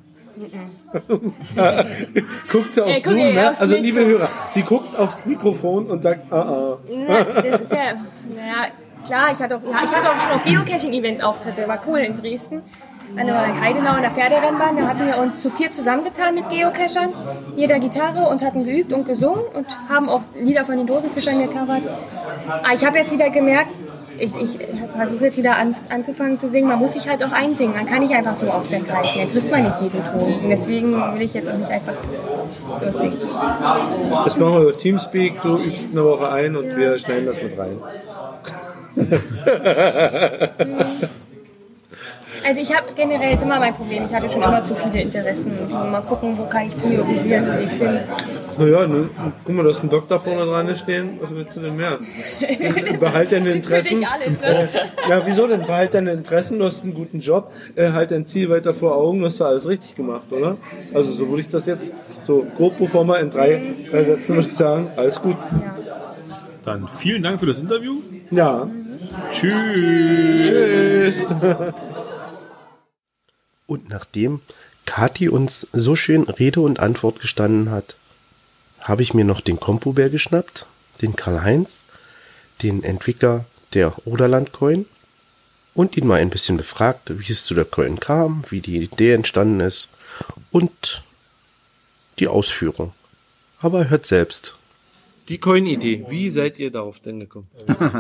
Guckt sie aufs guck Zoom, ihr ne? aufs Also Mikro. liebe Hörer, sie guckt aufs Mikrofon und sagt, Na, das ist ja, naja, klar, ich hatte auch schon auf Geocaching-Events Auftritte, war cool in Dresden. An der Heidenau an der Pferderennbahn, da hatten wir uns zu 4 zusammengetan mit Geocachern, jeder Gitarre und hatten geübt und gesungen und haben auch Lieder von den Dosenfischern gecovert. Aber ich habe jetzt wieder gemerkt, ich versuche jetzt wieder anzufangen zu singen. Man muss sich halt auch einsingen. Man kann nicht einfach so aus der Kalten. Dann trifft man nicht jeden Ton. Und deswegen will ich jetzt auch nicht einfach lossingen. Das machen wir über Teamspeak. Du übst eine Woche ein und wir schneiden das mit rein. Also ich habe generell ist immer mein Problem. Ich hatte schon immer zu viele Interessen. Mal gucken, wo kann ich priorisieren, wo geht's hin. Naja, guck mal, du hast einen Doktor vorne dran stehen. Was willst du denn mehr? Behalt deine Interessen. Das ist für dich alles, ne? Ja, wieso denn? Behalt deine Interessen, du hast einen guten Job, halt dein Ziel weiter vor Augen, du hast da alles richtig gemacht, oder? Also so würde ich das jetzt, so grob pro forma in drei Sätzen würde ich sagen, alles gut. Ja. Dann vielen Dank für das Interview. Ja. Tschüss. Und nachdem Kathi uns so schön Rede und Antwort gestanden hat, habe ich mir noch den Kompobär geschnappt, den Karl-Heinz, den Entwickler der Oderland-Coin und ihn mal ein bisschen befragt, wie es zu der Coin kam, wie die Idee entstanden ist und die Ausführung. Aber hört selbst. Die Coin-Idee, wie seid ihr darauf denn gekommen?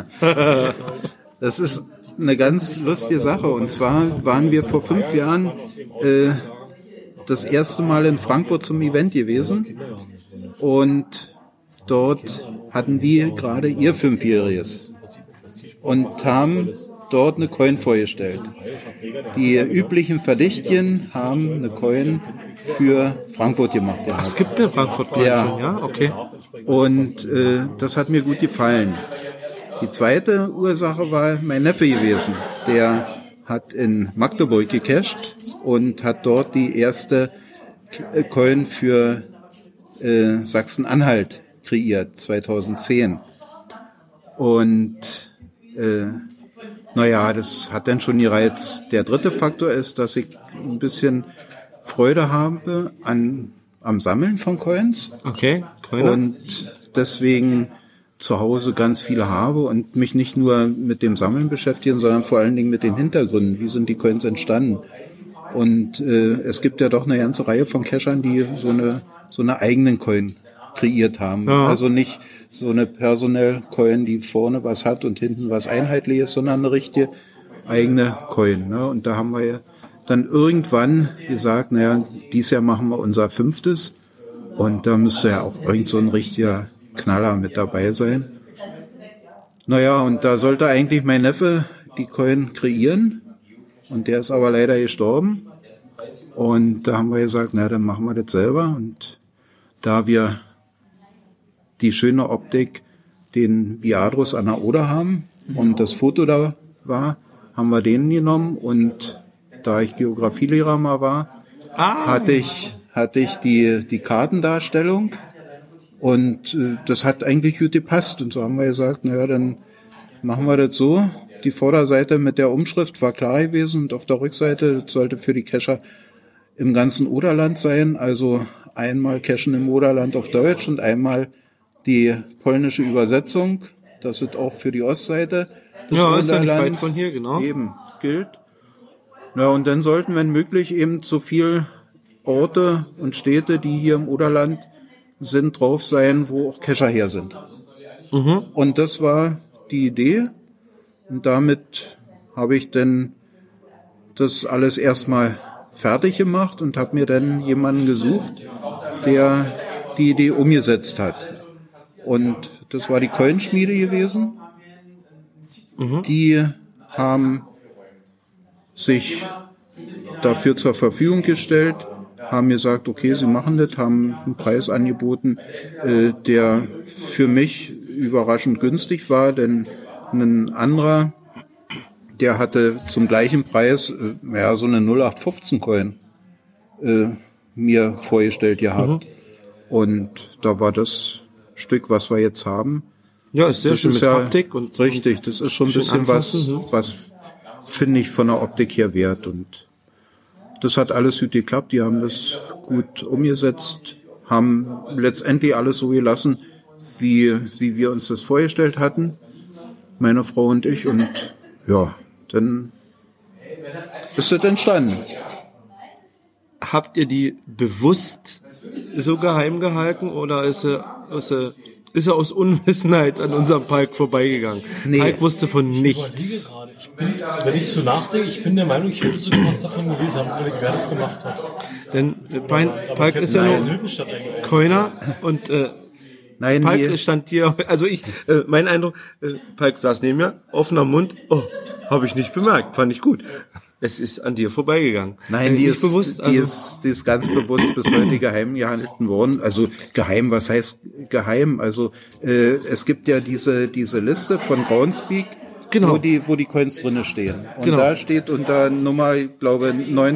Das ist eine ganz lustige Sache. Und zwar waren wir vor 5 Jahren das erste Mal in Frankfurt zum Event gewesen. Und dort hatten die gerade ihr 5-jähriges und haben dort eine Coin vorgestellt. Die üblichen Verdächtigen haben eine Coin für Frankfurt gemacht. Ach, es gibt eine Frankfurt-Coin schon, ja? Okay. Und das hat mir gut gefallen. Die zweite Ursache war mein Neffe gewesen. Der hat in Magdeburg gecached und hat dort die erste Coin für Sachsen-Anhalt kreiert, 2010. Und das hat dann schon gereizt. Der dritte Faktor ist, dass ich ein bisschen Freude habe am Sammeln von Coins. Okay, Coiner. Und deswegen zu Hause ganz viele habe und mich nicht nur mit dem Sammeln beschäftigen, sondern vor allen Dingen mit den Hintergründen. Wie sind die Coins entstanden? Und es gibt ja doch eine ganze Reihe von Cachern, die so eine eigenen Coin kreiert haben. Ja. Also nicht so eine personell Coin, die vorne was hat und hinten was Einheitliches, sondern eine richtige eigene Coin. Ne? Und da haben wir ja dann irgendwann gesagt, dieses Jahr machen wir unser 5. Und da müsste ja auch irgend so ein richtiger Knaller mit dabei sein. Und da sollte eigentlich mein Neffe die Coin kreieren. Und der ist aber leider gestorben. Und da haben wir gesagt, dann machen wir das selber. Und da wir die schöne Optik, den Viadrus an der Oder haben und das Foto da war, haben wir den genommen. Und da ich Geografielehrer mal war, hatte ich die Kartendarstellung. Und das hat eigentlich gut gepasst. Und so haben wir gesagt, dann machen wir das so. Die Vorderseite mit der Umschrift war klar gewesen und auf der Rückseite sollte für die Cacher im ganzen Oderland sein. Also einmal Cachen im Oderland auf Deutsch und einmal die polnische Übersetzung. Das ist auch für die Ostseite des Oderlands. Ist ja nicht weit von hier, genau. Eben gilt. Und dann sollten, wenn möglich, eben so viel Orte und Städte, die hier im Oderland sind, drauf sein, wo auch Cacher her sind. Mhm. Und das war die Idee. Und damit habe ich dann das alles erstmal fertig gemacht und habe mir dann jemanden gesucht, der die Idee umgesetzt hat. Und das war die Coinschmiede gewesen. Mhm. Die haben sich dafür zur Verfügung gestellt, haben gesagt, okay, sie machen das, haben einen Preis angeboten, der für mich überraschend günstig war, denn ein anderer, der hatte zum gleichen Preis so eine 0815-Coin mir vorgestellt gehabt. Mhm. Und da war das Stück, was wir jetzt haben. Ja, ist sehr schön mit Optik. Und richtig, das ist schon ein bisschen was finde ich von der Optik her wert. Und das hat alles gut geklappt. Die haben das gut umgesetzt, haben letztendlich alles so gelassen, wie wir uns das vorgestellt hatten, meine Frau und ich. Und dann ist das entstanden. Habt ihr die bewusst so geheim gehalten oder ist ist er aus Unwissenheit an unserem Palk vorbeigegangen. Nee. Palk wusste von nichts. Wenn ich so nachdenke, ich bin der Meinung, ich hätte sogar was davon gelesen haben, wer das gemacht hat. Denn Palk ist ja nur Kölner und Nein, Palk stand hier, also mein Eindruck, Palk saß neben mir, offener Mund, habe ich nicht bemerkt, fand ich gut. Es ist an dir vorbeigegangen. Nein, die ist ganz bewusst bis heute geheim gehalten worden. Also geheim, was heißt geheim? Also es gibt ja diese Liste von Groundspeak, genau, wo die Coins drinne stehen. Und genau, da steht unter Nummer, ich glaube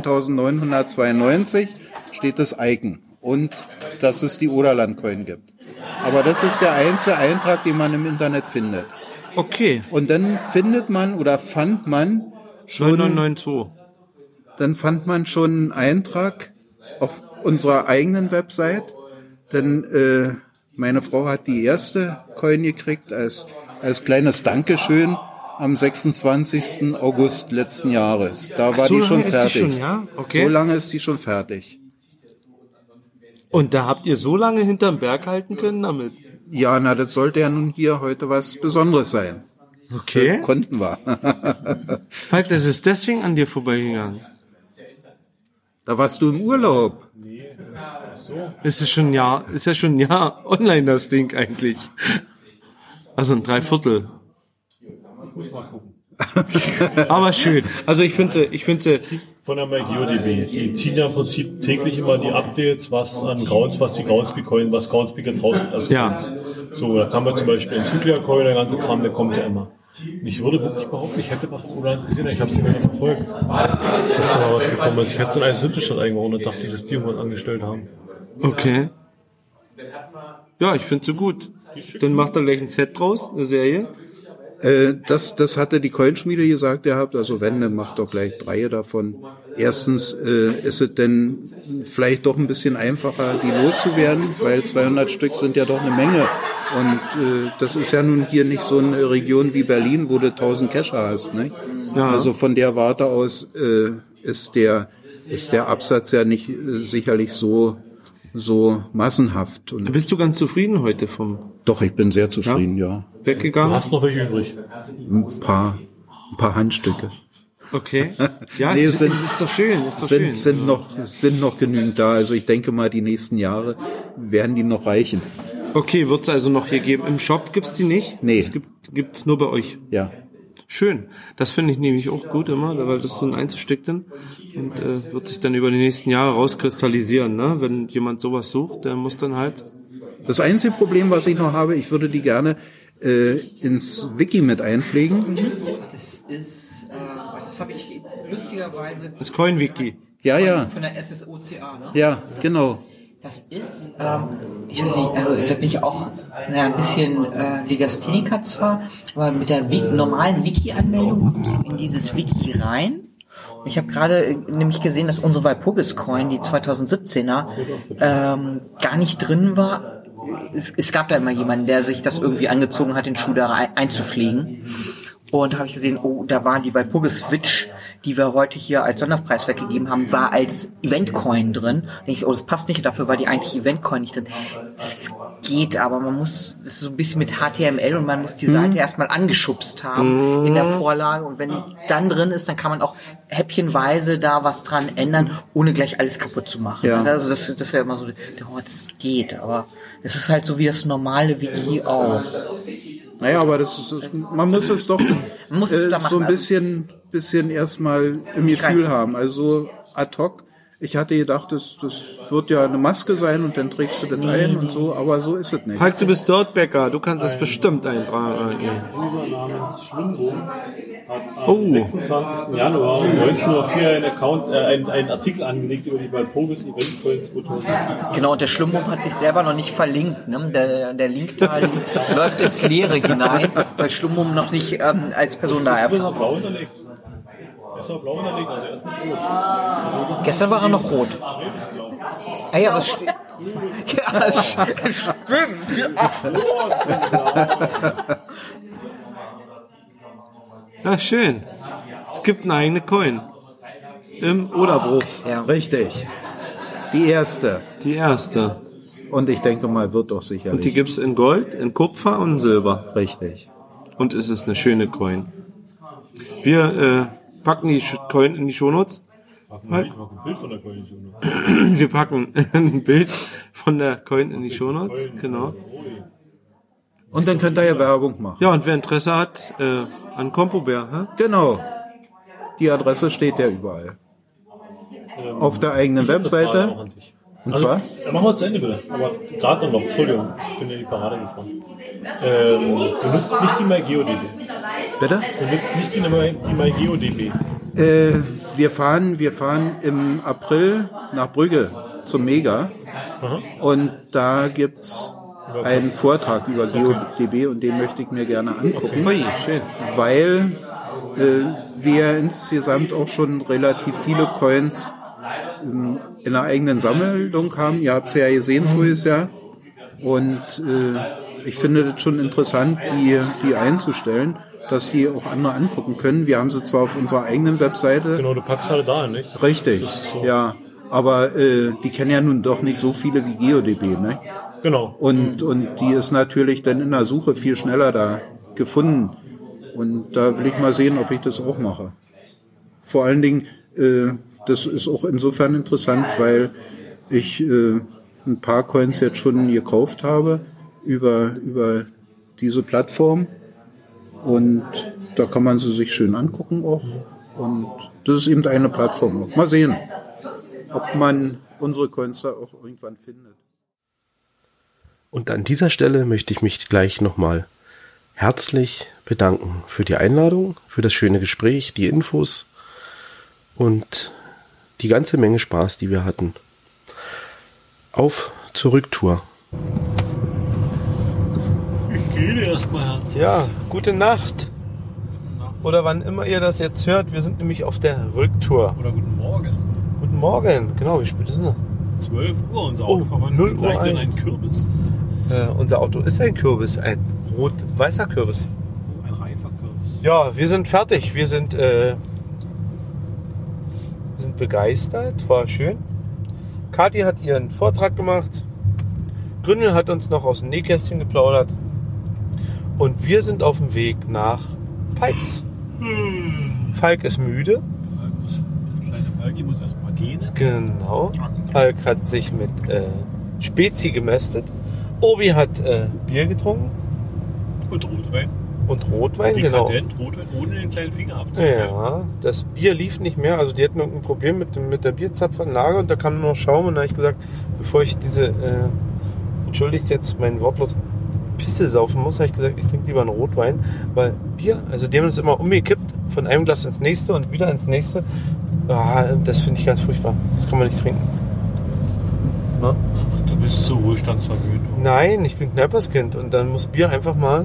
9992 steht das Icon und dass es die Oderland-Coin gibt. Aber das ist der einzige Eintrag, den man im Internet findet. Okay. Und dann fand man schon 9992. Dann fand man schon einen Eintrag auf unserer eigenen Website, denn meine Frau hat die erste Coin gekriegt als kleines Dankeschön am 26. August letzten Jahres. Da war die schon fertig. Schon, ja? Okay. So lange ist die schon fertig. Und da habt ihr so lange hinterm Berg halten können damit? Ja, das sollte ja nun hier heute was Besonderes sein. Okay. Das konnten wir. Falk, das ist deswegen an dir vorbeigegangen. Da warst du im Urlaub. Ist ja schon ein Jahr online, das Ding eigentlich. Also ein Dreiviertel. Ich muss mal gucken. Aber schön. Also ich finde von der MyGeoDB. Die ziehen ja im Prinzip täglich immer die Updates, was an was die Groundspeak-Coin, was Groundspeak jetzt rausgibt. Also ja. So, da kann man zum Beispiel in Cyclia-Coin, der ganze Kram, der kommt ja immer. Ich würde wirklich behaupten, ich hätte was von Oderland gesehen, ich habe es nicht mehr verfolgt. Dass da mal was gekommen ist. Ich hätte es in eine Hüttenstadt eingeordnet, dachte ich, dass die irgendwann angestellt haben. Okay. Ja, ich finde es so gut. Dann macht er gleich ein Set draus, eine Serie. Das hatte die Coinschmiede gesagt gehabt, also wenn, dann macht doch gleich 3 davon. Erstens ist es denn vielleicht doch ein bisschen einfacher, die loszuwerden, weil 200 Stück sind ja doch eine Menge. Und das ist ja nun hier nicht so eine Region wie Berlin, wo du 1000 Cacher hast. Ne? Ja. Also von der Warte aus ist der Absatz ja nicht sicherlich so massenhaft. Und bist du ganz zufrieden heute Doch, ich bin sehr zufrieden, ja. Weggegangen? Du hast noch welche übrig? Ein paar Handstücke. Okay. Ja, nee, ist doch schön. Sind noch genügend da. Also ich denke mal, die nächsten Jahre werden die noch reichen. Okay, wird es also noch hier geben. Im Shop gibt's die nicht? Nee. Es gibt's nur bei euch? Ja. Schön. Das finde ich nämlich auch gut immer, weil das so ein Einzelstück dann und wird sich dann über die nächsten Jahre rauskristallisieren. Ne? Wenn jemand sowas sucht, der muss dann halt... Das einzige Problem, was ich noch habe, ich würde die gerne ins Wiki mit einpflegen. Das ist, das habe ich lustigerweise... Das Coin-Wiki. Ja. Von der SSOCA, ne? Ja, genau. Das ist, ich weiß nicht, also da bin ich auch ein bisschen Legastheniker zwar, aber mit der normalen Wiki-Anmeldung kommst du in dieses Wiki rein. Und ich habe gerade nämlich gesehen, dass unsere Walpurgis-Coin, die 2017er, gar nicht drin war. Es gab da immer jemanden, der sich das irgendwie angezogen hat, den Schuh da einzufliegen. Und da habe ich gesehen, da war die Walpurgis-Witch, die wir heute hier als Sonderpreis weggegeben haben, war als Event-Coin drin. Und ich so, das passt nicht, dafür war die eigentlich Event-Coin nicht drin. Das geht, aber das ist so ein bisschen mit HTML und man muss die Seite erstmal angeschubst haben in der Vorlage. Und wenn die dann drin ist, dann kann man auch häppchenweise da was dran ändern, ohne gleich alles kaputt zu machen. Ja. Also das wäre immer so, das geht, aber es ist halt so wie das normale Wiki auch. Naja, aber man muss es doch so ein bisschen erstmal im Gefühl haben. Also ad hoc. Ich hatte gedacht, das wird ja eine Maske sein und dann trägst du das ein und so, aber so ist es nicht. Halt, du bist dort, Bäcker, du kannst das bestimmt eintragen. User namens Schwimmboom hat am 26. Januar um 19.04 Uhr einen Artikel angelegt über die Walpurgis Event Coin 2000. Genau, und der Schwimmboom hat sich selber noch nicht verlinkt. Ne? Der Link da läuft ins Leere hinein, weil Schwimmboom noch nicht als Person da erfahren. Er ist auch blau unterlegt, also er ist nicht rot. Gestern war er noch rot. Ah ja, was steht? Ja, schön. Es gibt eine eigene Coin. Im Oderbruch. Ja. Richtig. Die erste. Und ich denke mal, wird doch sicherlich. Und die gibt's in Gold, in Kupfer und Silber. Richtig. Und es ist eine schöne Coin. Wir packen die Coin in die Shownotes. Wir packen ein Bild von der Coin in die Shownotes. Genau. Und dann könnt ihr ja Werbung machen. Ja, und wer Interesse hat, an CompuBär. Genau. Die Adresse steht ja überall. Auf der eigenen Webseite. Und Also, zwar? Machen wir zu Ende bitte. Aber gerade noch, Entschuldigung, ich bin in die Parade gefahren. Du nutzt nicht die MyGeoDB. Bitte? Du nutzt nicht die MyGeoDB. Wir fahren im April nach Brügge zum Mega. Und da gibt's einen Vortrag über GeoDB und den möchte ich mir gerne angucken. Ui, schön. Weil wir insgesamt auch schon relativ viele Coins in der eigenen Sammlung haben. Ihr habt es ja gesehen voriges Jahr. Und ich finde das schon interessant, die einzustellen, dass die auch andere angucken können. Wir haben sie zwar auf unserer eigenen Webseite. Genau, du packst alle da, nicht? Richtig, so. Ja. Aber die kennen ja nun doch nicht so viele wie GeoDB, ne? Genau. Und die ist natürlich dann in der Suche viel schneller da gefunden. Und da will ich mal sehen, ob ich das auch mache. Vor allen Dingen, das ist auch insofern interessant, weil ich ein paar Coins jetzt schon gekauft habe über diese Plattform. Und da kann man sie sich schön angucken auch. Und das ist eben eine Plattform auch. Mal sehen, ob man unsere Coins da auch irgendwann findet. Und an dieser Stelle möchte ich mich gleich nochmal herzlich bedanken für die Einladung, für das schöne Gespräch, die Infos und die ganze Menge Spaß, die wir hatten. Auf zur Rücktour. Ich gehe dir erstmal herzlich. Ja, gute Nacht. Oder wann immer ihr das jetzt hört, wir sind nämlich auf der Rücktour. Oder guten Morgen. Guten Morgen, genau, wie spät ist es? 12 Uhr, unser Auto verwandelt sich gleich in einen Kürbis. Unser Auto ist ein Kürbis, ein rot-weißer Kürbis. Ein reifer Kürbis. Ja, wir sind fertig, wir sind begeistert, war schön. Kathi hat ihren Vortrag gemacht, Gründel hat uns noch aus dem Nähkästchen geplaudert und wir sind auf dem Weg nach Peitz. Falk ist müde. Das kleine Falki muss erst mal gehen. Genau. Falk hat sich mit Spezi gemästet. Obi hat Bier getrunken. Und Rotwein. Und Rotwein, genau. Dekadent, Rotwein ohne den kleinen Finger abzuschneiden. Ja, das Bier lief nicht mehr. Also die hatten irgendein Problem mit der Bierzapfanlage und da kam nur noch Schaum. Und da habe ich gesagt, bevor ich diese, entschuldigt jetzt meinen Wortlos, Pisse saufen muss, habe ich gesagt, ich trinke lieber einen Rotwein. Weil Bier, also die haben uns immer umgekippt, von einem Glas ins nächste und wieder ins nächste. Das finde ich ganz furchtbar. Das kann man nicht trinken. Na? Ach, du bist so wohlstandsverwöhnt. Nein, ich bin Kneiperskind und dann muss Bier einfach mal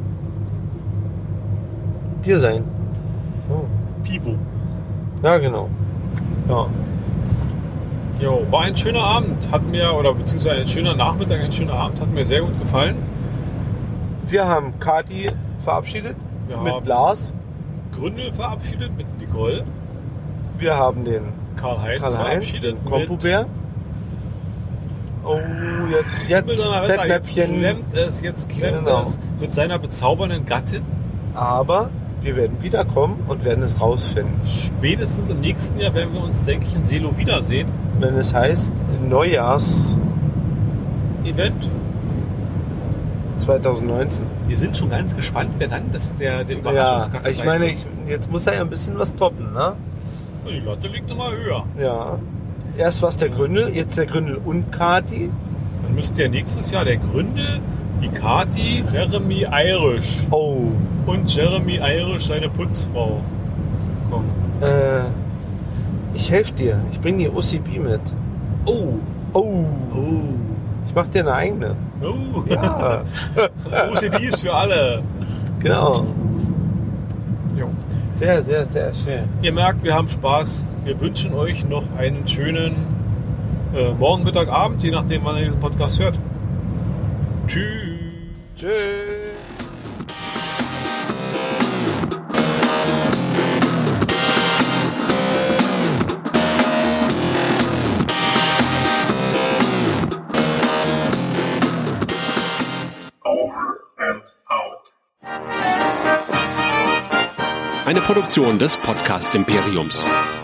Bier sein. Oh. Pivo. Ja, genau. Ja. Jo, war ein schöner Abend. Hat mir, oder beziehungsweise ein schöner Nachmittag, ein schöner Abend. Hat mir sehr gut gefallen. Wir haben Kathi verabschiedet mit Lars. Gründel verabschiedet mit Nicole. Wir haben den Karl-Heinz verabschiedet den CompuBär. Oh, jetzt Fettnäpfchen. Jetzt klemmt es mit seiner bezaubernden Gattin. Aber wir werden wiederkommen und werden es rausfinden. Spätestens im nächsten Jahr werden wir uns, denke ich, in Selo wiedersehen. Wenn es heißt Neujahrs-Event 2019. Wir sind schon ganz gespannt, wer dann der Überraschungsgast ist. Ja, ich meine, jetzt muss er ja ein bisschen was toppen, ne? Die Latte liegt immer höher. Ja. Erst war es der Gründel, jetzt der Gründel und Kathi. Dann müsste ja nächstes Jahr der Gründel, die Kathi, Jeremy Irish. Oh. Und Jeremy Irish, seine Putzfrau. Komm. Ich helfe dir. Ich bringe dir OCB mit. Oh. Ich mach dir eine eigene. Oh. Ja. OCB ist für alle. Genau. Jo. Sehr, sehr, sehr schön. Ihr merkt, wir haben Spaß. Wir wünschen euch noch einen schönen Morgen, Mittag, Abend, je nachdem, wann ihr diesen Podcast hört. Tschüss. eine Produktion des Podcast Imperiums.